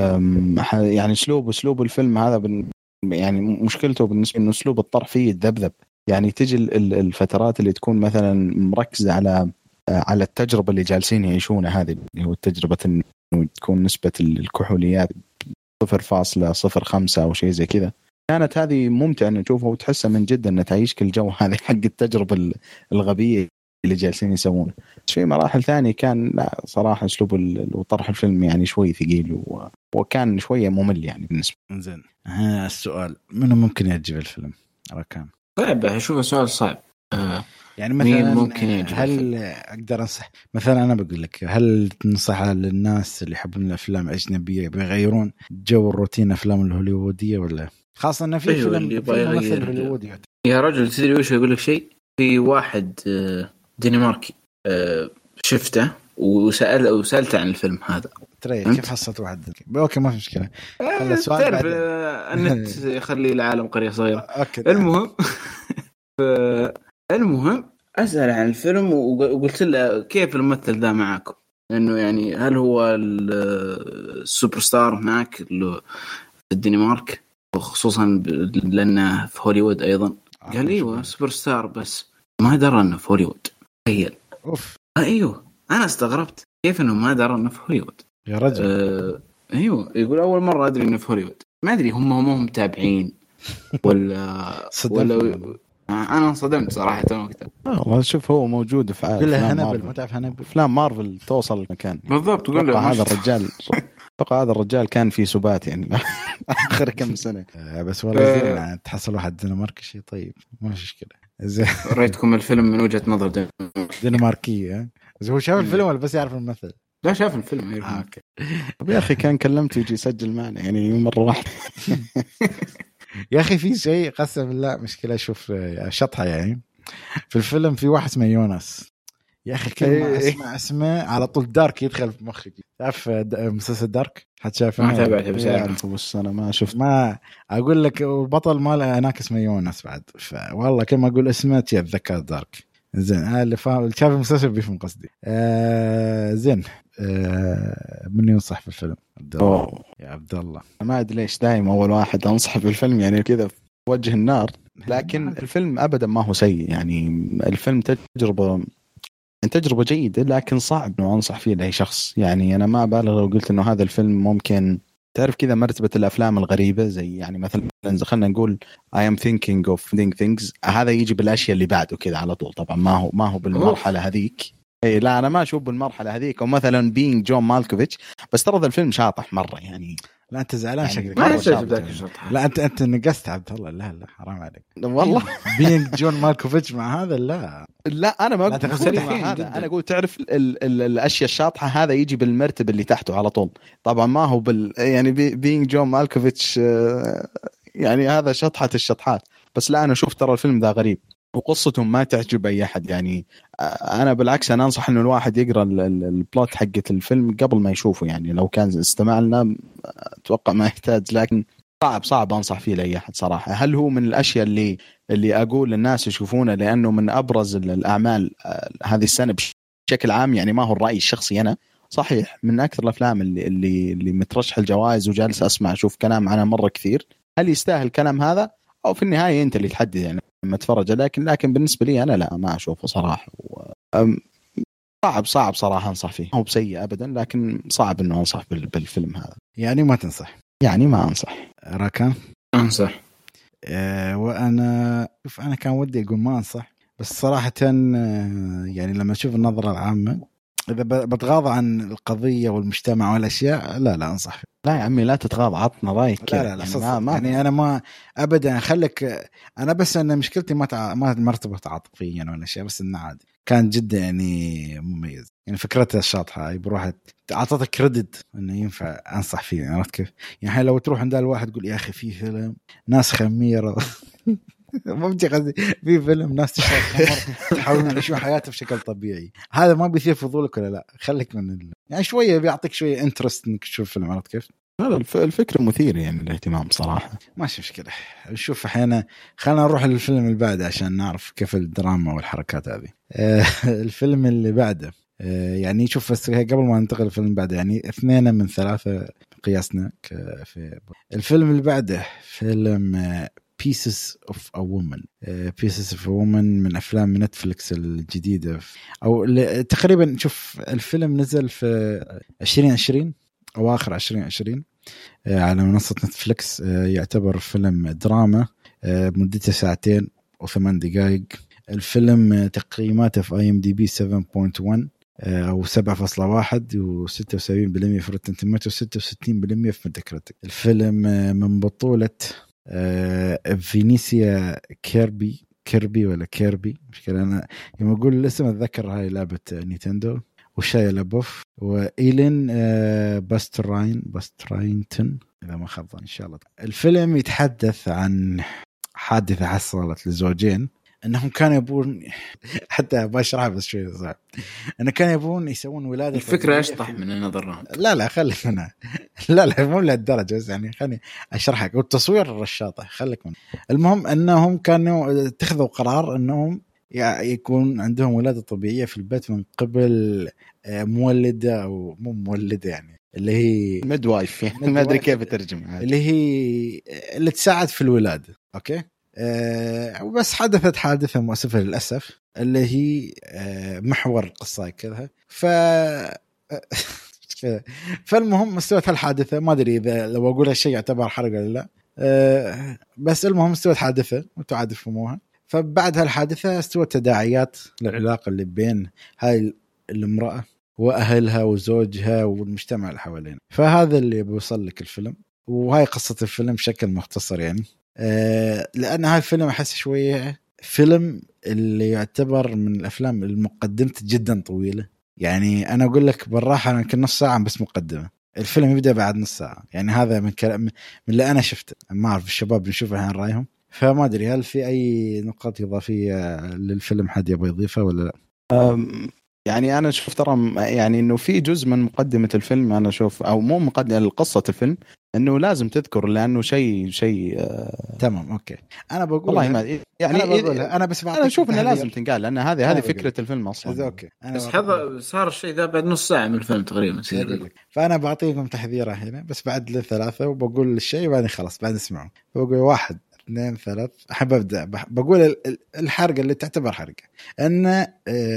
يعني أسلوب أسلوب الفيلم هذا يعني مشكلته بالنسبة إنه أسلوب الطرح فيه الذبذب، يعني تجي الفترات اللي تكون مثلا مركزة على على التجربة اللي جالسين يعيشونها، هذه اللي هو التجربة إنه تكون نسبة الكحوليات صفر فاصلة صفر خمسة أو شيء زي كذا. كانت هذه ممتعة إن نشوفها وتحسها من جد إن تعيشك الجو هذه حق التجربة الغبية اللي جالسين يسوونه. في مراحل ثانية كان لا صراحة أسلوب وطرح الفيلم يعني شوي ثقيل وكان شوية ممل يعني بالنسبة. زين ها السؤال منو ممكن يعجب الفيلم؟ ركان صعب أشوفه سؤال صعب. آه. يعني مثلا ممكن هل أقدر أنصح مثلا أنا بقول لك هل تنصح للناس اللي يحبون الأفلام الأجنبية بيغيرون جو الروتين أفلام الهوليوودية ولا خاصة إن في أيوة فيلم مثل هوليوودي يا رجل تدري وش أقول لك شيء؟ في واحد دنماركي شفته وسأل أو سألته عن الفيلم هذا. ترى كيف حصلت واحد؟ أوكي ما في مشكلة. السؤال بعد النت يخلي العالم قرية صغيرة. المهم المهم أسأل عن الفيلم وقلت له كيف الممثل ذا معاكم، إنه يعني هل هو السوبر ستار هناك في الدنمارك وخصوصا لأنه في هوليوود أيضا؟ قال ايوه سوبر ستار بس ما درى انه في هوليوود. تخيل. اوف ايوه انا استغربت كيف انه ما درى انه في هوليوود يا رجل. آه ايوه يقول اول مره ادري انه في هوليوود. ما ادري هم هم متابعين ولا ولا انا انصدمت صراحه وقتها. والله شوف هو موجود في افلام مارفل، متعرف هنبل افلام مارفل توصل المكان بالضبط. تقول له هذا الرجال بقى هذا الرجال كان في سبات يعني اخر كم سنه. بس والله زين تحصل واحد دنماركي شيء طيب ما في مشكله. زين رأيتكم الفيلم من وجهه نظر دنماركيه. هو شاف الفيلم ولا بس يعرف الممثل؟ لا شاف الفيلم. ايوه آه، اوكي. طب يا اخي كان كلمته يجي يسجل معنا يعني مره واحده. يا اخي في شيء قسم بالله مشكله اشوف شطحه يعني في الفيلم في واحد اسمه يونس. يا اخي كل ما اسمع اسمه على طول دارك يدخل في مخي. تعرف مسلسل دارك؟ حد شافه؟ ما تابعته بس اعرفه بس انا ما شفت. ما اقول لك البطل ماله هناك اسمه يونس بعد. والله كل ما اقول اسمه تتذكر دارك. زين هذا اللي فاهم شاف المسلسل بيفهم قصدي. آه زين آه من ينصح في الفيلم؟ عبد الله. يا عبد الله ما ادري ليش دائما اول واحد انصح في الفيلم يعني كذا في وجه النار، لكن الفيلم ابدا ما هو سيء يعني. الفيلم تجربه تجربة جيدة، لكن صعب إنه أنصح فيه لأي شخص. يعني أنا ما أبالغ لو قلت إنه هذا الفيلم ممكن تعرف كذا مرتبة الأفلام الغريبة، زي يعني مثلا خلنا نقول I am thinking of doing things، هذا يجي بالأشياء اللي بعده كذا على طول. طبعا ما هو ما هو بالمرحلة هذيك. إيه لا أنا ما أشوف بالمرحلة هذيك. أو مثلا being جون مالكوفيتش، بس ترى ذا الفيلم شاطح مرة يعني. لا انت زعلان يعني شكلك. ما يصير ذاك الشطحة. لا انت انت نقصت عبد الله. لا لا حرام عليك والله. بينج جون مالكوفيتش مع هذا لا لا انا ما لا اقول مع هذا. انا اقول تعرف ال ال الاشياء الشاطحه هذا يجي بالمرتبه اللي تحته على طول. طبعا ما هو بال يعني بينج جون مالكوفيتش يعني هذا شطحه الشطحات. بس لا انا اشوف ترى الفيلم ذا غريب وقصتهم ما تعجب اي احد. يعني انا بالعكس انا انصح انه الواحد يقرا البلوت حقه الفيلم قبل ما يشوفه. يعني لو كان استمع لنا اتوقع ما يحتاج، لكن صعب صعب انصح فيه لاي احد صراحه. هل هو من الاشياء اللي اللي اقول للناس يشوفونه لانه من ابرز الاعمال هذه السنه بشكل عام؟ يعني ما هو الراي الشخصي انا، صحيح من اكثر الافلام اللي اللي اللي مترشح الجوائز وجالس اسمع اشوف كلام عنها مره كثير. هل يستاهل الكلام هذا؟ او في النهايه انت اللي تحدد يعني لما تتفرج. لكن لكن بالنسبه لي انا لا ما اشوفه صراحه. صعب صعب صراحه انصح فيه. هو بسيء ابدا، لكن صعب انه انصح بالفيلم هذا. يعني ما تنصح؟ يعني ما انصح. راكان انصح. أه وانا شوف انا كان ودي اقول ما انصح، بس صراحه يعني لما اشوف النظره العامه اذا بتغاضى عن القضيه والمجتمع والاشياء لا لا انصح فيه. لا يا عمي لا تتغاضى، عطنا رايك. لا لا لا يعني, ما ما يعني انا ما ابدا خليك. انا بس انا مشكلتي ما تع... ما مرتبط عاطفيا ولا شيء، بس انه عادي كان جدا يعني مميز. يعني فكرتها الشاطحه هاي بروح اعطتك كريدت انه ينفع انصح فيه. عرفت كيف؟ يعني لو تروح عند الواحد تقول يا اخي في فيلم ناس خميره ممتع قصدي في فيلم ناس تشرب خمر تحاولون يعيشون حياتهم بشكل طبيعي، هذا ما بيثير فضولك ولا لا؟ خليك من ال... يعني شويه بيعطيك شويه انترست انك تشوف فيلم. عرفت كيف؟ هذا الفكره مثيره يعني الاهتمام صراحه. ماشي مشكله نشوف احيانا. خلينا نروح للفيلم اللي بعده عشان نعرف كيف الدراما والحركات هذه. الفيلم اللي بعده يعني شوف قبل ما ننتقل للفيلم اللي بعده يعني اثنين من ثلاثه قياسنا في الفيلم اللي بعده. فيلم Pieces of a Woman. Pieces of a Woman من أفلام نتفليكس الجديدة، أو تقريبا شوف الفيلم نزل في عشرين عشرين أو آخر عشرين عشرين على منصة نتفليكس. يعتبر فيلم دراما مدته ساعتين وثمان دقائق. الفيلم تقييماته في آي إم دي بي سبعة فاصلة واحد أو سبعة فاصلة واحد وستة وسبعين بالمئة في روتن توميتوز وستة وستين بالمئة في ميتاكريتيك. الفيلم من بطولة آه فينيسيا كيربي كيربي ولا كيربي مشكلة أنا يوم أقول الاسم أتذكر هاي لعبة نينتندو. وشايا لابوف وإيلين آه باستراين باستراينتون إذا ما خاب إن شاء الله. الفيلم يتحدث عن حادثة حصلت لزوجين انهم كانوا يبون حتى بشرح بس شوي صعب انه كانوا يبون يسوون ولاده. الفكره اشطح من النظر. لا لا خليك منها. لا لا مو لهالدرجه بس يعني خليني اشرحك. والتصوير الرشاطه خليك منه. المهم انهم كانوا اتخذوا قرار انهم يكون عندهم ولاده طبيعيه في البيت من قبل مولده او مو مولده يعني اللي هي ميد وايف يعني ما ادري كيف اترجمها اللي هي اللي تساعد في الولاده. اوكي أه بس حدثت حادثة مؤسفة للأسف اللي هي أه محور القصة كذا. ف فالمهم استوت هالحادثة ما أدري إذا لو أقول هالشيء يعتبر حرق ولا لا. أه بس المهم استوت حادثة وتعاد فهموها. فبعد هالحادثة استوت تداعيات للعلاقة اللي بين هاي الامرأة وأهلها وزوجها والمجتمع اللي حوالينا. فهذا اللي بيوصل لك الفيلم، وهاي قصة الفيلم بشكل مختصر يعني. أه لأن هاي الفيلم أحس شوية فيلم اللي يعتبر من الأفلام المقدمة جدا طويلة. يعني أنا أقول لك بالراحة أنا يمكن نص ساعة بس مقدمة. الفيلم يبدأ بعد نص ساعة. يعني هذا من كلام من اللي أنا شفته. ما أعرف الشباب بنشوف عن رأيهم. فما أدري هل في أي نقاط إضافية للفيلم حد يبغى يضيفها ولا لا؟ يعني أنا شوف ترى يعني إنه في جزء من مقدمة الفيلم أنا أشوف أو مو مقدمة قصة الفيلم إنه لازم تذكر لأنه شيء شيء آه تمام أوكي. أنا بقول والله ما يعني أنا بقولها أنا بس أنا أشوف إنه لازم تنقال لأن هذه هذه فكرة الفيلم أصلا. أوكي بس هذا صار الشيء ذا بعد نص ساعة من الفيلم تقريبا. فأنا بعطيكم تحذيرة هنا بس بعد الثلاثة وبقول الشيء بعدين خلاص بعد نسمعه. بقول واحد اثنين ثلاث. أحب أبدأ بقول الحرقة اللي تعتبر حرقة إن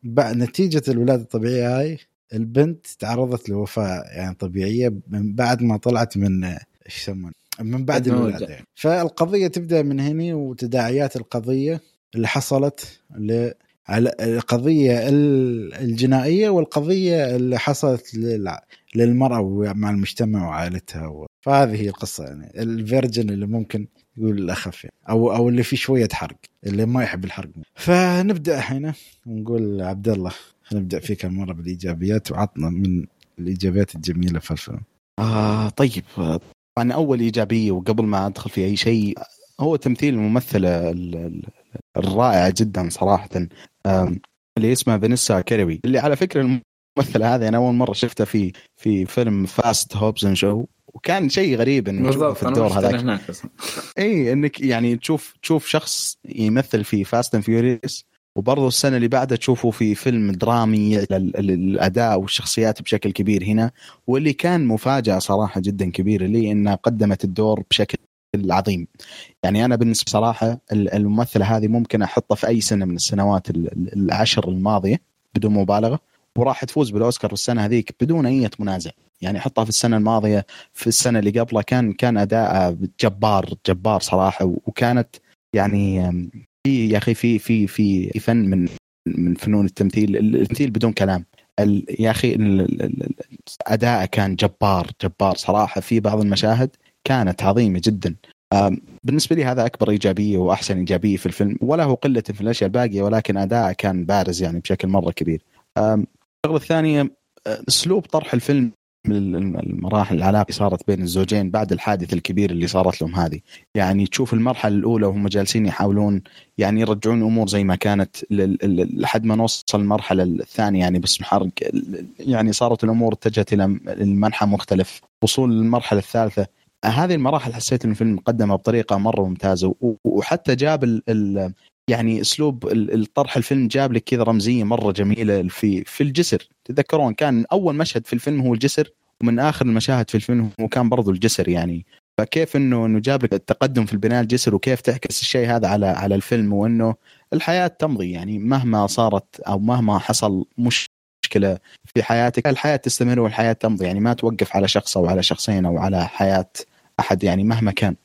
بعد نتيجة الولادة الطبيعية هاي البنت تعرضت لوفاة يعني طبيعية من بعد ما طلعت من ايش يسمون من بعد الولادة يعني. فالقضية تبدأ من هنا وتداعيات القضية اللي حصلت ل على القضية الجنائية والقضية اللي حصلت للمرأة مع المجتمع وعائلتها. فهذه هي القصة يعني الفيرجن اللي ممكن يقول الأخف يعني. أو أو اللي فيه شوية حرق اللي ما يحب الحرق. فنبدأ هنا ونقول عبد الله نبدأ فيك المرة بالإيجابيات وعطنا من الإيجابيات الجميلة في الفيلم. آه طيب طبعا أول إيجابية وقبل ما أدخل في أي شيء هو تمثيل الممثلة الرائعة جدا صراحة اللي اسمها فانيسا كيربي اللي على فكرة الممثلة هذه أنا أول مرة شفتها في في فيلم فاست هوبز اند شو وكان شيء غريب إنه تشوف في الدور هذاك إيه إنك يعني تشوف تشوف شخص يمثل في فاست اند فيوريوس وبرضه السنة اللي بعدها تشوفه في فيلم درامي الأداء والشخصيات بشكل كبير هنا واللي كان مفاجأة صراحة جدا كبيرة لي إنها قدمت الدور بشكل عظيم. يعني أنا بالنسبة صراحة الممثلة هذه ممكن أحطها في أي سنة من السنوات العشر الماضية بدون مبالغة وراح تفوز بالأوسكار السنة هذيك بدون أي منازع. يعني حطها في السنة الماضية في السنة اللي قبلها كان كان أداء جبار جبار صراحة وكانت يعني في يا أخي في في في فن من من فنون التمثيل التمثيل بدون كلام. يا أخي أداء كان جبار جبار صراحة في بعض المشاهد كانت عظيمة جدا. بالنسبة لي هذا أكبر إيجابية وأحسن إيجابية في الفيلم ولا هو قلة في الأشياء الباقية ولكن أداء كان بارز يعني بشكل مرة كبير. الشغلة الثانية أسلوب طرح الفيلم من المراحل العلاقة صارت بين الزوجين بعد الحادث الكبير اللي صارت لهم هذه. يعني تشوف المرحلة الأولى وهم جالسين يحاولون يعني يرجعون أمور زي ما كانت لحد ما نوصل المرحلة الثانية يعني بس محرق يعني صارت الأمور اتجهت إلى المنحى مختلف. وصول للمرحلة الثالثة هذه المراحل حسيت إن الفيلم قدمها بطريقة مرة ممتازة وحتى جاب ال ال يعني أسلوب الطرح الفيلم جاب لك كذا رمزية مرة جميلة في في الجسر. تذكرون كان أول مشهد في الفيلم هو الجسر ومن آخر المشاهد في الفيلم هو كان برضو الجسر يعني. فكيف إنه إنه جاب لك التقدم في البناء الجسر وكيف تعكس الشيء هذا على على الفيلم وإنه الحياة تمضي يعني مهما صارت أو مهما حصل مشكلة في حياتك الحياة تستمر والحياة تمضي يعني ما توقف على شخص أو على شخصين أو على حياة أحد يعني مهما كان.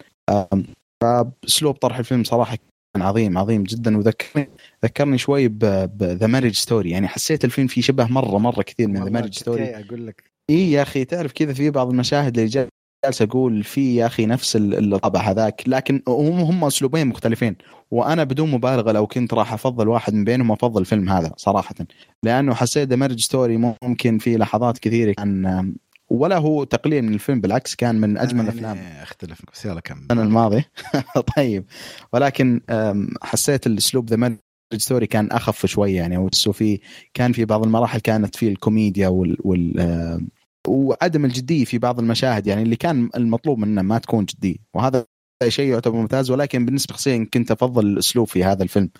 فأسلوب طرح الفيلم صراحة كان عظيم عظيم جدا وذكرني ذكرني شوي بذا ماريج ستوري. يعني حسيت الفيلم فيه شبه مرة مرة كثير من ذا ماريج ستوري. أقول لك إيه يا أخي تعرف كذا في بعض المشاهد اللي جالس أقول في يا أخي نفس الطابع هذاك لكن هم هم أسلوبين مختلفين وأنا بدون مبالغة لو كنت راح أفضل واحد من بينهم أفضل الفيلم هذا صراحة لأنه حسيت ذا ماريج ستوري ممكن في لحظات كثيرة كان ولا هو تقليل من الفيلم بالعكس كان من أجمل الأفلام. اختلف بس يلا كم السنة الماضية طيب ولكن حسيت الأسلوب ذا ماريج ستوري كان أخف شوية يعني وفي كان في بعض المراحل كانت فيه الكوميديا وال, وال وعدم الجدية في بعض المشاهد يعني اللي كان المطلوب منه ما تكون جدية وهذا شيء يعتبر ممتاز. ولكن بالنسبة شخصيا كنت أفضل الأسلوب في هذا الفيلم.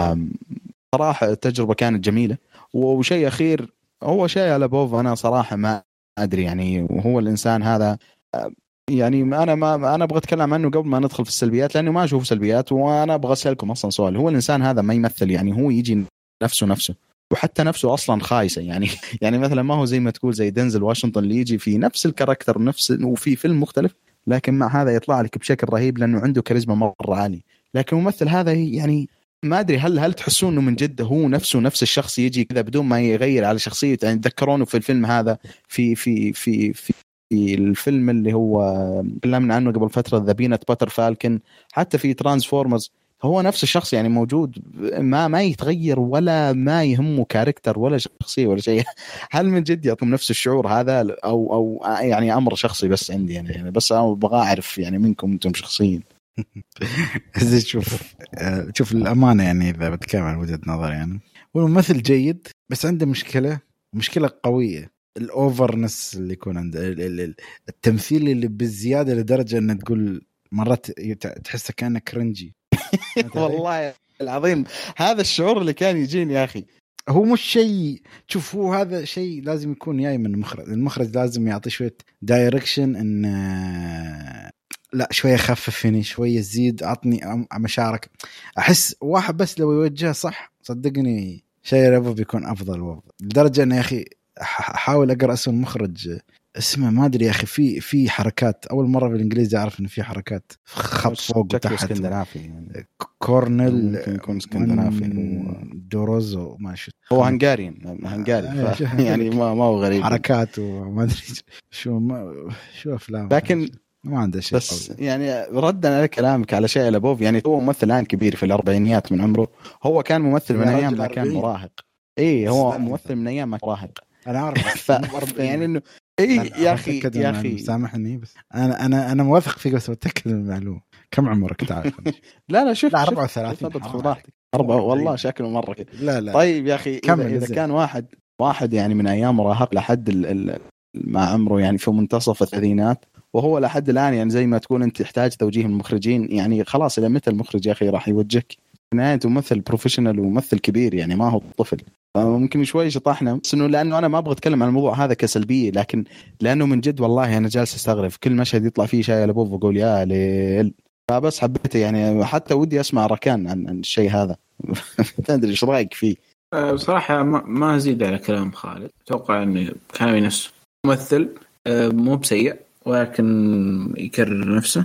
صراحة التجربة كانت جميلة. وشيء أخير هو شيء على بوف أنا صراحة ما أدري يعني وهو الإنسان هذا يعني أنا ما أنا أبغى أتكلم عنه قبل ما ندخل في السلبيات لأنه ما أشوف سلبيات وأنا أبغى أسألكم أصلا سؤال. هو الإنسان هذا ما يمثل يعني هو يجي نفسه نفسه وحتى نفسه أصلا خايسة يعني يعني مثلا ما هو زي ما تقول زي دينزل واشنطن اللي يجي في نفس الكاركتر نفس وفي فيلم مختلف لكن مع هذا يطلع لك بشكل رهيب لأنه عنده كاريزما مرة عالي. لكن الممثل هذا يعني ما أدري هل هل تحسون إنه من جد هو نفسه نفس الشخص يجي كذا بدون ما يغير على شخصيته. يعني تذكرونه في الفيلم هذا في في في في في الفيلم اللي هو تكلمنا عنه قبل فترة ذا بينات باتر فالكن حتى في ترانسفورمرز هو نفس الشخص يعني موجود ما ما يتغير ولا ما يهمه كاركتر ولا شخصية ولا شيء. هل من جد يعطيهم نفس الشعور هذا أو أو يعني أمر شخصي بس عندي يعني, يعني بس أنا أبغى أعرف يعني منكم أنتم شخصيين. زي شوف شوف الأمانة يعني إذا بتكلم عن وجهة نظر يعني والممثل جيد بس عنده مشكلة مشكلة قوية الأوفرنس اللي يكون عند التمثيل اللي بالزيادة لدرجة أن تقول مرات تحسه كأنه كرنجي. والله العظيم هذا الشعور اللي كان يجيني يا أخي. هو مش شيء شوف هو هذا شيء لازم يكون جاي من المخرج. المخرج لازم يعطي شوية دايركشن إن لا شوية خففني شوية زيد عطني مشاعرك. أحس واحد بس لو يوجهه صح صدقني شايا لابوف بيكون افضل وافضل لدرجه ان يا اخي احاول اقرا اسم المخرج اسمه ما ادري يا اخي في في حركات اول مره بالانجليزي اعرف انه في حركات خط فوق وتحت يعني. كورنيل ممكن يكون اسكندنافي دوروزو ما شفت هو هنغاريين هنغاري ف... يعني ما ما هو غريب حركات وما ادري شو ما شو افلام لكن ما عنده شيء بس قوي. يعني ردا على كلامك على شيء لابوف يعني هو ممثل الان كبير في الاربعينيات من عمره هو كان ممثل من ايام ما كان مراهق اي هو ممثل من ايام ما مراهق انا اعرف ف... يعني انه اي يا اخي يا اخي سامحني بس انا انا انا موافق فيك بس متاكد من المعلومه كم عمرك تعرف لا لا شوف لا أربعة وثلاثين أربعة والله شكله مرة كده لا لا طيب يا أخي إذا, إذا كان واحد واحد يعني من أيام مراهق لحد ال ال ما عمره يعني في منتصف الثلاثينات وهو لحد الآن يعني زي ما تقول أنت تحتاج توجيه المخرجين يعني خلاص إلى متى المخرج يا أخي راح يوجهك نهاية ممثل بروفيشنال وممثل كبير يعني ما هو طفل ممكن شوي شطحنا بس إنه لأنه أنا ما أبغى أتكلم عن الموضوع هذا كسلبية لكن لأنه من جد والله أنا جالس أستغرب كل مشهد يطلع فيه شاي لابوف وأقول يا ليل فبس حبيته يعني حتى ودي أسمع ركان عن, عن الشيء هذا تدري إيش رأيك فيه؟ بصراحة ما أزيد على كلام خالد أتوقع إنه كان نفسه ممثل مو بسيء ولكن يكرر نفسه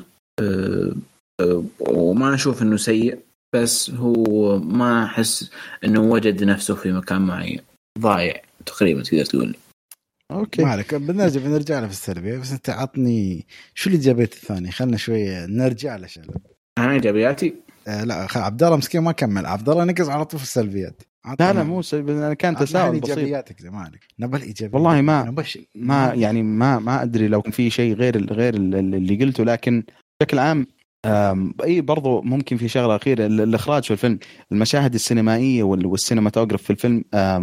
وما أشوف إنه سيء بس هو ما أحس إنه وجد نفسه في مكان معين ضايع تقريبا تقدر تقول لي. اوكي مالك بنرجع بنرجع له في السلبيه بس انت عطني شو الايجابيات الثانيه خلنا شويه نرجع له شلون انا ايجابياتي آه لا عبد الله مسكين ما كمل عبد الله نقص على طول في السلبيات لا لا مو سلبي انا كان تساؤل بسيط ايجابياتك مالك نبل ايجابيات والله ما ما يعني ما ما ادري لو كان في شيء غير غير اللي قلته لكن بشكل عام اي برضو ممكن في شغله اخيره الاخراج في الفيلم المشاهد السينمائيه والسينماتوجراف في الفيلم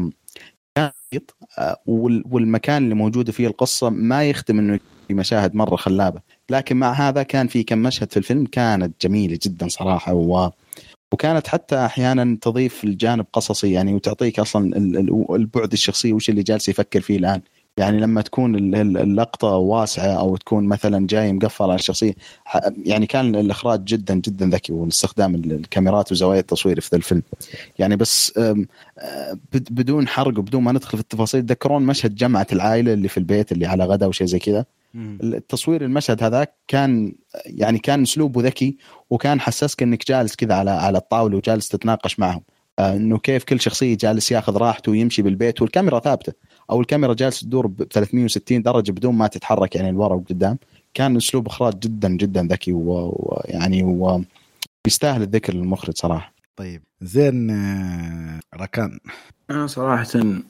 والمكان اللي موجودة فيه القصة ما يختم إنه في مشاهد مرة خلابة لكن مع هذا كان في كم مشهد في الفيلم كانت جميلة جدا صراحة و... وكانت حتى أحيانا تضيف الجانب قصصي يعني وتعطيك أصلا البعد الشخصي وش اللي جالس يفكر فيه الآن يعني لما تكون اللقطة واسعة أو تكون مثلا جاي مقفل على الشخصية يعني كان الإخراج جدا جدا ذكي واستخدام الكاميرات وزوايا التصوير في الفيلم يعني بس بدون حرق وبدون ما ندخل في التفاصيل ذكرون مشهد جمعة العائلة اللي في البيت اللي على غدا وشيء زي كذا التصوير المشهد هذا كان يعني كان أسلوبه ذكي وكان حسسك إنك جالس كذا على على الطاولة وجالس تتناقش معهم إنه كيف كل شخصية جالس ياخذ راحته ويمشي بالبيت والكاميرا ثابتة أو الكاميرا جالس تدور ب ثلاثمية وستين درجة بدون ما تتحرك يعني لورا وقدام كان أسلوب إخراج جدا جدا ذكي ويعني ويستاهل الذكر للمخرج صراحة. طيب زين ركان أنا صراحة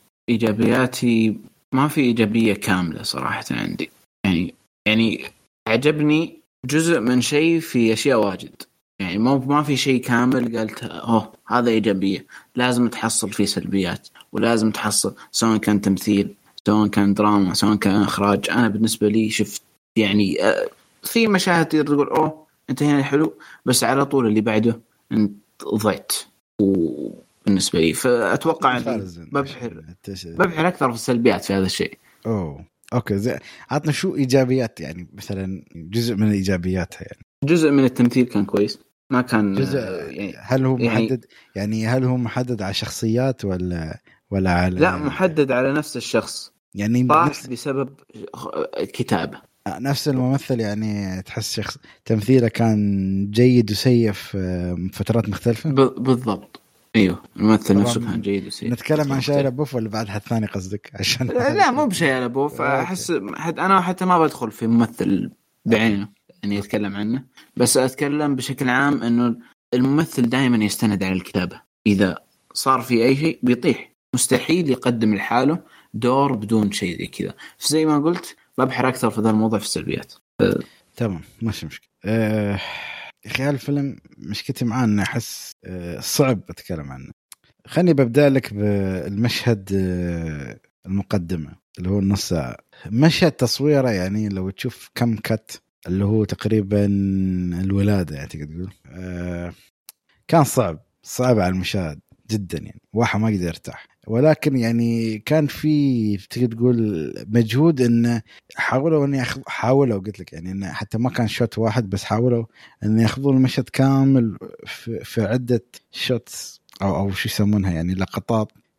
إيجابياتي ما في إيجابية كاملة صراحة عندي يعني يعني عجبني جزء من شيء في أشياء واجد يعني ما ما في شيء كامل قلت أوه هذا إيجابية لازم تحصل فيه سلبيات ولازم تحصل سواء كان تمثيل سواء كان دراما سواء كان إخراج. أنا بالنسبة لي شفت يعني في مشاهد تقول أوه أنت هنا حلو بس على طول اللي بعده أنت ضيت وبالنسبة لي فأتوقع ببحر ببحر أكثر في السلبيات في هذا الشيء. أوه أوكي زين عطنا شو إيجابيات يعني مثلا جزء من إيجابياتها يعني جزء من التمثيل كان كويس ما كان جزء يعني هل هو محدد يعني هل هو محدد على شخصيات ولا ولا على لا محدد على نفس الشخص يعني نفس بسبب الكتابة نفس الممثل يعني تحس شخص تمثيله كان جيد وسيء في فترات مختلفة بالضبط ايوه الممثل نفسه كان جيد وسيء. نتكلم عن شاي لبوف ولا بعد حد ثاني قصدك عشان لا مو بشاي لبوف احس حد انا حتى ما بدخل في ممثل بعينه اني اتكلم عنه بس اتكلم بشكل عام انه الممثل دائما يستند على الكتابة اذا صار في اي شيء بيطيح مستحيل يقدم لحاله دور بدون شيء زي كذا فزي ما قلت ببحر اكثر في هذا الموضوع في السلبيات. أه. تمام ماشي مشكلة. أه... يا الفيلم مشكلتي معاه انه احس أه صعب اتكلم عنه. خليني ببدأ لك بالمشهد أه المقدمة اللي هو النص ساعة مشهد تصويره يعني لو تشوف كم كت اللي هو تقريبا الولادة يعني تقدر أه كان صعب صعب على المشاهد جدا يعني واحد ما يقدر يرتاح ولكن يعني كان في تقدر تقول مجهود إن حاولوا إن ياخذ حاولوا قلت لك يعني إن حتى ما كان شوت واحد بس حاولوا إن ياخذون المشهد كامل في, في عدة شوتس أو أو شو يسمونها يعني لقطات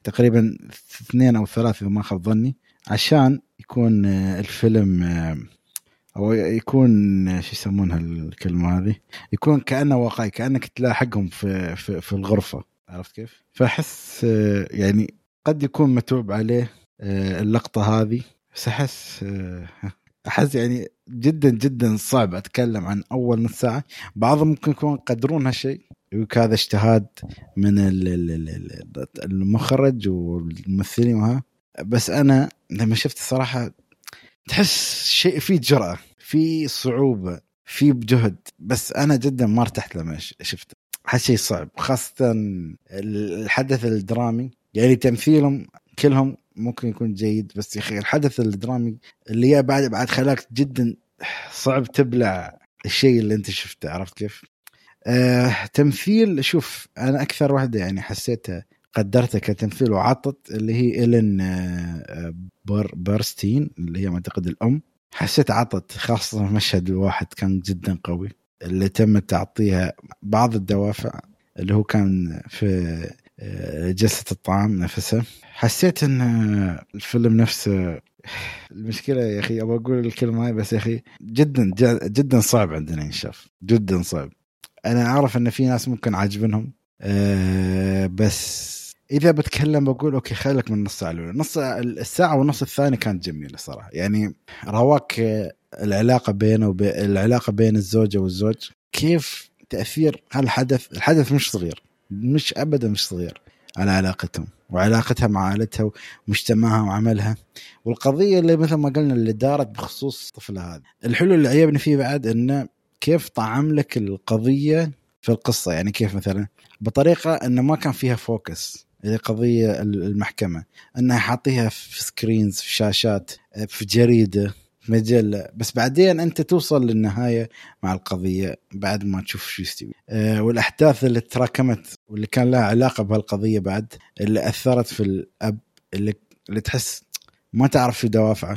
تقريبا اثنين أو ثلاثة ما خاب ظني، عشان يكون الفيلم أو يكون شو يسمونها الكلمة هذه، يكون كأنه واقعي، كأنك تلاحقهم في في, في الغرفة، عرفت كيف؟ فأحس يعني قد يكون متعوب عليه اللقطة هذه، بس أحس أحس يعني جدا جدا صعب أتكلم عن أول نص ساعة. بعضهم ممكن يكون قدرون هالشيء، وهذا اجتهاد من المخرج والممثلين وها، بس أنا لما شفت الصراحة تحس شيء فيه جرأة، فيه صعوبة، فيه بجهد، بس أنا جدا ما ارتحت لما شفته. هالشيء صعب، خاصة الحدث الدرامي، يعني تمثيلهم كلهم ممكن يكون جيد، بس يا أخي الحدث الدرامي اللي بعد بعد خلاك جدا صعب تبلع الشيء اللي أنت شفته، عرفت كيف؟ آه، تمثيل، شوف أنا أكثر واحدة يعني حسيتها قدرتها كتمثيل وعطت اللي هي إيلين آه بر بيرستين اللي هي معتقد الأم، حسيت عطت، خاصة المشهد الواحد كان جدا قوي اللي تم تعطيها بعض الدوافع اللي هو كان في جلسة الطعام نفسها. حسيت ان الفيلم نفسه، المشكلة يا اخي ابغى اقول الكلمة هاي بس يا اخي جدا جدا صعب عندنا ينشاف، جدا صعب. انا اعرف ان في ناس ممكن عاجبنهم أه، بس اذا بتكلم بقول اوكي خليك من نص ساعة الاولى، نص الساعة ونص الثاني كانت جميلة صراحة، يعني رواك العلاقة بينه وبين العلاقة بين الزوجة والزوج، كيف تأثير هالحدث. الحدث مش صغير، مش أبدا مش صغير على علاقتهم وعلاقتها مع عائلتها ومجتمعها وعملها، والقضية اللي مثل ما قلنا اللي دارت بخصوص الطفل هذا. الحلو اللي عيبني فيه بعد إنه كيف طعم لك القضية في القصة، يعني كيف مثلا بطريقة إنه ما كان فيها فوكس القضية المحكمة، إنها حاطيها في سكرينز، في شاشات، في جريدة، مجلة، بس بعدين أنت توصل للنهاية مع القضية بعد ما تشوف شو يستوي. أه، والأحداث اللي تراكمت واللي كان لها علاقة بهالقضية بعد اللي أثرت في الأب، اللي, اللي تحس ما تعرف شو دوافعه،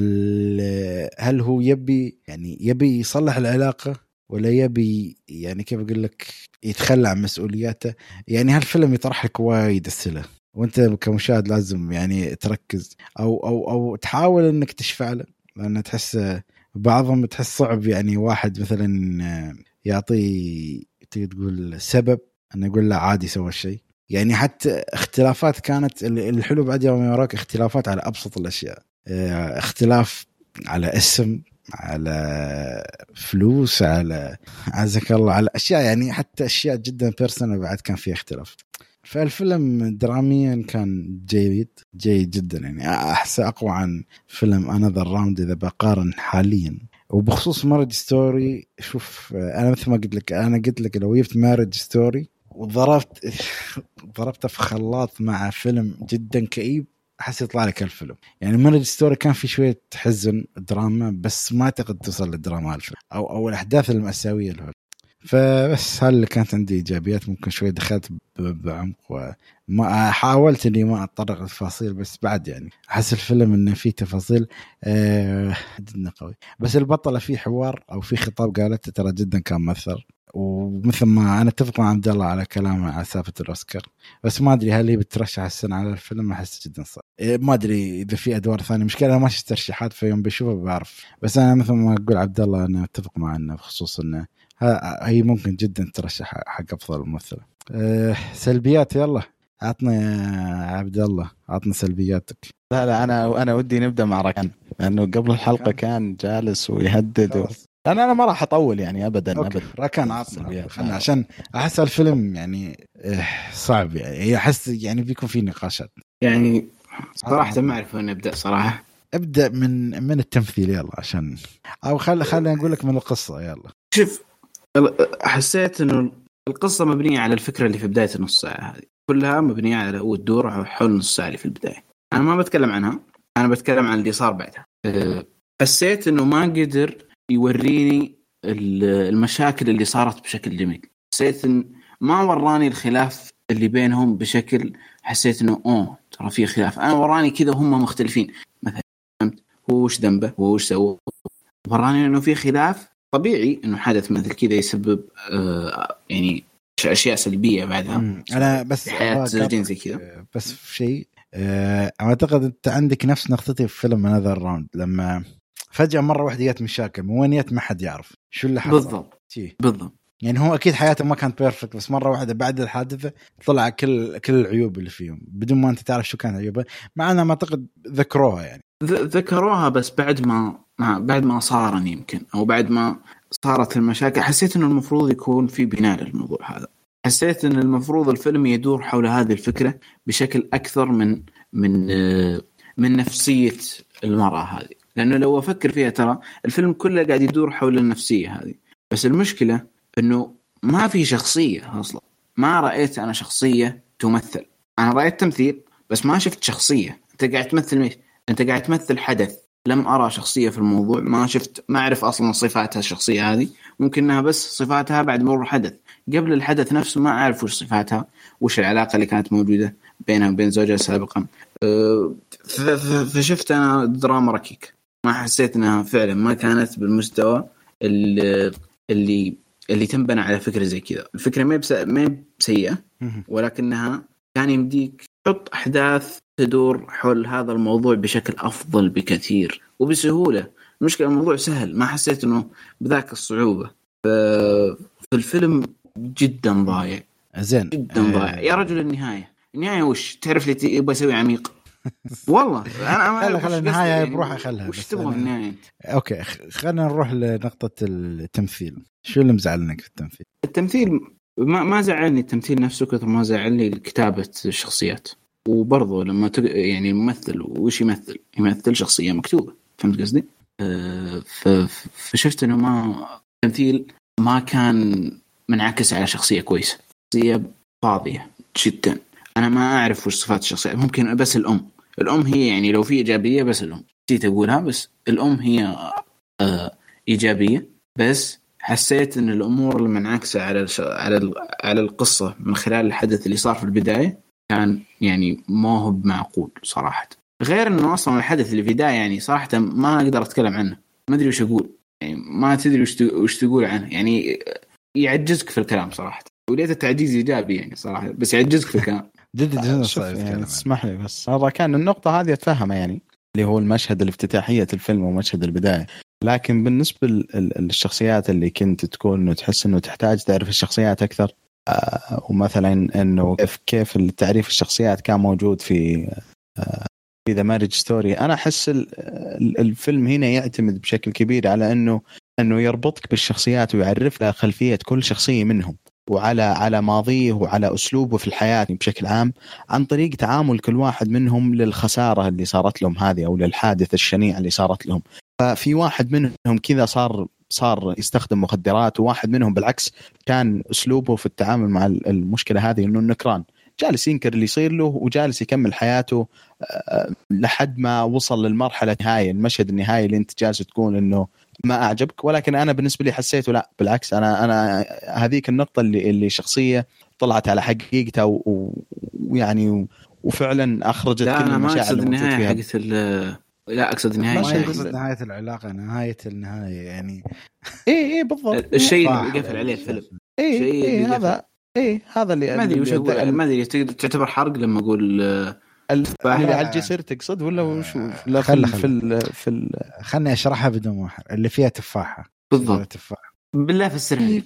هل هو يبي يعني يبي يصلح العلاقة ولا يبي يعني كيف أقول لك يتخلى عن مسؤولياته. يعني هالفيلم يطرح لك وايد أسئلة، وأنت كمشاهد لازم يعني تركز أو أو أو تحاول إنك تشفع له، لأن تحس بعضهم تحس صعب يعني واحد مثلا يعطي تقول سبب أنه يقول له عادي سوى الشيء. يعني حتى اختلافات كانت الحلو بعد يوم يراك، اختلافات على أبسط الأشياء، اختلاف على اسم، على فلوس، على عزك الله، على أشياء يعني حتى أشياء جدا بيرسونال بعد كان فيه اختلاف. فالفيلم دراميا كان جيد جيد جدا، يعني أحس أقوى عن فيلم Another Round إذا بقارن حاليا. وبخصوص مارج ستوري، شوف أنا مثل ما قلت لك، أنا قلت لك لو جبت مارج ستوري وضربت ضربته في خلاط مع فيلم جدا كئيب أحس يطلع لك الفيلم. يعني مارج ستوري كان في شوية حزن دراما، بس ما أعتقد توصل للدراما الفيلم أو أو الأحداث المأساوية له. فبس هل كانت عندي إيجابيات، ممكن شوية دخلت بعمق وما حاولت إني ما أتطرق للتفاصيل، بس بعد يعني أحس الفيلم إنه فيه تفاصيل آه جدا قوي. بس البطلة فيه حوار أو فيه خطاب قالته ترى جدا كان مؤثر، ومثل ما أنا أتفق مع عبد الله على كلامه على سالفة الأوسكار، بس ما أدري هل هي بترشح السنة على الفيلم، أحس جدا صعب. ما أدري إذا في أدوار ثانية، مشكلة أنا ما شفت ترشيحات فيوم بشوفه بعرف، بس أنا مثل ما أقول عبد الله أنا أتفق معنا بخصوص إنه هي ممكن جدا ترشح حق أفضل ممثلة. أه سلبيات، يلا عطنا يا عبد الله، عطنا سلبياتك. لا لا أنا أنا ودي نبدأ مع ركان، لأنه قبل الحلقة كان جالس ويهدد و... أنا أنا ما راح أطول يعني أبدا أبدا. ركان عطنا خلنا عشان أحس الفيلم يعني صعب، يعني أحس يعني بيكون فيه نقاشات. يعني صراحة ما أعرف وين نبدأ صراحة. ابدأ من من التمثيل يلا، عشان أو خل خلينا نقول لك من القصة يلا. شوف، حسيت إنه القصة مبنية على الفكرة اللي في بداية النص ساعة، هذه كلها مبنية على وتدور حول نص ساعة اللي في البداية. أنا ما بتكلم عنها، أنا بتكلم عن اللي صار بعدها. حسيت إنه ما قدر يوريني المشاكل اللي صارت بشكل جميل. حسيت إن ما وراني الخلاف اللي بينهم بشكل حسيت إنه أوه ترى في خلاف. أنا وراني كذا هم مختلفين مثلا، هو وش ذنبه هو وش سوى، وراني إنه في خلاف طبيعي، إنه حدث مثل كذا يسبب آه يعني اشياء سلبيه بعدها. مم. انا بس حياه زوجين زي كذا. بس في شيء أه اعتقد انت عندك نفس نقطتي في فيلم انذر راوند، لما فجاه مره واحده جت مشاكل من وين جت ما حد يعرف شو اللي حصل بالضبط شي. بالضبط. يعني هو اكيد حياته ما كانت بيرفكت، بس مره واحده بعد الحادثه طلع كل كل العيوب اللي فيهم بدون ما انت تعرف شو كان عيوبه، مع انه ما اعتقد ذكروها يعني ذكروها بس بعد ما, ما بعد ما صار يمكن او بعد ما صارت المشاكل. حسيت انه المفروض يكون في بناء للموضوع هذا. حسيت ان المفروض الفيلم يدور حول هذه الفكره بشكل اكثر من من من نفسيه المراه هذه، لانه لو افكر فيها ترى الفيلم كله قاعد يدور حول النفسيه هذه، بس المشكله انه ما في شخصيه اصلا. ما رايت انا شخصيه تمثل. انا رايت تمثيل بس ما شفت شخصيه. انت قاعد تمثل ميش؟ انت قاعد تمثل حدث. لم ارى شخصيه في الموضوع. ما شفت، ما اعرف اصلا صفاتها الشخصيه هذه. ممكن انها بس صفاتها بعد مرور حدث. قبل الحدث نفسه ما اعرف وش صفاتها، وش العلاقه اللي كانت موجوده بينها وبين زوجها سابقا. فشفت انا دراما ركيك. ما حسيت انها فعلا ما كانت بالمستوى اللي اللي, اللي تنبنى على فكره زي كذا. الفكره ما بس ما بسيئه، ولكنها كان يمديك تحط احداث تدور حول هذا الموضوع بشكل افضل بكثير وبسهوله. المشكله الموضوع سهل، ما حسيت انه بذاك الصعوبه. في الفيلم جدا ضايع، زين جدا ضايع. يا رجل النهايه النهايه وش تعرف لي يبغى يسوي عميق والله. انا ما خلي خلي النهايه يعني بروح اخلها. وش تبغى في النهايه؟ اوكي خلينا نروح لنقطه التمثيل. شو اللي مزعلنك في التمثيل؟ التمثيل ما ما زعلني التمثيل نفسه كثر ما زعلني كتابه الشخصيات. وبرضه لما تق... يعني الممثل وش يمثل يمثل شخصيه مكتوبه. فهمت قصدي؟ أه ف... فشفت انه ما التمثيل ما كان منعكس على شخصيه كويسه. شخصيه فاضيه جدا. انا ما اعرف وش صفات الشخصيه. ممكن بس الام الام هي يعني لو في ايجابيه بس الام جيت اقولها، بس الام هي آه ايجابيه. بس حسيت ان الامور اللي منعكسه على الش... على على القصه من خلال الحدث اللي صار في البدايه كان يعني ما هو معقول صراحه. غير انه اصلا الحدث اللي في البدايه يعني صراحه ما اقدر اتكلم عنه. ما ادري وش اقول يعني. ما تدري وش وش تقول عنه يعني. يعجزك في الكلام صراحه. وليت التعجيز ايجابي يعني صراحه، بس يعجزك في الكلام. جد جد يعني تسمح لي بس هذا كان النقطة هذه أتفهمها يعني، اللي هو المشهد الافتتاحية الفيلم ومشهد البداية. لكن بالنسبة للشخصيات اللي كنت تكون إنه تحس إنه تحتاج تعرف الشخصيات أكثر، آه ومثلا إنه كيف كيف التعريف الشخصيات كان موجود في آه في ذا ماريج ستوري. أنا أحس الفيلم هنا يعتمد بشكل كبير على إنه إنه يربطك بالشخصيات ويعرف لها خلفية كل شخصية منهم، وعلى على ماضيه وعلى أسلوبه في الحياة بشكل عام، عن طريق تعامل كل واحد منهم للخسارة اللي صارت لهم هذه أو للحادث الشنيع اللي صارت لهم. ففي واحد منهم كذا صار صار يستخدم مخدرات، وواحد منهم بالعكس كان أسلوبه في التعامل مع المشكلة هذه إنه النكران، جالس ينكر اللي يصير له وجالس يكمل حياته لحد ما وصل للمرحلة النهاية. المشهد النهائي اللي أنت جالس تقول إنه ما أعجبك، ولكن أنا بالنسبة لي حسيته لا بالعكس. أنا أنا هذيك النقطة اللي اللي شخصية طلعت على حقيقتها ويعني وفعلا أخرجت كل المشاعر اللي موجود فيها. حقت لا أقصد النهاية. ما أقصد نهاية العلاقة، نهاية النهاية يعني. إيه إيه بالضبط. الشيء اللي قفل عليه الفيلم. إيه إيه هذا إيه هذا اللي ما أدري وش أقول. ما أدري تعتبر حرق لما أقول الفاحل اللي على الجسر تقصد ولا وش؟ لا خل في ال في ال خلني اشرحها بدون محر. اللي فيها تفاحه بالضبط. تفاحه بالله في السر.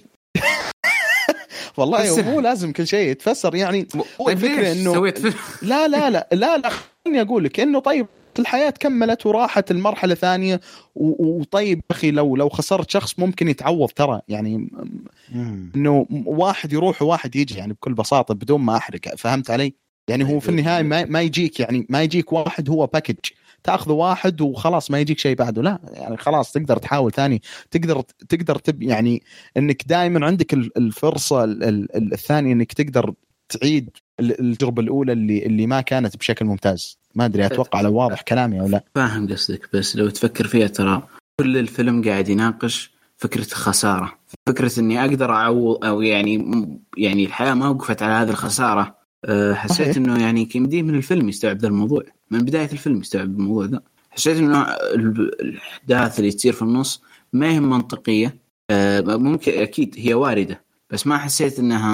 والله مو لازم كل شيء يتفسر يعني. هو الفكره انه لا لا لا لا لا خلني اقول لك انه طيب الحياه كملت وراحت المرحله ثانيه، وطيب اخي لو لو خسرت شخص ممكن يتعوض ترى يعني. انه واحد يروح وواحد يجي يعني بكل بساطه بدون ما احرق. فهمت علي يعني؟ هو في النهاية ما ما يجيك يعني ما يجيك واحد هو باكج تأخذ واحد وخلاص ما يجيك شيء بعده. لا يعني خلاص تقدر تحاول ثاني، تقدر تقدر تب يعني انك دائما عندك الفرصة الثانية انك تقدر تعيد التجربة الأولى اللي اللي ما كانت بشكل ممتاز. ما أدري أتوقع لو واضح كلامي أو لا. فاهم قصدك، بس لو تفكر فيها ترى كل الفيلم قاعد يناقش فكرة خسارة، فكرة إني أقدر أعوض أو يعني يعني الحياة ما وقفت على هذه الخسارة. حسيت انه يعني كيمديه من الفيلم يستوعب ذا الموضوع من بدايه الفيلم، يستوعب الموضوع ذا. حسيت انه الاحداث اللي تصير في النص ما هي منطقيه. ممكن اكيد هي وارده، بس ما حسيت انها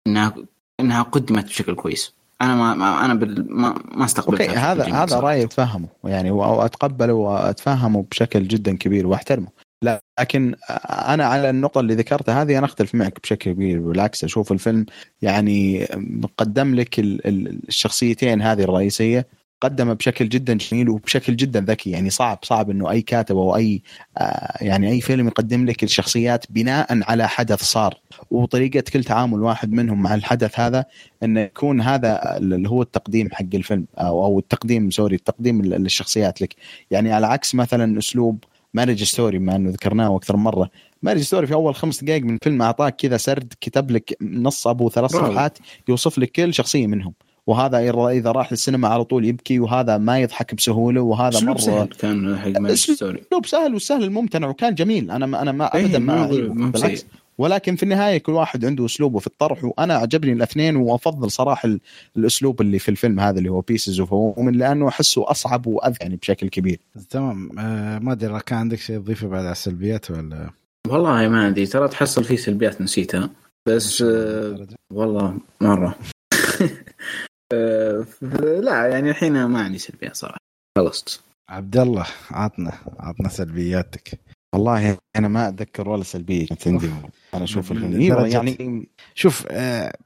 انها انها قدمت بشكل كويس. انا ما, ما انا بال... ما ما استقبلتها. هذا هذا رايي اتفهمه يعني واتقبله واتفهمه بشكل جدا كبير واحترمه، لكن انا على النقطه اللي ذكرتها هذه انا اختلف معك بشكل كبير. بالعكس اشوف الفيلم يعني قدم لك الشخصيتين هذه الرئيسيه، قدمه بشكل جدا جميل وبشكل جدا ذكي. يعني صعب صعب انه اي كاتب او اي يعني اي فيلم يقدم لك الشخصيات بناء على حدث صار، وطريقه كل تعامل واحد منهم مع الحدث هذا انه يكون هذا اللي هو التقديم حق الفيلم او او التقديم سوري التقديم للشخصيات لك. يعني على عكس مثلا اسلوب مارج ستوري ما انه ذكرناه اكثر مره، مارج ستوري في اول خمس دقائق من الفيلم اعطاك كذا سرد، كتب لك نص ابو ثلاث صفحات يوصف لك كل شخصيه منهم، وهذا إذا راح للسينما على طول يبكي، وهذا ما يضحك بسهولة، وهذا مرة سهل كان حق مارج ستوري أسلوب سهل والسهل الممتنع وكان جميل. أنا أنا ما أبدا ما بالعكس، ولكن في النهاية كل واحد عنده أسلوبه في الطرح، وأنا عجبني الاثنين وأفضل صراحة الأسلوب اللي في الفيلم هذا اللي هو بيسز اوف ومن لأنه أحسه أصعب وأذكى يعني بشكل كبير. تمام. آه ما أدري كان عندك شيء تضيفه بعد على السلبيات ولا؟ والله ما أدري، ترى تحصل فيه سلبيات نسيتها بس آه والله مرة لا يعني الحين ما عندي سلبيات صراحة، خلصت. عبد الله عطنا عطنا سلبياتك. والله أنا ما أتذكر ولا سلبية عندي. أنا أشوف الفيلم يعني شوف آه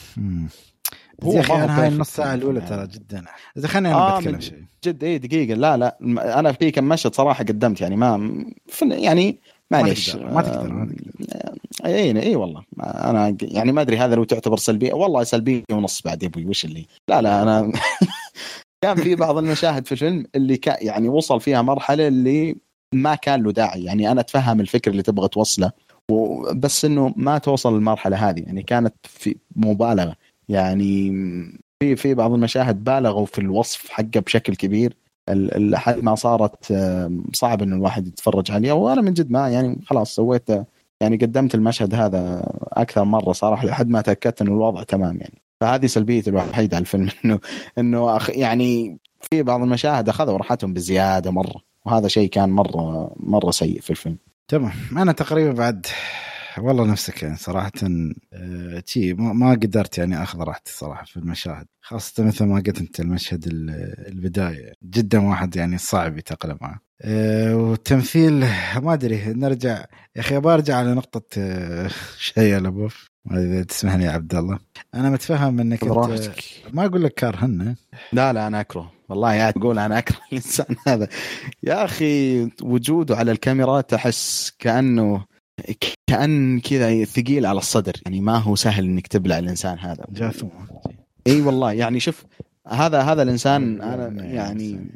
هو أنا هاي النص ساعة الأولى ترى جدا إذا خلينا أنا آه بتكلم شيء جد إيه دقيقة. لا لا أنا في كم مشهد صراحة قدمت يعني ما يعني معليش ما تقدر ما تقدر اي اي والله انا يعني ما ادري هذا لو تعتبر سلبيه والله سلبيه ونص بعد يا ابوي وش اللي لا لا انا كان في بعض المشاهد في الفيلم اللي كان يعني وصل فيها مرحله اللي ما كان له داعي. يعني انا اتفهم الفكر اللي تبغى توصله بس انه ما توصل للمرحله هذه، يعني كانت في مبالغه. يعني في في بعض المشاهد بالغوا في الوصف حقه بشكل كبير لحد ما صارت صعب انه الواحد يتفرج عليها. وانا من جد ما يعني خلاص سويت يعني قدمت المشهد هذا اكثر مره صراحه لحد ما تاكدت انه الوضع تمام. يعني فهذه سلبيتي الوحيده على الفيلم انه انه يعني في بعض المشاهد اخذوا راحتهم بزياده مره، وهذا شيء كان مره مره سيء في الفيلم. تمام. انا تقريبا بعد والله نفسك يعني صراحة أه تي ما قدرت يعني أخذ راحتي صراحة في المشاهد، خاصة مثل ما قلت أنت المشهد البداية جدا واحد يعني صعب يتأقلم معه. أه والتمثيل ما أدري نرجع يا أخي برجع على نقطة أه شيء لبوف إذا تسمحني يا عبد الله. أنا متفهم أنك أنت ما أقول لك كارهنه، لا لا أنا أكره والله يا تقول أنا أكره الإنسان هذا يا أخي. وجوده على الكاميرا تحس كأنه كأن كذا ثقيل على الصدر، يعني ما هو سهل انك تبلع الانسان هذا جاثوم. اي والله يعني شوف هذا هذا الانسان انا يعني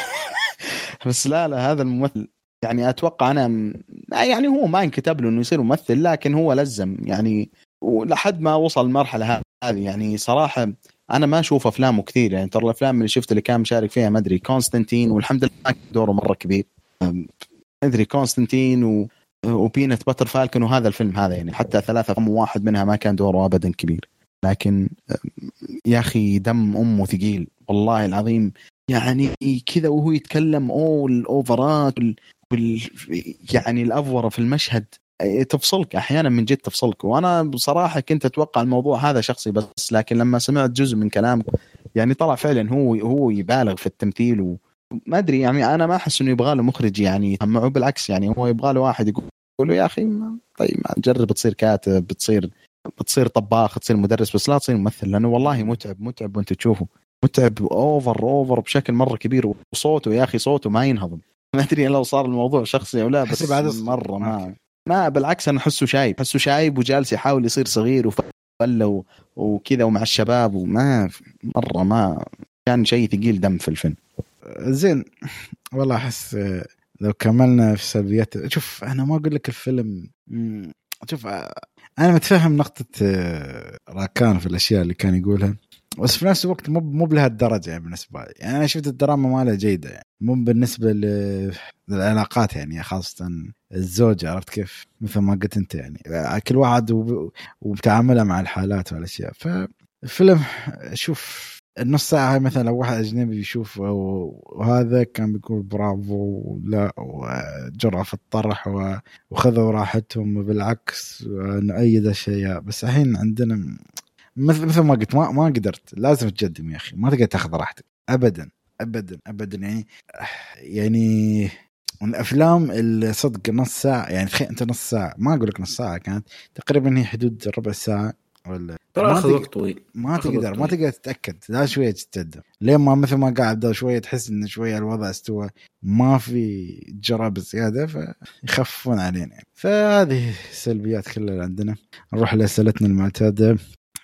بس لا لا هذا الممثل يعني اتوقع انا يعني هو ما انكتب له انه يصير ممثل، لكن هو لزم يعني ولحد ما وصل المرحله هذه. يعني صراحه انا ما اشوف افلامه كثير، يعني ترى الافلام اللي شفت اللي كان مشارك فيها ما ادري كونستانتين، والحمد لله دوره مره كبير ادري كونستانتين و وبينت باتر فالكون وهذا الفيلم هذا، يعني حتى ثلاثة أم واحد منها ما كان دوره أبدا كبير. لكن يا أخي دم أمه ثقيل والله العظيم. يعني كذا وهو يتكلم أو الأوفرات وال يعني الأفورة في المشهد تفصلك أحيانا من جد تفصلك. وأنا بصراحة كنت أتوقع الموضوع هذا شخصي بس، لكن لما سمعت جزء من كلامه يعني طلع فعلا هو هو يبالغ في التمثيل و ما أدري. يعني أنا ما أحس إنه يبغى له مخرج يعني يسمعه، بالعكس يعني هو يبغى له واحد يقول له يا أخي طيب جرب تصير كاتب، بتصير بتصير طباخ، تصير مدرس، بس لا تصير ممثل، لأنه والله متعب متعب وأنت تشوفه متعب أوفر أوفر بشكل مرة كبير. وصوته يا أخي صوته ما ينهضم. ما أدري لو صار الموضوع شخصي أو لا، بس مرة ما ما بالعكس أنا أحسه شايب أحسه شايب وجالس يحاول يصير صغير وفل وكذا ومع الشباب، وما مرة ما كان شيء ثقيل دم في الفيلم. زين والله أحس لو كملنا في سلبيات. شوف أنا ما أقول لك الفيلم شوف أنا متفهم نقطة راكان في الأشياء اللي كان يقولها، بس في نفس الوقت مو مو بهالدرجة يعني بالنسبة لي. يعني أنا شفت الدراما مالها جيدة يعني، مو بالنسبة للعلاقات يعني خاصة الزوجة، عرفت كيف مثل ما قلت أنت يعني كل واحد وبتعاملها مع الحالات والأشياء. فالفيلم شوف النص ساعة هاي مثلا لو واحد أجنبي يشوف وهذا كان بيقول برافو لا وجرأة في الطرح وخذوا راحتهم، بالعكس نؤيد الشيء. بس الحين عندنا مثل مثل ما قلت ما ما قدرت، لازم تقدم يا اخي، ما تقدر تاخذ راحتك ابدا ابدا ابدا. يعني يعني من الافلام اللي صدق نص ساعه، يعني تخيل انت نص ساعه، ما اقول لك نص ساعه، كانت تقريبا هي حدود ربع ساعه ولا ترى اخذ وقت طويل، ما تقدر ما تقدر تتاكد، لا شويه تتقدم لين ما مثل ما قاعد شويه تحس ان شويه الوضع استوى، ما في جراب زياده فيخففون علينا يعني. فهذه سلبيات كلها اللي عندنا. نروح لأسئلتنا المعتاده.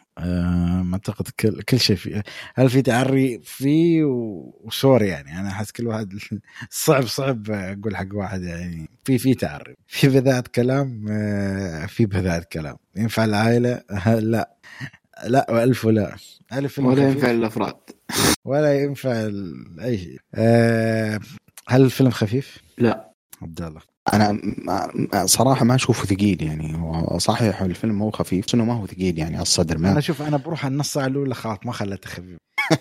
أه ما أعتقد كل كل شيء فيه، هل في تعري فيه وشور يعني؟ أنا أحس كل واحد صعب صعب أقول حق واحد يعني في في تعري، في بذاءة كلام، أه في بذاءة كلام. ينفع العائلة؟ لا لا ألف ولا ألف ولا ينفع الأفراد ولا ينفع أي شيء. أه هل الفيلم خفيف؟ لا عبد الله انا صراحه ما اشوفه ثقيل يعني. هو صحيح الفيلم هو خفيف بس انه ما هو ثقيل يعني على الصدر. ما انا شوف انا بروح النص ساعه الاولى خلاص ما خليته خفيف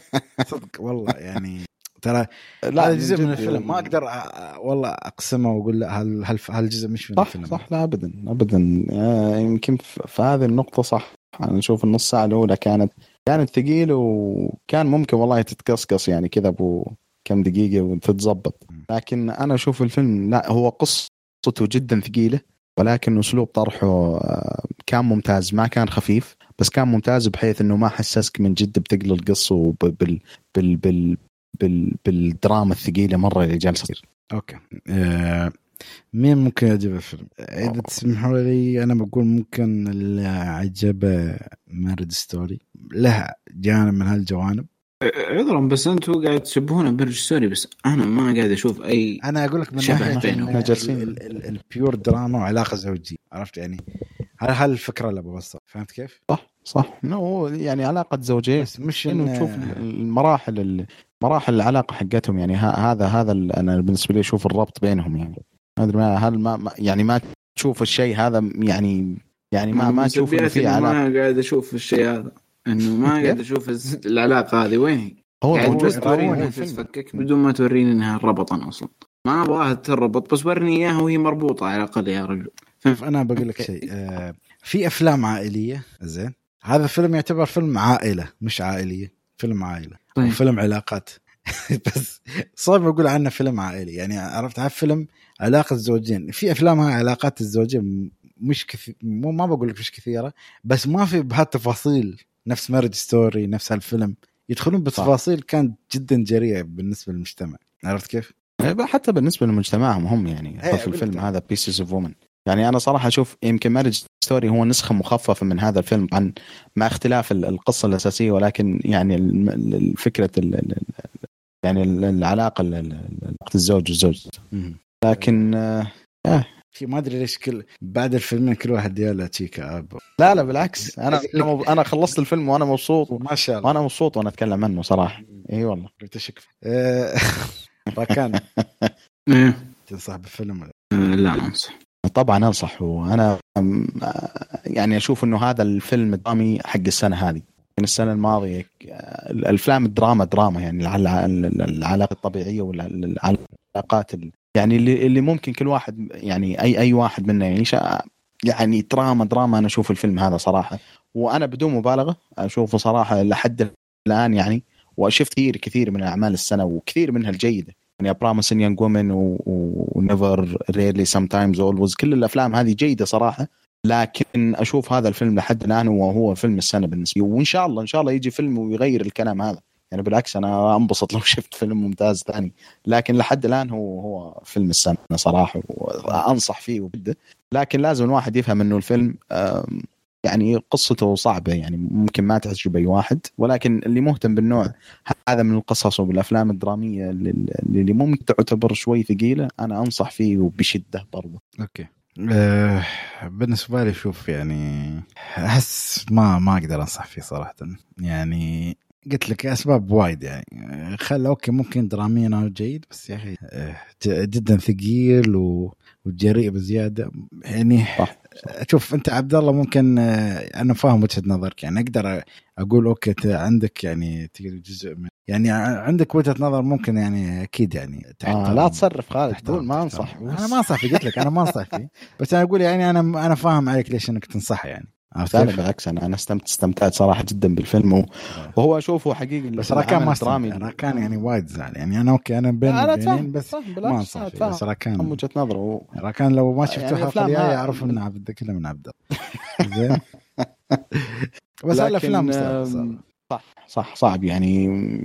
صدق والله يعني. ترى هذا جزء من, من الفيلم ما اقدر أ... والله اقسمه واقول لا هل هل هل جزء مش من صح الفيلم. صح لا ابدا ابدا. آه يمكن في هذه النقطه صح. انا اشوف النص ساعه الاولى كانت كانت ثقيله وكان ممكن والله تتقصقص يعني كذا ابو كم دقيقه وتتضبط. لكن انا اشوف الفيلم لا هو قصته جدا ثقيله ولكن اسلوب طرحه كان ممتاز. ما كان خفيف بس كان ممتاز بحيث انه ما حسسك من جد بتقل القصه وبال بال بال بال بالدراما الثقيله مره اللي جالسه تصير. اوكي آه مين ممكن يعجب الفيلم؟ اذا تسمحوا لي انا بقول ممكن اللي عجبه مارد ستوري، لها جانب من هالجوانب. عذرا بس انتوا قاعد تشبهونه بمارد ستوري بس انا ما قاعد اشوف اي. انا اقول لك من ناحيه البيور دراما وعلاقه زوجيه، عرفت يعني هل هل الفكره اللي بوصل؟ فهمت كيف؟ صح صح نو يعني علاقه زوجيه بس مش انه تشوف المراحل مراحل العلاقه حقتهم يعني. هذا هذا انا بالنسبه لي اشوف الربط بينهم يعني. ما هل ما يعني ما تشوف الشيء هذا يعني يعني ما ما تشوف انه في علاقه. ما قاعد اشوف الشيء هذا انه ما قاعد اشوف العلاقه هذه وين هو قاعد بس توريني تفكك بدون ما توريني انها ربطا اصلا. ما ابغاها تربط بس ورني اياها وهي مربوطه على الاقل يا رجل. انا بقول لك شيء آه في افلام عائليه زين، هذا فيلم يعتبر فيلم عائله مش عائليه، فيلم عائله طيب. فيلم علاقات بس صعب اقول عنه فيلم عائلي يعني. عرفت هذا فيلم علاقه زوجين. في افلام هاي علاقات الزوجين مش كثير، مو ما بقول لك مش كثيره بس ما في بهالتفاصيل نفس مارج ستوري نفس هالفيلم يدخلون بتفاصيل كانت جدا جريئه بالنسبه للمجتمع. عرفت كيف؟ حتى بالنسبه لمجتمعهم هم يعني في الفيلم هذا بيسز اوف وومن يعني. انا صراحه اشوف يمكن مارج ستوري هو نسخه مخففه من هذا الفيلم عن مع اختلاف القصه الاساسيه ولكن يعني الفكره يعني العلاقه علاقه الزوج والزوج. لكن آه في ما ادري ليش كل بعد الفيلم كل واحد يلا تشيكا اب. لا لا بالعكس انا انا خلصت الفيلم وانا مبسوط ما شاء الله وانا مبسوط وانا اتكلم عنه صراحه. اي والله بتشك راكان تنصح بالفيلم؟ لا انصح طبعا انصح. وانا يعني اشوف انه هذا الفيلم الدرامي حق السنه هذه. من السنه الماضيه الافلام الدراما دراما يعني العلاقات الطبيعيه والعلاقات يعني اللي اللي ممكن كل واحد يعني اي اي واحد منا يعيش يعني دراما دراما. انا اشوف الفيلم هذا صراحه وانا بدون مبالغه اشوفه صراحه لحد الان يعني. وشفت كثير كثير من اعمال السنه وكثير منها الجيده يعني Promising Young Women و Never Rarely Sometimes Always كل الافلام هذه جيده صراحه. لكن اشوف هذا الفيلم لحد الان وهو فيلم السنه بالنسبه لي. وان شاء الله ان شاء الله يجي فيلم ويغير الكلام هذا يعني. بالعكس انا انبسط لو شفت فيلم ممتاز ثاني. لكن لحد الان هو هو فيلم السنه صراحه وانصح فيه وبده. لكن لازم الواحد يفهم انه الفيلم يعني قصته صعبه يعني ممكن ما تعجب اي واحد ولكن اللي مهتم بالنوع هذا من القصص وبالافلام الدراميه اللي ممكن تعتبر شوي ثقيله انا انصح فيه وبشده برضه. اوكي أه بالنسبه لي شوف يعني احس ما ما اقدر انصح فيه صراحه يعني. قلت لك اسباب وايد يعني. خل اوكي ممكن دراميا جيد بس يا اخي جدا ثقيل وجريء بزياده يعني. شوف انت عبد الله ممكن انا فاهم وجهه نظرك يعني اقدر اقول اوكي عندك يعني جزء من يعني عندك وجهه نظر ممكن يعني اكيد يعني آه لا تصرف خالد تقول ما انصح. انا ما انصح فيه قلت لك انا ما انصح فيه بس انا اقول يعني انا انا فاهم عليك ليش انك تنصح يعني. لا بالعكس انا انا استمتعت استمتعت صراحه جدا بالفيلم، وهو اشوفه حقيقي بس راكان ما درامي، راكان يعني وايد زعل يعني. انا اوكي انا بين بينين بس ما انصح فيه، بس راكان وجهه نظره راكان لو ما شفتوا يعني الحلقه الجايه يعرف ان عبد كله من عبد زين. بس الافلام صح صح صعب يعني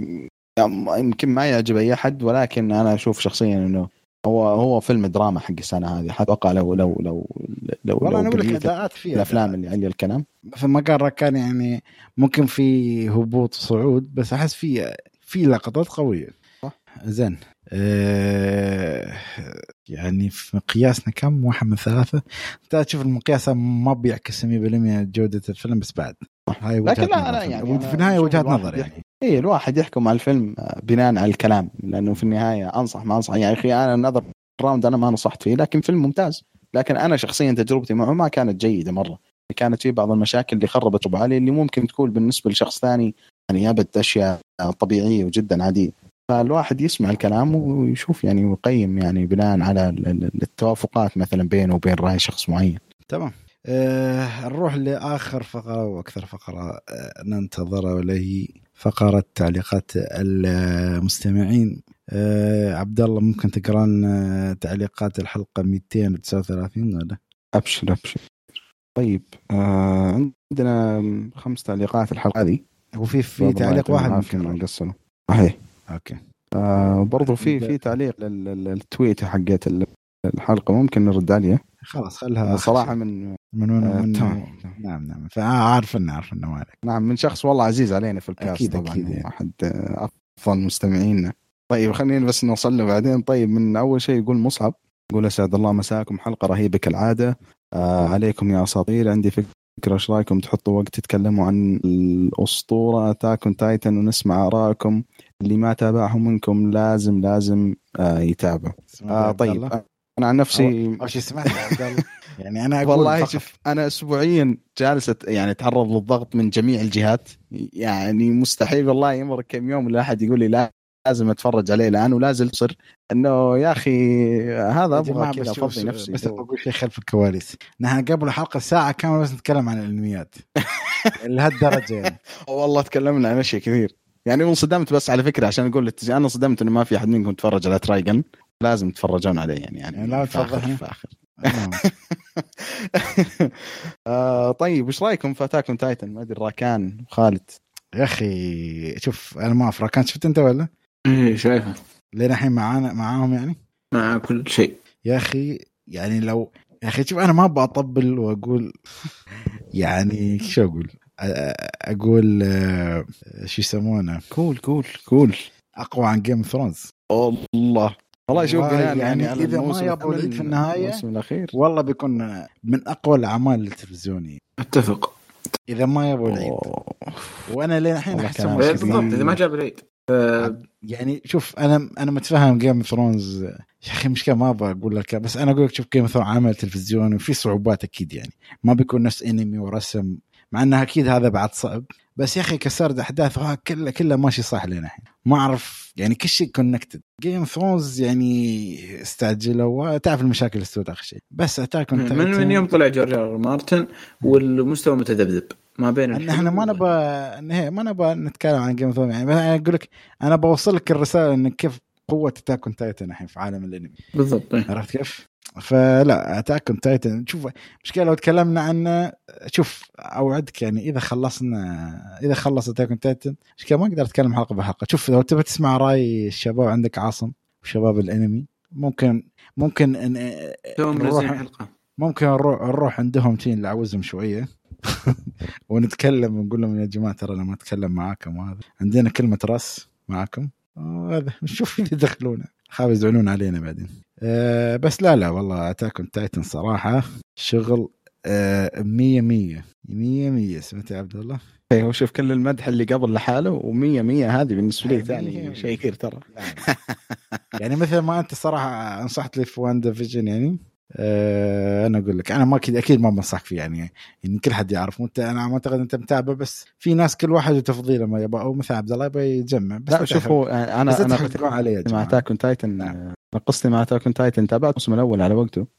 يمكن ما يعجب اي احد، ولكن انا اشوف شخصيا انه هو هو فيلم دراما حق السنه هذه. اتوقع لو لو لو لو والله انا اقول لك اداءات فيه الافلام اللي علي الكلام في مكان راكان يعني ممكن في هبوط صعود، بس احس في في لقطات قويه صح. زين أه يعني في مقياسنا كم واحد من ثلاثه، انت تشوف المقياس ما بيعكس مية بالمية جوده الفيلم، بس بعد هاي لكن لا أنا يعني في النهايه وجهات نظر يعني. اي الواحد يحكم على الفيلم بناء على الكلام، لانه في النهايه انصح ما انصح يا اخي. انا نظر راوند انا ما نصحت فيه، لكن فيلم ممتاز. لكن انا شخصيا تجربتي معه ما كانت جيده مره، كانت فيه بعض المشاكل اللي خربت ابو علي، اللي ممكن تكون بالنسبه لشخص ثاني يعني يبد اشياء طبيعيه وجدا عاديه. فالواحد يسمع الكلام ويشوف يعني ويقيم يعني بناء على التوافقات مثلا بينه وبين راي شخص معين. تمام. أه نروح لاخر فقره واكثر فقره أه ننتظرها، وهي فقره تعليقات المستمعين. أه عبد الله ممكن تقرا لنا تعليقات الحلقه مئتين وتسعة وثلاثين ولا؟ ابشر ابشر. طيب آه عندنا خمس تعليقات الحلقه هذه، وفي في تعليق واحد ممكن نقصله. صحيح اوكي. آه برضو في في تعليق للتويت حقت الحلقه ممكن نرد عليه. خلاص خلها صراحه من من آه من نعم نعم فعارف انه عارف انه مالك. نعم من شخص والله عزيز علينا في الكاست أكيد طبعا أكيد يعني. واحد افضل مستمعينا. طيب خلينا بس نوصل له بعدين. طيب من اول شيء يقول مصعب، يقول اسعد الله مساكم، حلقه رهيبه كالعاده. آه عليكم يا اساطير، عندي فكره ايش رايكم تحطوا وقت تتكلموا عن الاسطوره أتاك أون تايتن ونسمع ارائكم. اللي ما تابعهم منكم لازم لازم آه يتابع. آه طيب انا عن نفسي ايش سمعت يا عبد الله يعني انا اقول والله شوف انا اسبوعيا جالس يعني اتعرض للضغط من جميع الجهات، يعني مستحيل والله يمر كم يوم لا احد يقول لي لا لازم اتفرج عليه الان ولازم اصر انه يا اخي هذا ابغى كذا افضي نفسي. بس اقول شيء خلف الكواليس، نحن قبل الحلقه ساعه كامله بس نتكلم عن الانميات لهالدرجه يعني. والله تكلمنا عن اشياء كثير يعني. انصدمت بس على فكره عشان اقول لك انا صدمت انه ما في احد منكم تفرج على ترايجن، لازم تتفرجون عليه يعني يعني, يعني لا تفضحنا في اخر آه طيب ايش رايكم في أتاك أون تايتن؟ ما ادري راكان وخالد. يا اخي شوف انا ما اعرف راكان شفت انت ولا؟ ايه شايفه لين الحين معانا معاهم يعني مع كل شيء يا اخي. يعني لو يا اخي شوف انا ما ابغى اطبل واقول يعني شو اقول اقول شو يسمونه كول كول كول اقوى عن جيم اوف ثرونز. الله والله شوف يعني, يعني اذا ما يبغوا العيد في النهايه والله بيكون من اقوى الاعمال التلفزيونيه. اتفق اذا ما يبغوا العيد. وانا لين الحين احس بالضبط اذا ما جاب العيد أه يعني شوف انا انا متفهم جيم اوف ثرونز يا اخي مشكله ما ابغى اقول لك، بس انا اقول لك شوف جيم اوف ثرونز عمل تلفزيوني وفي صعوبات اكيد يعني ما بيكون نفس انمي ورسم، مع انه اكيد هذا بعد صعب، بس يا اخي كسرد احداث كله كله ماشي صح لين الحين ما اعرف يعني كل شيء كونكتد. جيم اوف ثرونز يعني استعجلوا وتعرف المشاكل استوت اخر شيء، بس اتاك من, من يوم طلع جورج ار مارتن والمستوى متذبذب ما بين ان احنا ما نبى ما نبى نتكلم عن جيم اوف ثرونز يعني، بس انا اقول لك انا بوصل لك الرساله ان كيف قوه اتاك أون تايتن الحين في عالم الانمي بالضبط. عرفت كيف؟ فلا أتاك أون تايتن شوف مشكلة لو تكلمنا عنه شوف أوعدك يعني إذا خلصنا إذا خلص أتاك أون تايتن مشكلة ما أقدر أتكلم حلقة بحلقة. شوف لو تبي تسمع رأي الشباب عندك عاصم وشباب الأنمي ممكن ممكن نروح ممكن نروح نروح عندهم تين لعوزهم شوية ونتكلم ونقول لهم يا جماعة ترى أنا ما أتكلم معاكم وهذا عندنا كلمة رأس معاكم هذا نشوف اللي يدخلونا خاف يزعلون علينا بعدين. أه بس لا لا والله أتاك أون تايتن صراحة شغل أه مية مية مية مية. سمعت يا عبد الله؟ ايوه شوف كل المدح اللي قبل لحاله ومية مية هذه بالنسبة لي ثاني شيء كثير ترى. يعني مثل ما أنت صراحة أنصحت لي في واندا فيجن يعني أه أنا أقول لك أنا ما أكيد أكيد ما بنصحك فيه يعني يعني كل حد يعرف وأنت أنا ما أعتقد أنت متابع بس في ناس كل واحد وتفضيله ما يبغى أو مثل عبد الله يبغى يجمع بس لا شوفوا أنا أنا كنت عليه مع أتاك أون تايتن قصتي مع أتاك أون تايتن تابعت الموسم الأول على وقته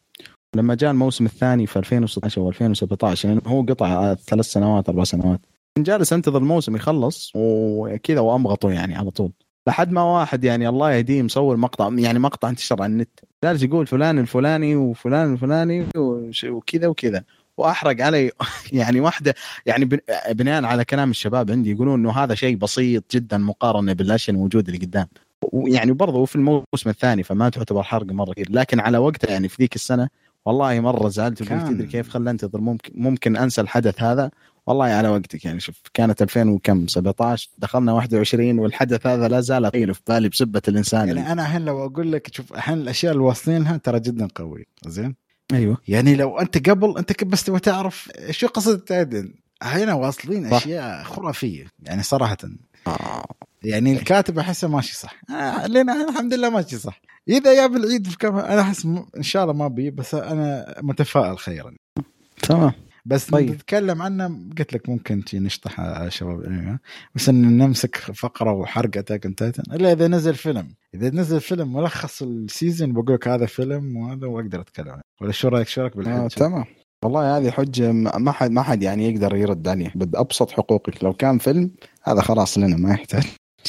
لما جاء الموسم الثاني في ألفين وستة عشر و ألفين وسبعة عشر يعني هو قطع ثلاث سنوات أربع سنوات جالس انتظر الموسم يخلص وكذا وامغطه يعني على طول لحد ما واحد يعني الله يهديه مصور مقطع يعني مقطع انتشر على النت جالس يقول فلان الفلاني وفلان الفلاني وكذا وكذا واحرق علي يعني واحده يعني بناء على كلام الشباب عندي يقولون انه هذا شيء بسيط جدا مقارنه بالاشياء الموجوده اللي قدام ويعني برضه في الموسم الثاني فما تعتبر حرق مره كثير لكن على وقتها يعني في ذيك السنه والله مره زعلت وقلت تدري كيف خلى انتظر ممكن ممكن انسى الحدث هذا والله على وقتك يعني شوف كانت ألفين وكم سبعة عشر دخلنا واحد وعشرين والحدث هذا لا زال طيل في بالي بسبة الإنسان يعني أنا الحين لو أقول لك شوف الحين الأشياء اللي واصلينها ترى جدا قوية زين أيوة يعني لو أنت قبل أنت بس تبغى تعرف شو قصة تايدن هنا واصلين صح. أشياء خرافية يعني صراحة آه. يعني الكاتب أحسه ماشي صح آه لنا الحمد لله ماشي صح إذا يا بالعيد في كم أنا أحس إن شاء الله ما بي بس أنا متفائل خيرا تمام بس طيب. نتكلم عنه قلت لك ممكن تي نشطح شباب يعني بس ان نمسك فقره وحرقه تاكن تايتن الا اذا نزل فيلم اذا نزل فيلم ملخص السيزون بقول لك هذا فيلم وهذا واقدر اتكلم عنه ولا شو رايك شو رايك بالحجه؟ آه، تمام والله هذه حجه ما حد ما حد يعني يقدر يرد عليه بأبسط حقوقك لو كان فيلم هذا خلاص لنا ما يحتاج.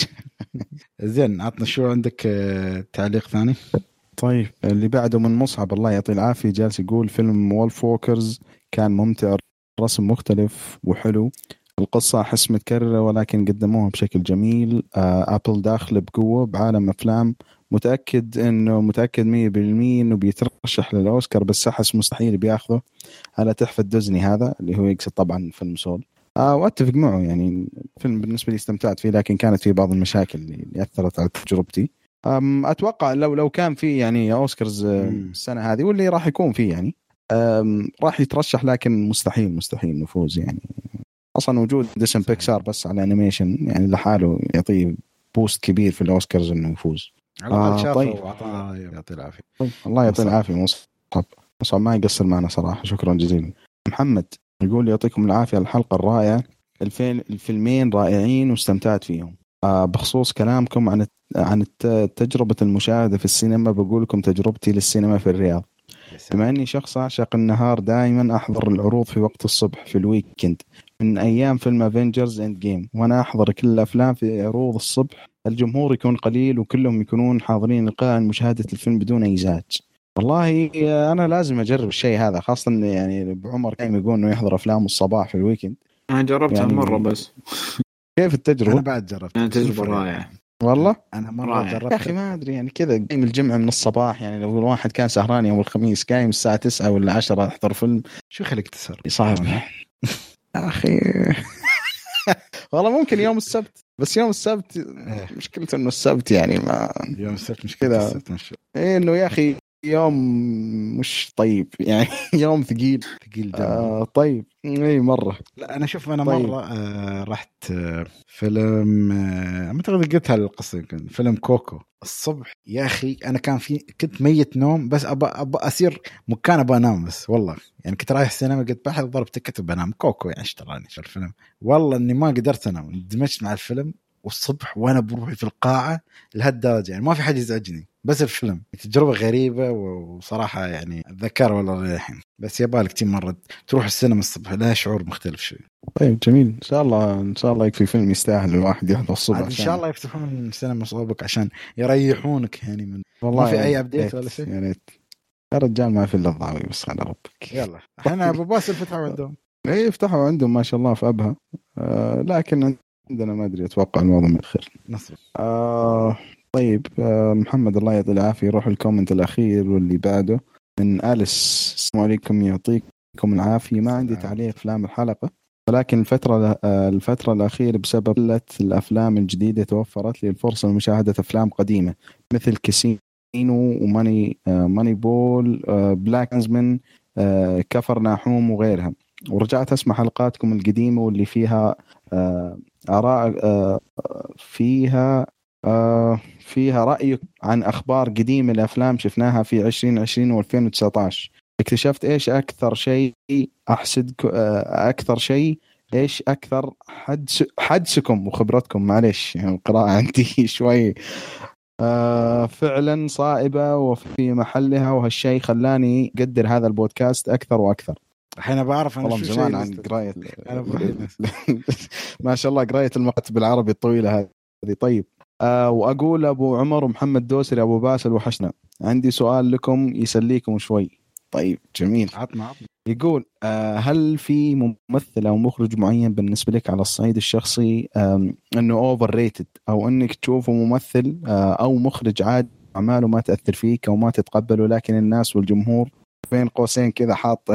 زين عطنا شو عندك تعليق ثاني؟ طيب اللي بعده من مصعب الله يعطيه العافيه جالس يقول فيلم وولف ووكرز كان ممتع الرسم مختلف وحلو القصة أحس متكررة ولكن قدموها بشكل جميل آه، أبل داخل بقوة بعالم أفلام متأكد إنه متأكد مية بالمية إنه بيترشح للأوسكار بس أحس مستحيل بياخذه على تحفة ديزني هذا اللي هو يقصد طبعا فيلم سول آه وأتفق معه يعني الفيلم بالنسبة لي استمتعت فيه لكن كانت فيه بعض المشاكل اللي أثرت على تجربتي أتوقع لو لو كان فيه يعني أوسكارز السنة هذه واللي راح يكون فيه يعني راح يترشح لكن مستحيل مستحيل نفوز يعني اصلا وجود ديسن بيكسار بس على انيميشن يعني لحاله يعطيه بوست كبير في الاوسكارز انه يفوز. آه طيب وعطاه يعطيه العافيه. طيب الله يعطيه العافيه مصعب مصعب ما يقصر معنا صراحه شكرا جزيلا. محمد يقول يعطيكم العافيه الحلقه الرائعه الفين الفيلمين رائعين واستمتعت فيهم. آه بخصوص كلامكم عن عن تجربه المشاهده في السينما بقول لكم تجربتي للسينما في الرياض. بما أني شخص أعشق النهار دائما أحضر العروض في وقت الصبح في الويكند من أيام فيلم أفنجرز إند جيم وأنا أحضر كل الأفلام في عروض الصبح الجمهور يكون قليل وكلهم يكونون حاضرين لقاء مشاهدة الفيلم بدون أي إزعاج. والله أنا لازم أجرب الشيء هذا خاصة يعني بعمر كان يقول إنه يحضر أفلام الصباح في الويكند. أنا جربتها يعني مرة بس. كيف التجربة؟ أنا بعد جربت. أنا تجربة رائعة. والله أنا مرة جربت يا أخي ما أدري يعني كذا قايم الجمعة من الصباح يعني لو الواحد كان سهران يوم الخميس قايم الساعة تسعة ولا عشرة أحضر فيلم شو خليك تسهر صعب يا أخي. والله ممكن يوم السبت بس يوم السبت مشكلته إنه السبت يعني ما يوم السبت مش كذا إيه إنه يا أخي يوم مش طيب يعني يوم ثقيل ثقيل دم. آه طيب اي مره. لا انا شوف انا طيب. مره آه رحت آه فيلم آه ما تقدر قلت هالقصه يمكن فيلم كوكو الصبح يا اخي انا كان في كنت ميت نوم بس ابى ابى اسير مكان ابى انام بس والله يعني كنت رايح السينما قلت بحث ضرب تكت وبنام كوكو يعني اشتراني شو الفيلم والله اني ما قدرت انام اندمجت مع الفيلم والصبح وانا بروحي في القاعه لهالدرجه يعني ما في حد يزعجني بس الفيلم تجربه غريبه وصراحه يعني اتذكر والله الحين بس يبالك تيم مره تروح السينما الصبح لا شعور مختلف شوي. طيب جميل ان شاء الله ان شاء الله يكفي فيلم يستاهل الواحد يحضر الصبح ان شاء الله يفتحون السينما صوبك عشان يريحونك يعني من والله ما في اي ابديت ولا شيء يا ريت يا رجال ما في الا الضاوي بس على ربك يلا احنا ابو باسل فتحوا عندهم اي يفتحوا عندهم ما شاء الله في ابها آه لكن عندنا ما ادري اتوقع الوضع متاخر نصر آه طيب آه محمد الله يعطيه العافيه يروح الكومنت الاخير واللي بعده من أليس. السلام عليكم يعطيكم العافيه ما عندي تعليق افلام الحلقه ولكن الفتره الفتره الاخيره بسبب قله الافلام الجديده توفرت لي الفرصه لمشاهده افلام قديمه مثل كاسينو وماني آه ماني بول آه بلاك كانزمان آه كفر ناحوم وغيرها ورجعت اسمع حلقاتكم القديمه واللي فيها آه آراء آه فيها آه فيها رأيك عن أخبار قديمة الأفلام شفناها في عشرين عشرين وألفين وتسعة عشر. اكتشفت إيش أكثر شيء أحسدك آه أكثر شيء إيش أكثر حدس حدسكم وخبرتكم معلش يعني القراءة عندي شوي آه فعلا صائبة وفي محلها، وهالشيء خلاني أقدر هذا البودكاست أكثر وأكثر. الحين بعرف أنا والله شو زمان شيء عن قراية أنا بحب ما شاء الله قراية المقت بالعربي الطويلة هذه. طيب آه وأقول أبو عمر ومحمد دوسري أبو باسل وحشنا، عندي سؤال لكم يسليكم شوي. طيب جميل. عطنا عطنا. يقول آه هل في ممثل أو مخرج معين بالنسبة لك على الصعيد الشخصي أنه أوفر ريتد، أو أنك تشوفه ممثل آه أو مخرج عادي أعماله ما تأثر فيك أو ما تتقبله، لكن الناس والجمهور بين قوسين كذا حاط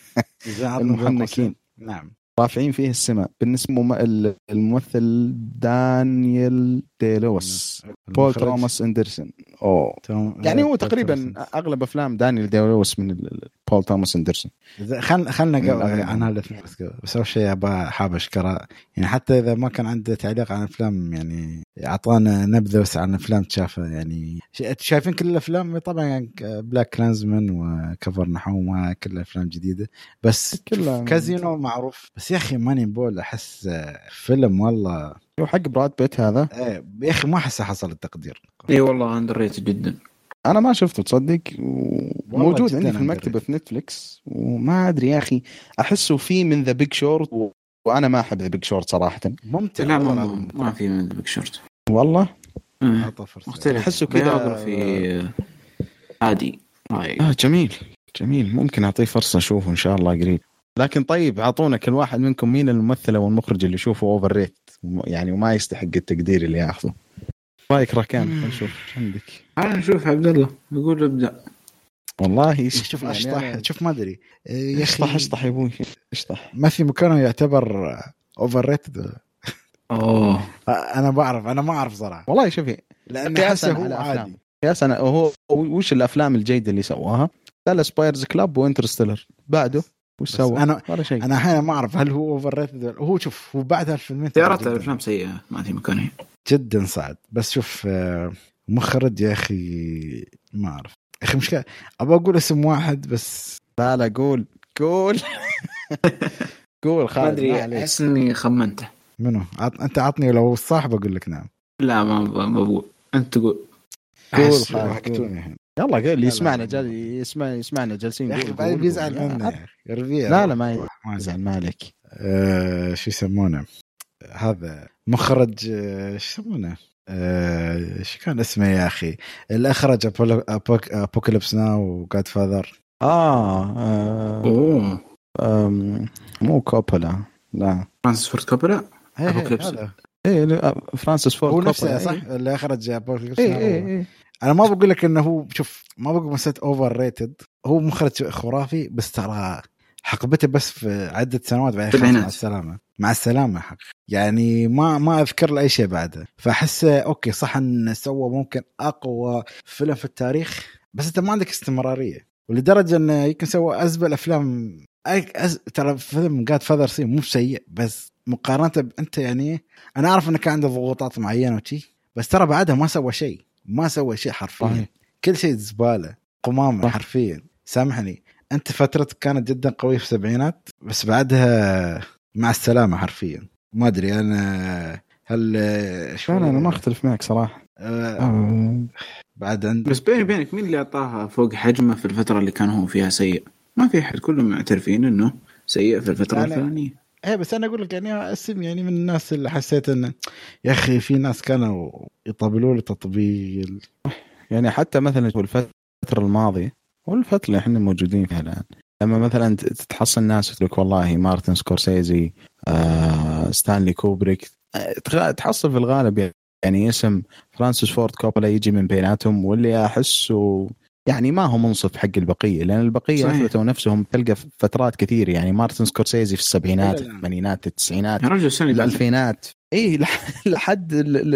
المحنكين نعم رافعين فيه السماء؟ بالنسبة الممثل دانيال دي لويس، بول توماس اندرسون. أوه. يعني هو تقريبا أغلب أفلام دانيال دي لويس من بول توماس اندرسون. خلنا خلنا عن هذا بس بس أول شيء أبغى حاب أشكره، يعني حتى إذا ما كان عنده تعليق عن الأفلام يعني أعطانا نبذة عن أفلام تشافها. يعني شايفين كل الأفلام طبعا، بلاك كلانزمان وكفر نحوم كل الأفلام جديدة، بس كازينو معروف. بس يا أخي ماني بول أحس فيلم والله هو حق براد بيت هذا. ايه يا اخي ما احس حصل التقدير. اي والله اندر ريتد جدا. انا ما شفته تصدق، وموجود عندي في المكتبه في نتفليكس، وما ادري يا اخي احسه فيه من ذا بيج شورت، وانا ما احب ذا بيج شورت صراحه. ممتع. لا ما, ما في من ذا بيج شورت والله. احسه كذا في عادي. اه جميل جميل، ممكن اعطيه فرصه اشوفه ان شاء الله قريب. لكن طيب اعطونا كل واحد منكم مين الممثل او المخرج اللي يشوفه اوفر ريت يعني وما يستحق التقدير اللي ياخذه. رايك ركان؟ نشوف عندك. انا نشوف عبد الله يقول ابدا. والله شوف يعني اشطح شوف ما ادري يا اخي اشطح اشطح يا ابوي اشطح. ما في مكانه يعتبر اوفر ريتد. اوه انا بعرف انا ما اعرف صراحه والله. شوفي لان حاسه هو عادي يا سنة هو وش الافلام الجيده اللي سواها؟ دالاس بايرز كلاب وانترستيلر، بعده وش سوى؟ انا ولا شيء. انا احيانا ما اعرف هل هو اوفر ريتد. هو شوف هو بعد هالفيلمين ترى الافلام سيئه ما في مكانها جدا صعب. بس شوف مخرج يا اخي ما اعرف يا اخي مشكله ابغى اقول اسم واحد بس لا لا قول قول قول خالد. ما ادري احس اني خمنته. منو عط... انت عطني لو الصاحب اقول لك نعم. لا ما ما بقول انت تقول قول خالد. يلا قول اللي يسمعنا جال يسمع يسمعنا جالسين يا اخي بعد بيزعل مني يا اخي ربيع. لا لا ما يزعل مالك. أه شو يسمونه هذا مخرج أه شو يسمونه أه شو كان اسمه يا اخي اللي اخرج أبوك... ابوكاليبس ناو وجاد فاذر. اه اوه أم... مو كوبولا. لا فرانسيس فورد كوبولا. ابوكاليبس ايه فرانسيس فورد هو كوبولا نفسه صح إيه؟ اللي اخرج ابوكاليبس ايه ايه ايه. انا ما بقول لك انه هو شوف ما بقول مسألة اوفر ريتد. هو مخرج خرافي بس ترى حقبته بس في عدة سنوات بعدين مع السلامة مع السلامة حق يعني ما ما اذكر له اي شيء بعده. فاحسه اوكي صح ان سوى ممكن اقوى فيلم في التاريخ بس انت ما عندك استمرارية ولدرجة انه يمكن سوى ازبل افلام. أز... ترى فيلم جاد فاذر سي مو سيء بس مقارنة انت يعني انا اعرف انه كان عنده ضغوطات معينة وشي بس ترى بعدها ما سوى شيء ما سوى شيء حرفيا. طيب. كل شيء زبالة قمامة حرفيا. سامحني انت فترتك كانت جدا قوية في السبعينات بس بعدها مع السلامة حرفيا. ما ادري انا هل شو انا ما اختلف معك صراحة. أه أه بعد عند بس بيني وبينك مين اللي اعطاها فوق حجمه في الفترة اللي كان هو فيها سيء؟ ما في احد كلهم معترفين انه سيء في الفترة الفلانية. ايه بس انا اقول لك يعني اسم يعني من الناس اللي حسيت انه يا اخي في ناس كانوا يطبلوا له تطبيل يعني حتى مثلا في الفتره الماضيه والفتره اللي احنا موجودين فيها الان لما مثلا تتحصل ناس تقول لك والله مارتن سكورسيزي آه ستانلي كوبريك تحصل في الغالب يعني اسم فرانسيس فورد كوبولا يجي من بيناتهم واللي احسه يعني ما هو منصف حق البقية لأن البقية أثبتوا نفسهم تلقى فترات كثير يعني مارتن سكورسيزي في السبعينات الثمانينات التسعينات الألفينات إيه لحد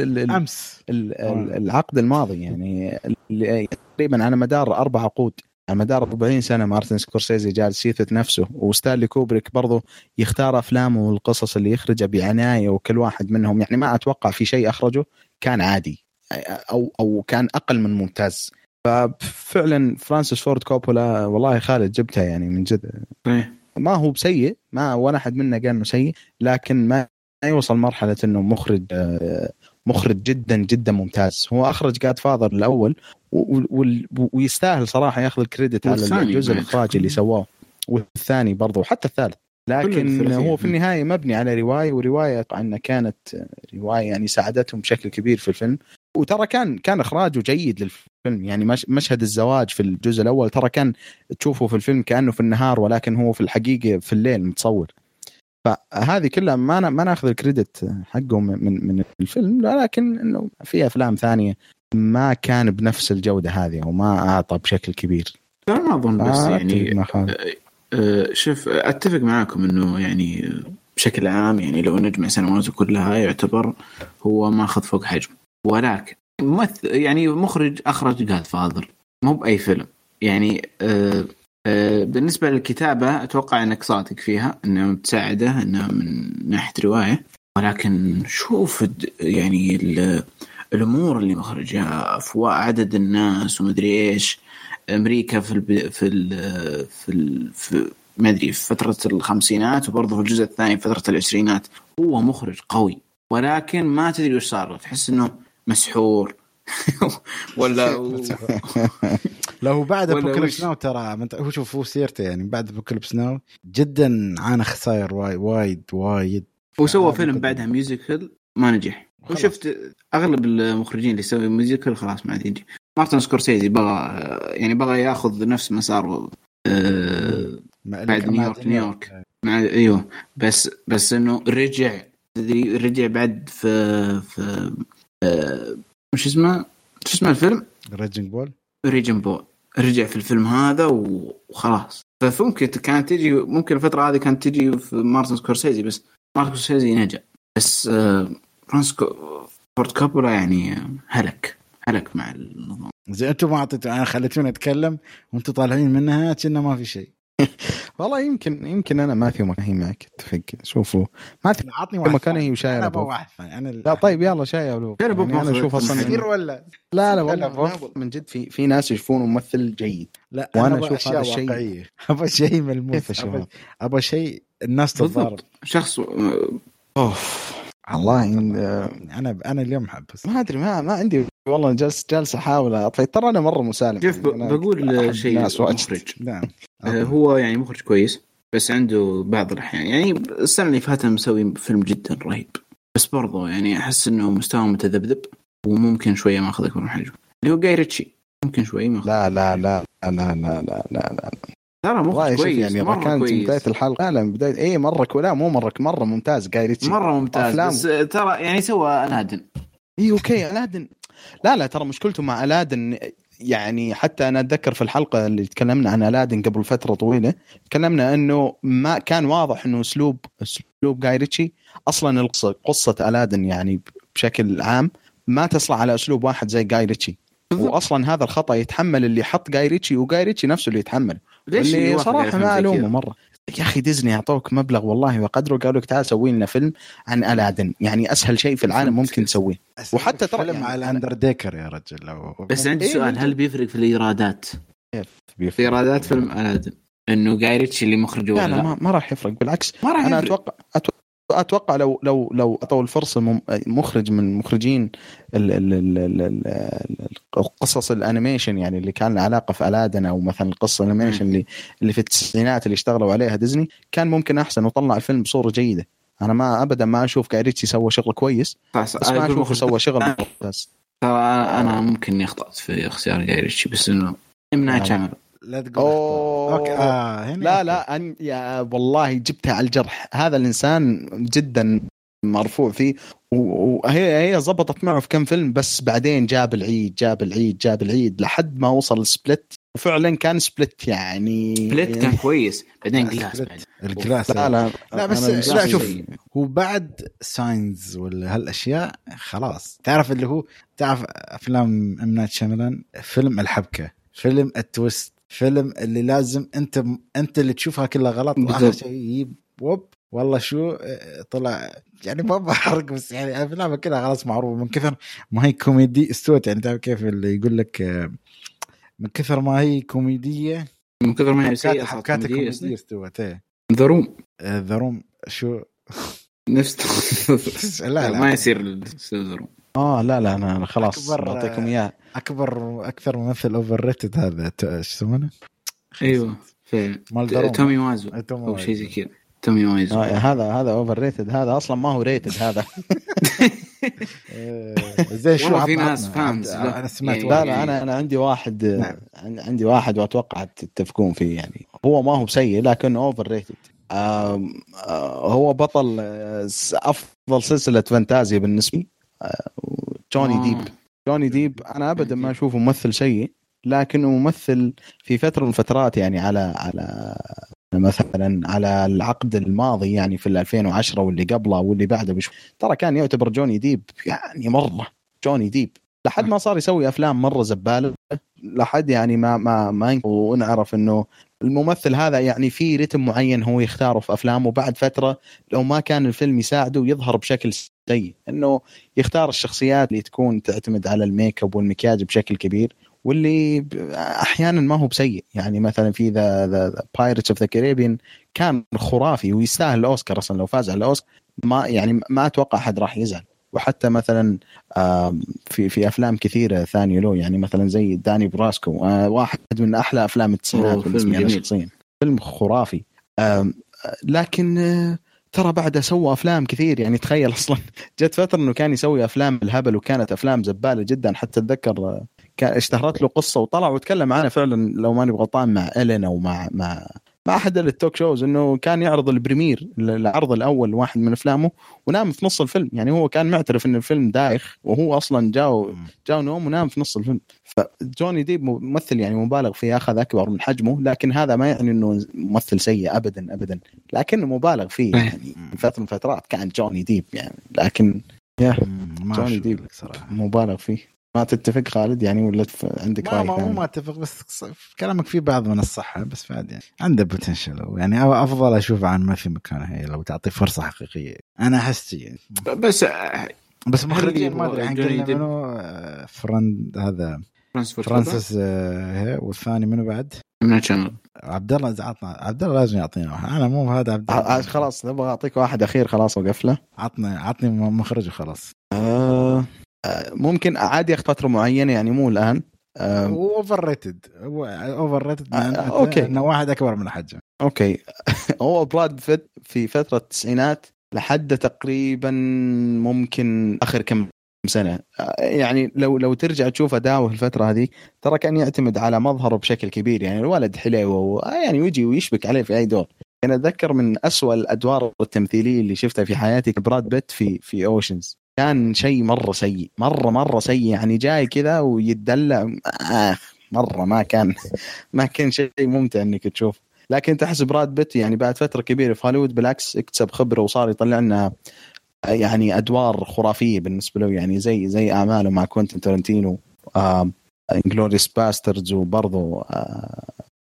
أمس العقد الماضي يعني تقريبا على مدار أربع عقود على مدار أربعين سنة مارتن سكورسيزي جالس يثبت نفسه وستانلي كوبريك برضو يختار أفلامه والقصص اللي يخرجها بعناية وكل واحد منهم يعني ما أتوقع في شيء أخرجه كان عادي أو أو كان أقل من ممتاز. ففعلا فرانسيس فورد كوبولا والله خالد جبتها يعني من جد ما هو بسيء ما ولا أحد منا قال إنه سيء لكن ما يوصل مرحلة إنه مخرج مخرج جدا جدا ممتاز. هو أخرج جاد فاذر الأول و... و... ويستاهل صراحة ياخذ الكريدت على الجزء الإخراجي اللي سواه، والثاني برضه وحتى الثالث. لكن هو في النهاية مبني على رواية، ورواية عنها كانت رواية يعني ساعدتهم بشكل كبير في الفيلم. وترى كان كان إخراجه جيد للفيلم، يعني مشهد الزواج في الجزء الأول ترى كان تشوفه في الفيلم كأنه في النهار، ولكن هو في الحقيقة في الليل متصور. فهذه كلها ما ما ناخذ الكريدت حقه من من الفيلم، لكن إنه في أفلام ثانية ما كان بنفس الجودة هذه وما أعطى بشكل كبير. ما أظن بس يعني أه شوف أتفق معاكم إنه يعني بشكل عام يعني لو نجمع سنواته كلها يعتبر هو ما أخذ فوق حجم، ولكن ممثل يعني مخرج أخرج جاد فاذر مو بأي فيلم يعني. أه أه بالنسبة للكتابة أتوقع أنك صادق فيها أنها متساعدة أنها من ناحية رواية، ولكن شوف يعني الأمور اللي مخرجها، أفواه عدد الناس ومدري إيش، أمريكا في ال في ال في, ال في ما أدري في فترة الخمسينات، وبرضه في الجزء الثاني في فترة العشرينات. هو مخرج قوي، ولكن ما تدري وش صار، تحس إنه مسحور ولا لو بعد بوكاليبس ناو ترى هو شوف هو سيرته يعني بعد بوكاليبس ناو جدا عانى خسائر وايد وايد وايد. وسوى فيلم بعدها ميوزيكال ما نجح. وشفت أغلب المخرجين اللي يسوي ميوزيكال خلاص ما عاد ينجح. مارتن سكورسيزي بغى يعني بغى ياخذ نفس مسار أه بعد نيويورك نيويورك مع ايوه بس بس انه رجع رجع بعد في في أه مش اسمه شو اسمه الفيلم ريجنج بول ريجن بول رجع في الفيلم هذا وخلاص. فممكن كانت تجي ممكن الفترة هذه كانت تجي في مارتن سكورسيزي، بس مارتن سكورسيزي نجا، بس أه فرانسكو فورد كابولا يعني هلك هلك مع النظام. زي انتم ما اعطيتوا انا خليتوني اتكلم وانتم طالعين منها كأنه ما في شيء. والله يمكن يمكن انا ما في مكان معك اتفق. شوفوا ما في عطني مكانه وشاي انا واحد انا لا طيب يلا شاي يا ولو يعني انا اشوف اصلا ولا لا لا والله من جد في في ناس يشوفونه ممثل جيد، لا وانا اشوف هذا الشيء ابغى شيء ملموس، ابغى شيء الناس تتضارب شخص اوف والله إن... انا انا اليوم حب بس ما ادري ما ما عندي والله جالس جالس احاول اطفي. ترى انا مره مسالم. شوف بقول شيء مخرج نعم هو يعني مخرج كويس، بس عنده بعض الأحيان يعني السنة اللي فاتت مسوي فيلم جدا رهيب، بس برضه يعني أحس إنه مستوى متذبذب وممكن شوية ما أخذ أكبر من حجمه، اللي هو جاي ريتشي ممكن شوية ما أخذ. لا لا لا لا لا لا لا لا ترى مخرج كويس يعني مرة كانت كويس. بداية الحلقة لا لا بداية إيه مرة كولا مو مرة مرة ممتاز جاي ريتشي مرة ممتاز أفلام. بس ترى يعني سوى ألادن إيه أوكي ألادن لا لا ترى مشكلته مع ألادن يعني حتى أنا أتذكر في الحلقة اللي تكلمنا عن ألادن قبل فترة طويلة تكلمنا إنه ما كان واضح إنه أسلوب أسلوب جاي ريتشي أصلاً القصة قصة ألادن يعني بشكل عام ما تصلح على أسلوب واحد زي جاي ريتشي، وأصلاً هذا الخطأ يتحمل اللي حط جاي ريتشي وجاي ريتشي نفسه اللي يتحمل. اللي صراحة ما ألومه مرة يا أخي ديزني أعطوك مبلغ والله وقدره قالوا لك تعال سوي لنا فيلم عن ألادن، يعني أسهل شيء في العالم ممكن تسويه. وحتى ترى يعني مع الأندرديكر يا رجل لو بس عندي إيه سؤال هل بيفرق في الإيرادات؟ في إيرادات فيلم ألادن إنه جاي ريتشي اللي مخرجه لا ولا لا ما, ما راح يفرق بالعكس. أنا أتوقع أتوقع أتوقع لو لو لو أعطوا الفرصة مخرج من مخرجين القصص الأنيميشن يعني اللي كان له علاقة في ألادن أو مثلا القصة الأنيميشن اللي اللي في التسعينات اللي اشتغلوا عليها ديزني كان ممكن أحسن وطلع الفيلم بصورة جيدة. أنا ما أبدا ما أشوف جاي ريتشي سوى شغل كويس بس ما أشوفه سوى شغل ممتاز. ترى أنا ممكن أخطأت في اختيار جاي ريتشي بس إنه إمنا كامل لا تقول أوكي آه هنا لا لا أن يا والله جبتها على الجرح. هذا الإنسان جدا مرفوع فيه وهي هي زبطت معه في كم فيلم، بس بعدين جاب العيد جاب العيد جاب العيد لحد ما وصل السبلت، وفعلا كان سبلت يعني سبلت كان كويس. بعدين جلاس الجلاس لا لا لا بس لا شوف هو بعد ساينز ولا هالأشياء خلاص تعرف اللي هو تعرف أفلام إم نايت شاميلان فيلم الحبكة فيلم التويست فيلم اللي لازم انت انت اللي تشوفها كلها غلط واخر شيء يجيب وب والله شو طلع يعني ما بحرق بس يعني افلام كلها خلاص معروفه من كثر ما هي كوميدي استوت يعني تعرف كيف اللي يقول لك من كثر ما هي كوميديه من كثر ما هي سيئه حبكات كوميديه استوت ذروم ذروم شو نفس لا, لا ما يصير ذروم اه لا لا انا خلاص أكبر- بعطيكم اياه. اكبر واكثر ممثل اوفر ريتد هذا ت- ايش يسمونه؟ ايوه في مال دروما. تومي وازو آه، تومي او شيء زي وازو. كذا. تومي وازو آه هذا هذا اوفر ريتد، هذا اصلا ما هو ريتد هذا. آه، زي شو والله في عطنا- ناس عطنا- فانز عطنا- له. انا سمعت يعني- لا واحد. لا انا انا عندي واحد نعم. عن- عندي واحد واتوقع تتفقون فيه، يعني هو ما هو سيء لكن اوفر ريتد. هو بطل آه، س- افضل سلسله فانتازيا بالنسبه لي، آه، جوني آه. ديب. جوني ديب انا ابدا ما اشوفه ممثل سيء، لكنه ممثل في فتره من الفترات يعني على على مثلا على العقد الماضي يعني في ألفين وعشرة واللي قبله واللي بعده بشو، ترى كان يعتبر جوني ديب يعني مره جوني ديب، لحد ما صار يسوي افلام مره زباله، لحد يعني ما ما ما ونعرف انه الممثل هذا يعني في رتم معين هو يختاره في افلامه، بعد فتره لو ما كان الفيلم يساعده يظهر بشكل سيء، انه يختار الشخصيات اللي تكون تعتمد على الميك اب والمكياج بشكل كبير، واللي احيانا ما هو بسيء. يعني مثلا في ذا ذا بايرتس اوف ذا كاريبيان كان خرافي ويستاهل الاوسكار اصلا، لو فاز على الاوسكار ما يعني ما اتوقع حد راح يزعل. وحتى مثلا في في افلام كثيره ثانيه له، يعني مثلا زي داني براسكو، واحد من احلى افلام التسعينات بالنسبه لي شخصيا، فيلم خرافي. لكن ترى بعد سوى افلام كثير، يعني تخيل اصلا جت فتره انه كان يسوي افلام بالهبل وكانت افلام زباله جدا، حتى اتذكر كان اشتهرت له قصه وطلع وتكلم عنها فعلا لو ماني غلطان مع إلين او مع مع مع احد التوك شوز، انه كان يعرض البريمير العرض الاول واحد من افلامه ونام في نص الفيلم. يعني هو كان معترف ان الفيلم دايخ وهو اصلا جاو جاو نوم ونام في نص الفيلم. فجوني ديب ممثل يعني مبالغ فيه، اخذ اكبر من حجمه، لكن هذا ما يعني انه ممثل سيء ابدا ابدا، لكنه مبالغ فيه. يعني فتره من فترات كان جوني ديب يعني، لكن يا جوني ديب صراحه مبالغ فيه. ما تتفق خالد يعني ولا عندك راي ثاني؟ ما ما اتفق، بس كلامك فيه بعض من الصحة، بس بعد يعني عنده بوتنشل، يعني افضل اشوف عن ما في مكانه هي لو تعطي فرصة حقيقية. انا احس يعني بس بس مخرجين ما ادري حنقلنا منو فرند هذا فرانسيس هي، والثاني منو بعد من شانل عبد الله. عطنا عبد الله لازم يعطينا واحد. انا مو هذا عبد الله. خلاص نبغى اعطيك واحد اخير خلاص وقفله. عطنا عطني مخرج وخلاص. آه ممكن عادي ياخذ فتره معينه يعني مو الان. هو اوفر ريتد، هو اوفر ريتد آه اوكي انه واحد اكبر من حجمه. اوكي هو براد بيت في فتره التسعينات لحد تقريبا ممكن اخر كم سنه، يعني لو لو ترجع تشوف اداؤه الفتره هذه ترى كان يعتمد على مظهره بشكل كبير. يعني الولد حلو يعني يجي ويشبك عليه في اي دور. انا اتذكر من أسوأ الادوار التمثيليه اللي شفتها في حياتي براد بيت في في اوشنز، كان شيء مره سيء مره مره سيء. يعني جاي كذا ويتدلع آه مره ما كان ما كان شيء ممتع انك تشوف. لكن تحس براد بيت يعني بعد فتره كبيره في هوليوود بالعكس اكتسب خبره وصار يطلع لنا يعني ادوار خرافيه بالنسبه له، يعني زي زي اعماله مع كوينتين تارانتينو، آه انجلوريوس باستردز، وبرضه آه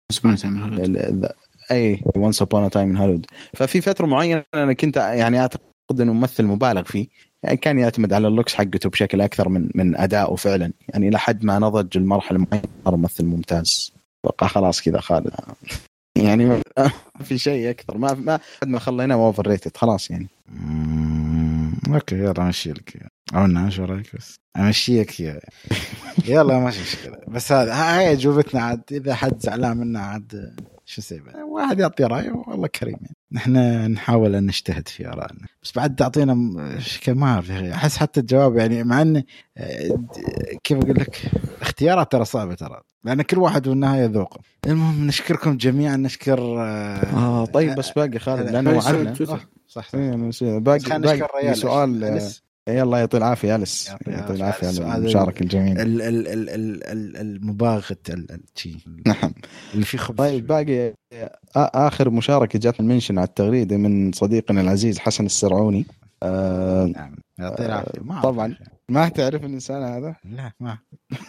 اي وانس ابون ا تايم ان هوليوود. ففي فتره معينه انا كنت يعني اعتقد انه ممثل مبالغ فيه، يعني كان يعتمد على اللوكس حقته بشكل اكثر من من ادائه فعلا، يعني لحد ما نضج المرحله معينه صار ممثل ممتاز. بقى خلاص كذا خالد يعني في شيء اكثر ما ما حد ما خلينا اوفر ريتد خلاص يعني. اوكي يلا امشي لك او انا شو رايك؟ بس امشيك يا يلا ماشي مشكله. بس هذا هاي اجوبتنا عاد، اذا حد زعلان منا عاد شو سيبه، واحد يعطي رايه والله كريم. يعني نحن نحاول ان نجتهد في ارائنا، بس بعد تعطينا ما اعرف احس حتى الجواب يعني، مع ان كيف اقول لك اختيارات ترى صعبه ترى، لان كل واحد والنهايه ذوقه. المهم نشكركم جميعا. نشكر اه طيب بس باقي خالد لانه وعدنا صح باقي باقي سؤال. يلا يعطي العافيه أليس، يعطي العافيه على المشاركه الجميله. ال ال ال ال المباغت الشيء نعم اللي في خبز. طيب باقي اخر مشاركه جات المنشن على التغريده من صديقنا العزيز حسن السرعوني. آه نعم يعطي العافيه. طبعا ما تعرف الانسان هذا؟ لا ما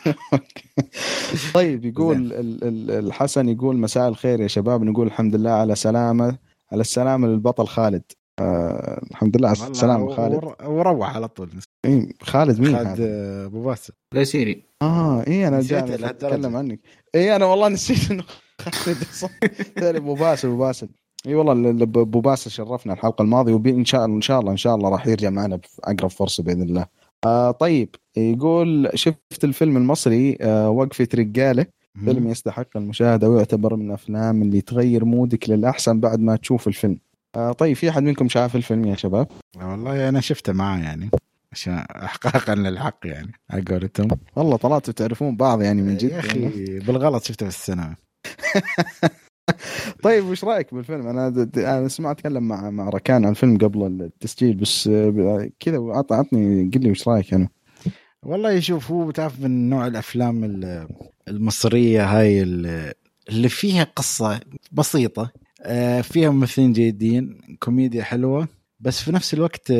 طيب يقول الحسن يقول مساء الخير يا شباب، نقول الحمد لله على سلامه على السلامه للبطل خالد. آه الحمد لله على السلامه خالد. وروح على طول. إيه خالد مين؟ خالد ابو باسل. لا سيري. اه ايه انا جاي اتكلم عنك. ايه انا والله نسيت انه خالد ابو باسل. ابو باسل اي والله ابو باسل شرفنا الحلقه الماضيه، وان شاء الله ان شاء الله ان شاء الله راح يرجع معنا في اقرب فرصه باذن الله. آه طيب يقول شفت الفيلم المصري آه وقفة رجالة، فيلم يستحق المشاهدة ويعتبر من الأفلام اللي تغير مودك للأحسن بعد ما تشوف الفيلم. آه طيب في أحد منكم شاف الفيلم يا شباب؟ والله أنا شفته معاه يعني عشان إحقاقا للحق يعني أقولتهم. والله طلعتوا تعرفون بعض يعني من جد يا أخي بالغلط شفته في السينما. طيب وش رايك بالفيلم؟ انا انا سمعت اتكلم مع مع ركان عن الفيلم قبل التسجيل بس كذا عطني قل لي وش رايك انا. والله يشوف هو بتعرف من نوع الافلام المصريه هاي اللي فيها قصه بسيطه، فيها ممثلين جيدين، كوميديا حلوه، بس في نفس الوقت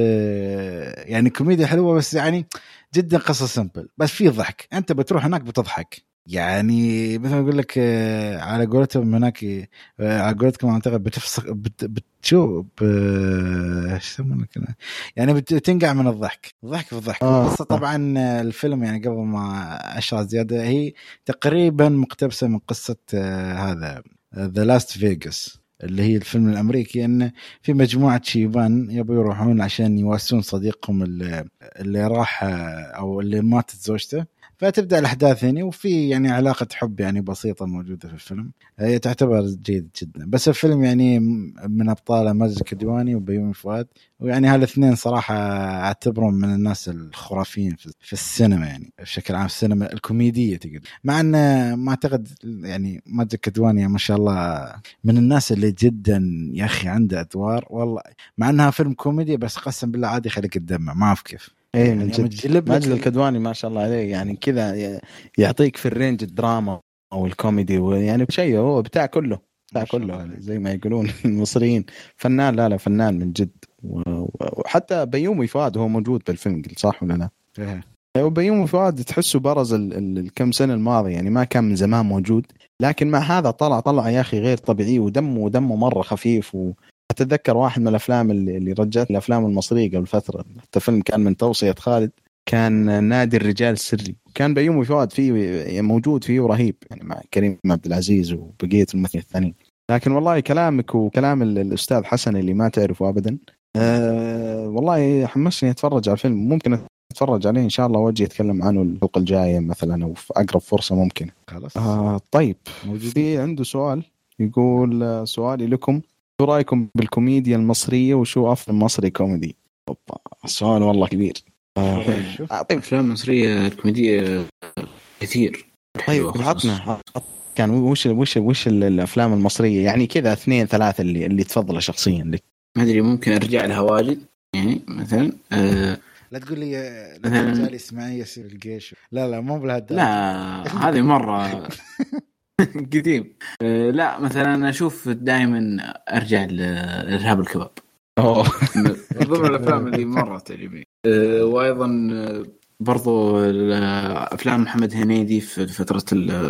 يعني كوميديا حلوه بس يعني جدا قصه سمبل بس في ضحك، انت بتروح هناك بتضحك. يعني مثلا اقول لك على قولتهم هناك، على قولتكم اعتقد بتفسخ بت بتشوف ايش يسمونه كذا، يعني بتنقع من الضحك، الضحك في الضحك. آه. القصه طبعا الفيلم يعني قبل ما اشرح زياده هي تقريبا مقتبسه من قصه هذا ذا لاست فيغاس اللي هي الفيلم الامريكي، ان في مجموعه شيبان يبغوا يروحون عشان يواسون صديقهم اللي, اللي راح او اللي ماتت زوجته، فتبدأ الأحداث هنا وفي يعني علاقة حب يعني بسيطة موجودة في الفيلم، هي تعتبر جيد جدا. بس الفيلم يعني من أبطاله ماجد الكدواني وبيومي فؤاد، ويعني هالاثنين صراحة أعتبرهم من الناس الخرافيين في السينما يعني بشكل عام، السينما الكوميدية تقول، مع أن ما أعتقد يعني ماجد الكدواني ما شاء الله من الناس اللي جدا يا أخي عنده أدوار والله، مع أنها فيلم كوميدي بس قسم بالله عادي خليك تدمع، ما أعرف كيف. ايه من جد ماجد الكدواني ما شاء الله عليه يعني كذا يعطيك في الرينج الدراما او الكوميدي، ويعني شيء هو بتاع كله بتاع كله زي ما يقولون المصريين. فنان، لا لا فنان من جد. وحتى بيومي فؤاد هو موجود بالفيلم، صح ولا لا؟ ايه بيومي فؤاد تحسه برز الكم سنة الماضية يعني، ما كان من زمان موجود، لكن مع هذا طلع طلع يا أخي غير طبيعي، ودمه ودمه مرة خفيف. و أتذكر واحد من الأفلام اللي, اللي رجعت الأفلام المصرية قبل فترة، حتى فيلم كان من توصية خالد، كان نادي الرجال السري، كان بيومي فؤاد فيه موجود فيه ورهيب يعني مع كريم عبد العزيز وبقية الممثلين الثانيين. لكن والله كلامك وكلام الأستاذ حسن اللي ما تعرفه أبدا أه والله حمسني أتفرج على الفيلم، ممكن أتفرج عليه إن شاء الله وأجي أتكلم عنه الحلقة الجاية مثلا أو في أقرب فرصة ممكن. خلاص آه طيب في عنده سؤال يقول سؤالي لكم، شو رأيكم بالكوميديا المصرية وشو أفضل مصري كوميدي؟ السؤال والله كبير. آه طيب أفلام مصرية كوميدية كثير. طيب عطنا كان وش وش وش الأفلام المصرية يعني كذا اثنين ثلاثة اللي اللي تفضل شخصيا لك؟ ما أدري ممكن أرجع لها واجد يعني مثلا آه لا تقول لي لا تقول لي اسمعي يصير الجيش، لا لا مو بهالدرجة، لا هذه مرة قديم. أه لا مثلا أنا أشوف دائما أرجع لإرهاب الكباب، أوه ضمن الأفلام اللي مرة تعجبني. أه وأيضا برضو أفلام محمد هنيدي في فترة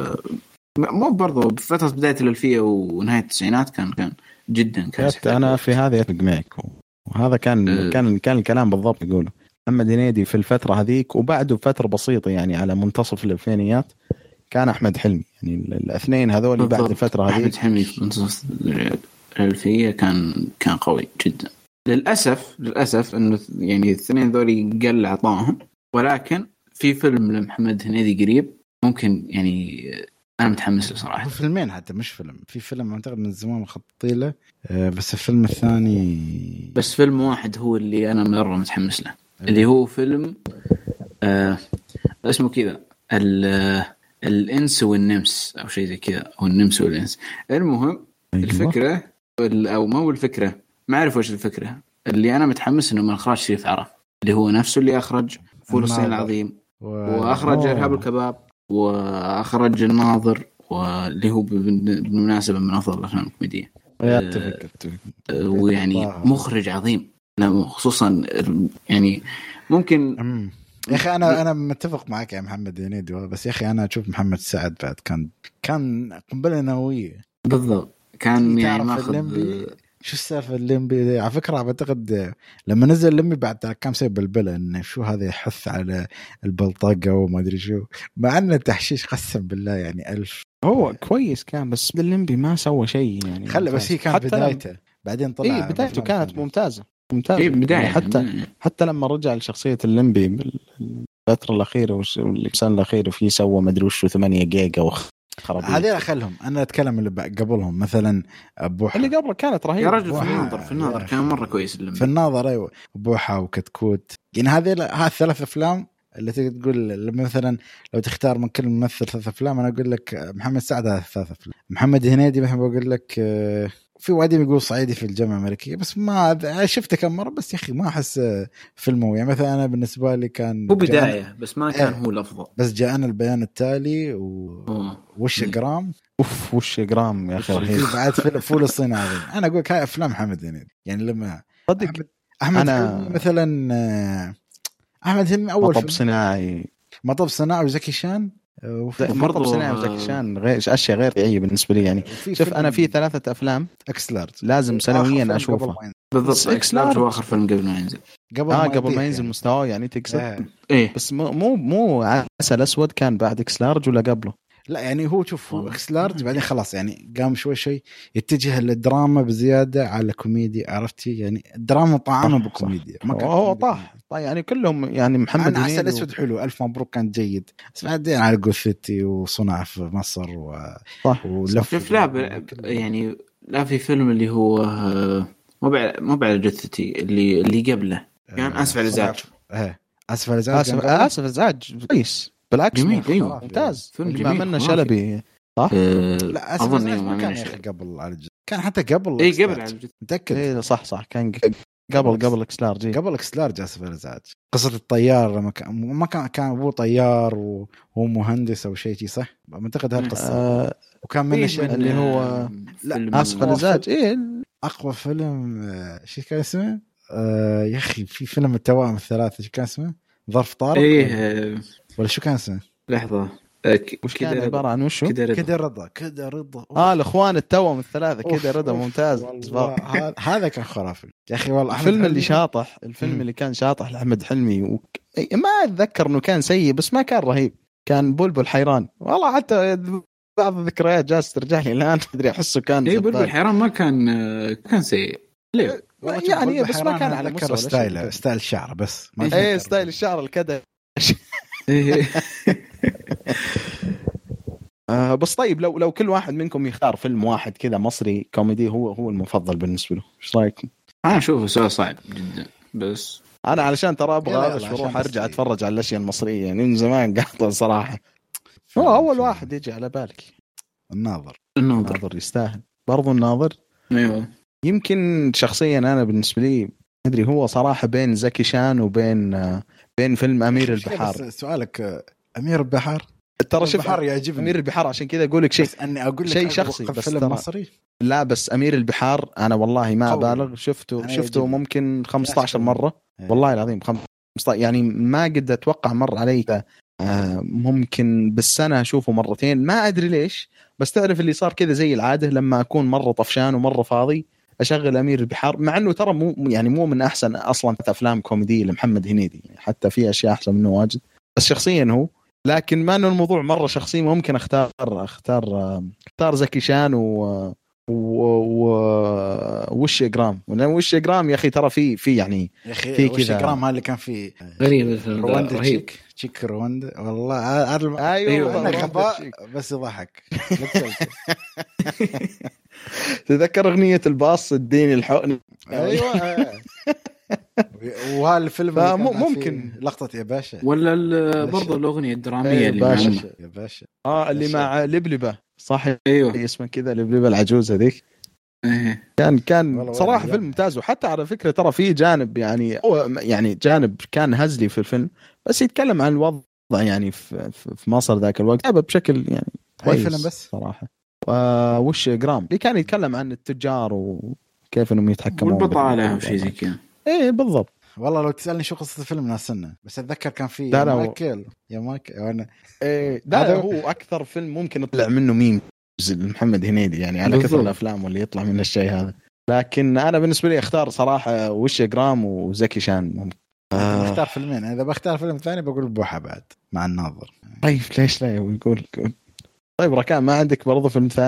مو برضو بفترة بداية الألفية ونهاية التسعينات كان كان جدا كان أنا في هذا أتفق معك، وهذا كان أه كان كان الكلام بالضبط يقوله محمد هنيدي في الفترة هذيك، وبعده فترة بسيطة يعني على منتصف الألفينيات كان أحمد حلمي، يعني الاثنين هذول بعد الفترة هذه. أحمد حلمي في منتصف الألفية كان كان قوي جدا. للأسف للأسف إنه يعني الاثنين ذولي قل عطاهم، ولكن في فيلم لمحمد هنيدي قريب ممكن يعني أنا متحمس له صراحة. فيلمين حتى مش فيلم، في فيلم أعتقد من زمان خطيله بس الفيلم الثاني، بس فيلم واحد هو اللي أنا مرة متحمس له اللي هو فيلم آه اسمه كذا الإنس والنمس أو شيء زي كذا، أو النمس والإنس. المهم الفكرة أو ما هو الفكرة ما أعرف وش الفكرة، اللي أنا متحمس إنه من إخراج شريف عرف اللي هو نفسه اللي أخرج فول الصين العظيم و... وأخرج إرهاب الكباب وأخرج الناظر، واللي هو بالمناسبة من أفضل الأفلام الكوميدية. أه... ويعني مخرج عظيم، خصوصا يعني ممكن أمم. يا أخي أنا أنا متفق معك يا محمد هنيدي، بس يا أخي أنا أشوف محمد سعد بعد كان كان قنبلة نووية بالضبط، كان يعني ماخذ شو السالفة الليمبي على فكرة. أعتقد لما نزل الليمبي بعد كام سنة بلبلة إنه شو هذا يحث على البلطجة وما أدري شو، مع أنه تحشيش قسم بالله يعني ألف. هو كويس كان بس الليمبي ما سوى شيء يعني خلى، بس هي كانت بدايته بعدين طلع إيه بدايته كانت ممتازة. ممتاز. إيه بداية يعني حتى بداية. حتى لما رجع لشخصية الليمبي بالفترة الأخيرة والسنة الأخيرة فيه سوى مدري وشو ثمانية جيجا وخرابيط. هذه أخلهم أنا أتكلم اللي قبلهم مثلا بوحة اللي قبله كانت رهيبة. يا رجل في الناظر في الناظر كان مرة كويس الليمبي. في الناظر أيوة بوحة وكتكوت. يعني هذه هذه الثلاث أفلام اللي تقول مثلا لو تختار من كل ممثل ثلاث أفلام أنا أقول لك محمد سعد هذا ثلاث أفلام. محمد هنيدي مثلا بقول لك في وادي يقول صعيدي في الجامعة الأمريكية بس ما شفته كم مرة بس يا أخي ما أحس فيلمه. يعني مثلا أنا بالنسبة لي كان هو بداية بس ما كان هو الأفضل. بس جاءنا البيان التالي و... وش جرام أوف وش جرام يا أخي رهيب. بعد فيلم فول الصين عظيم. أنا أقول هاي أفلام محمد هنيدي. يعني لما صدق أحمد, أحمد أنا مثلا أحمد حلمي أول مطب صناعي مطب صناعي وزكي شان مطب صناعي وزكي شان غير أشياء غير طبيعية بالنسبة لي. يعني شوف أنا في ثلاثة أفلام إكس لارج لازم سنويا أشوفها. بالضبط إكس لارج هو آخر فيلم قبل ما ينزل. قبل آه ما قبل ما ينزل يعني. مستواه يعني تكسب آه. إيه بس مو مو مو عسل أسود كان بعد إكس لارج ولا قبله؟ لا يعني هو شوف إكس لارج بعدين خلاص يعني قام شوي شوي يتجه للدراما بزيادة على كوميديا. عرفتي يعني الدراما طعمه بكوميديا ما كان هو طاح طيب يعني كلهم يعني محمد هنيدي عسل أسود حلو ألف مبروك كان جيد بس بعدين على جوثيتي وصنع في مصر و ولف شوف لا ب... يعني لا في فيلم اللي هو مو بعد مو بعد جثتي اللي اللي قبله كان آه أسف الإزعاج. إيه أسف الإزعاج آسف آسف الإزعاج كويس بالعكس جميل أيوة ممتاز. فيلم اللي ما عملنا شلبي صح؟ أه لا أسف الإزعاج ما كان قبل على الجثة كان حتى قبل إيه قبل على الجثة متأكد. إيه صح صح كان قبل قبل إكس لارج قبل إكس لارج أسف الإزعاج. قصة الطيار لما كان ما كان كان أبوه طيار وهو مهندس أو شيء صح منتقد هالقصة. آه وكان من الشيء اللي هو لا آسف الإزعاج إيه أقوى فيلم شيء كان اسمه آه يا أخي في فيلم التوائم الثلاثة شو كان اسمه ظرف طارق إيه ولا شو كان اسمه لحظة وش كان عبارة عن وشو كده رضا كده رضا آه الأخوان التوأم الثلاثة كده رضا ممتاز. هذا كان خرافي يا أخي والله. الفيلم اللي شاطح الفيلم م. اللي كان شاطح لأحمد حلمي وك... ما أتذكر إنه كان سيء بس ما كان رهيب. كان بلبل حيران والله حتى بعض الذكريات جالس ترجع لي الآن أدري أحسه كان إيه بلبل حيران ما كان كان سيء ليه يعني بس ما كان على مستوى ستايل ستايل الشعر بس ما ايه ستايل الشعر الكذا آه بس طيب لو لو كل واحد منكم يختار فيلم واحد كذا مصري كوميدي هو هو المفضل بالنسبه له ايش رايكم؟ انا اشوفه سؤال صعب جدا بس انا علشان ترى ابغى اروح ارجع اتفرج على الاشياء المصريه يعني من زمان قاعد صراحه. هو اول واحد يجي على بالك الناظر. الناظر يستاهل برضو الناظر. ايوه يمكن شخصيا انا بالنسبه لي ادري هو صراحه بين زكي شان وبين بين فيلم امير البحار. سؤالك امير البحار ترى شوف البحار يعجبني امير البحار عشان كذا اقول لك شيء اني اقول لك شيء شخصي بس فيلم مصري لا بس امير البحار انا والله ما ابالغ شفته شفته ممكن خمسة عشر مره والله العظيم خمسة عشر يعني ما قد اتوقع مر علي آه ممكن بالسنه اشوفه مرتين ما ادري ليش بس تعرف اللي صار كذا زي العاده لما اكون مره طفشان ومره فاضي اشغل امير البحار مع انه ترى مو يعني مو من احسن اصلا افلام كوميديه لمحمد هنيدي حتى في اشياء احسن منه واجد بس شخصيا هو لكن ما انه الموضوع مره شخصي ممكن اختار اختار اختار زكي شان و ووش جرام وش جرام يا اخي ترى في في يعني في كذا وش جرام هذا اللي كان فيه غريب رواندا تشيك تشيك رواندا والله هذا ايوه غباء بس يضحك تذكر اغنيه الباص اديني الحقن ايوه وهالفيلم ممكن لقطه يا باشا ولا برضه الاغنيه الدراميه اللي باشا يا باشا اه اللي مع لبلبه صح ايوه اسمه كذا لبلبه العجوز هذيك ايه كان كان صراحه فيلم ممتاز وحتى على فكره ترى فيه جانب يعني يعني جانب كان هزلي في الفيلم بس يتكلم عن الوضع يعني في في مصر ذاك الوقت بشكل يعني كويس فيلم بس صراحه. وش جرام اللي كان يتكلم عن التجار وكيف انهم يتحكمون والبطاله وشيء زي كذا. ايه بالضبط. والله لو تسألني شو قصة الفيلم ناسنا بس أتذكر كان فيه يا مايكل يا مايكل وأنا إيه ده هو أكثر فيلم ممكن يطلع منه ميم محمد هنيدي يعني على كثر الأفلام واللي يطلع من الشيء هذا لكن أنا بالنسبة لي أختار صراحة وش جرام وزكي شان ممكن آه. أختار فيلمين إذا بختار فيلم ثاني بقول بوحة بعد مع الناظر. طيب ليش لا يقول طيب ركان ما عندك برضه فيلم ثاني؟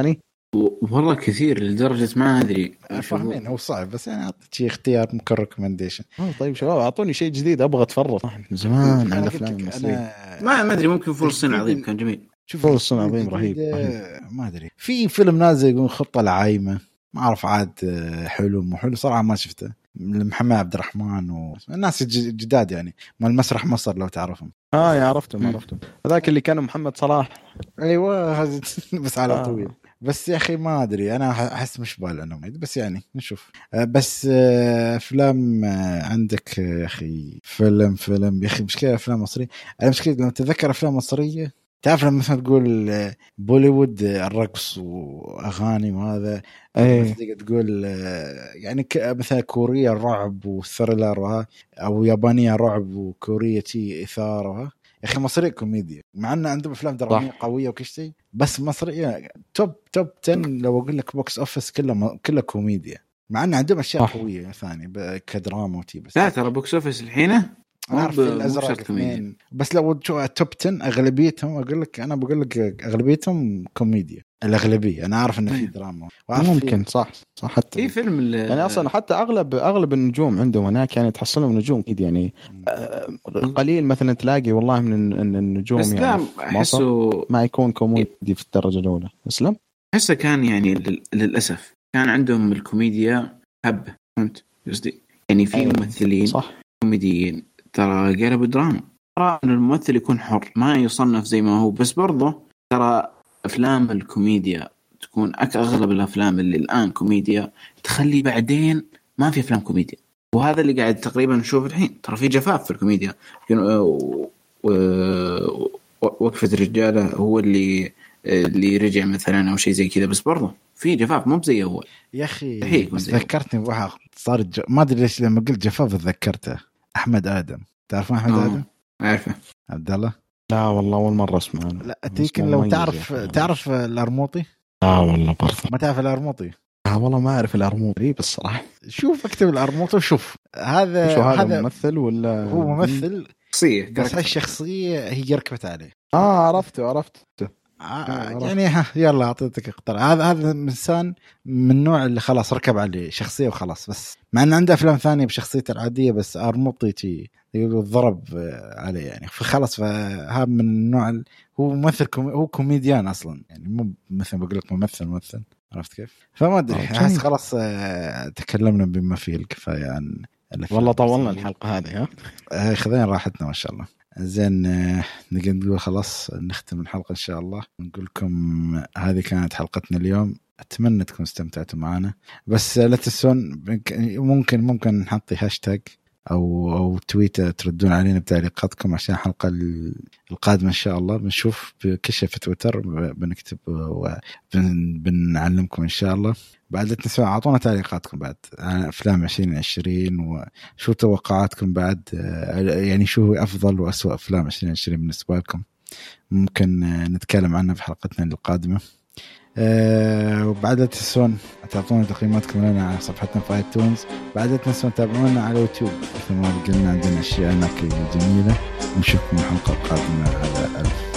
والله كثير لدرجة ما أدري. فاهمين هو صعب، بس أنا أعطيك شيء اختيار ممكن ريكومنديشن. أوه طيب شباب أعطوني شيء جديد أبغى أتفرج من زمان على الأفلام المصرية. ما ما أدري ممكن فول الصين العظيم كان جميل. شوف فول الصين العظيم رهيب. ما أدري في فيلم نازل يقول خطة العايمة، ما أعرف عاد حلو مو حلو صراحة ما شفته، محمد عبد الرحمن والناس الجداد يعني مال مسرح مصر لو تعرفهم. اه يا عرفتهم عرفتهم هذاك اللي كان محمد صلاح. ايوه هذا بس على آه. طويل بس يا اخي ما ادري انا احس مش بال انا بس يعني نشوف. بس افلام عندك يا اخي فيلم فيلم يا اخي مشكله افلام مصريه. انا مشكله لما اتذكر افلام مصريه تعرف لما مثلا تقول بوليوود الرقص واغاني وهذا ايه تقول يعني مثلا كوريا الرعب والثريلر وها، او يابانيه رعب وكوريا شيء اثاره وها. يا اخي مصري كوميديا مع ان عندهم افلام دراميه قويه وكل شيء، بس مصريه توب توب عشرة لو اقول لك بوكس اوفيس كله كله كوميديا، مع ان عندهم اشياء قويه ثانيه كدراما وتي. بس لا ترى بوكس اوفيس الحين أعرف الأزرق اثنين، بس لو تشوف توب عشرة أغلبيتهم أقول لك أنا بقول لك أغلبيتهم كوميديا الأغلبية. أنا عارف إنه في دراما ممكن صح صح حتى في فيلم يعني أصلا حتى أغلب أغلب النجوم عندهم هناك يعني تحصلهم نجوم كده يعني قليل مثلا تلاقي والله من النجوم بس يعني أحسه ما يكون كوميدي في الدرجة الأولى. أسلم أحسه كان يعني للأسف كان عندهم الكوميديا حبة فهمت قصدي يعني في أيوة. ممثلين صح كوميديين ترى قلبوا دراما. ترى أن الممثل يكون حر ما يصنف زي ما هو، بس برضه ترى أفلام الكوميديا تكون أغلب الأفلام اللي الآن كوميديا تخلي بعدين ما في أفلام كوميديا، وهذا اللي قاعد تقريبا نشوف الحين. ترى في جفاف في الكوميديا، وقفة الرجالة هو اللي اللي رجع مثلا أو شيء زي كذا، بس برضه في جفاف مو زي أول يا أخي. ذكرتني بواحد صار ج... ما أدري ليش لما قلت جفاف ذكرته أحمد آدم. تعرف أحمد أوه. آدم؟ عارفه عبد الله؟ لا والله أول مرة أسمع. لا أتيكن لو تعرف تعرف الأرموطي؟ لا والله برضه ما تعرف الأرموطي؟ لا والله ما أعرف الأرموطي بس صراحة. شوف اكتب الأرموطي وشوف هذا شو هذا ممثل ولا هو ممثل شخصية بس هالشخصية هي ركبت عليه. آه عرفته عرفته آه يعني ها يلا أعطيتك اقتراح. هذا هذا إنسان من النوع اللي خلاص ركب عليه شخصية وخلاص، بس مع أن عنده أفلام ثانية بشخصيته العادية بس أرموطي شيء يقولوا ضرب عليه يعني فخلاص. فهذا من النوع هو ممثل كوم... هو كوميديان أصلا يعني مو مثلا بقول لك ممثل ممثل عرفت كيف. فما أدري أحس خلاص تكلمنا بما فيه الكفاية عن والله طولنا الحلقة هذه ها خذين راحتنا ما شاء الله. زين نقدر نقول خلاص نختم الحلقة إن شاء الله. نقول لكم هذه كانت حلقتنا اليوم، أتمنى تكونوا استمتعتوا معنا، بس لا تنسون ممكن ممكن نحطي هاشتاج أو أو تويتر تردون علينا بتعليقاتكم عشان الحلقة القادمة إن شاء الله بنشوف بكشف في تويتر بنكتب وبنعلمكم إن شاء الله. بعد لا تنسوا أعطونا تعليقاتكم بعد عن أفلام عشرين عشرين وشو توقعاتكم بعد يعني شو أفضل وأسوأ أفلام عشرين عشرين بالنسبة لكم، ممكن نتكلم عنها في حلقتنا القادمة. أه وبعد لا تنسون تعطونا تقييماتكم لنا على صفحتنا في آيتونز. بعد لا تنسون تابعونا على يوتيوب مثل ما قلنا عندنا أشياء هناك جميلة. ونشوفكم الحلقة القادمة على ألف.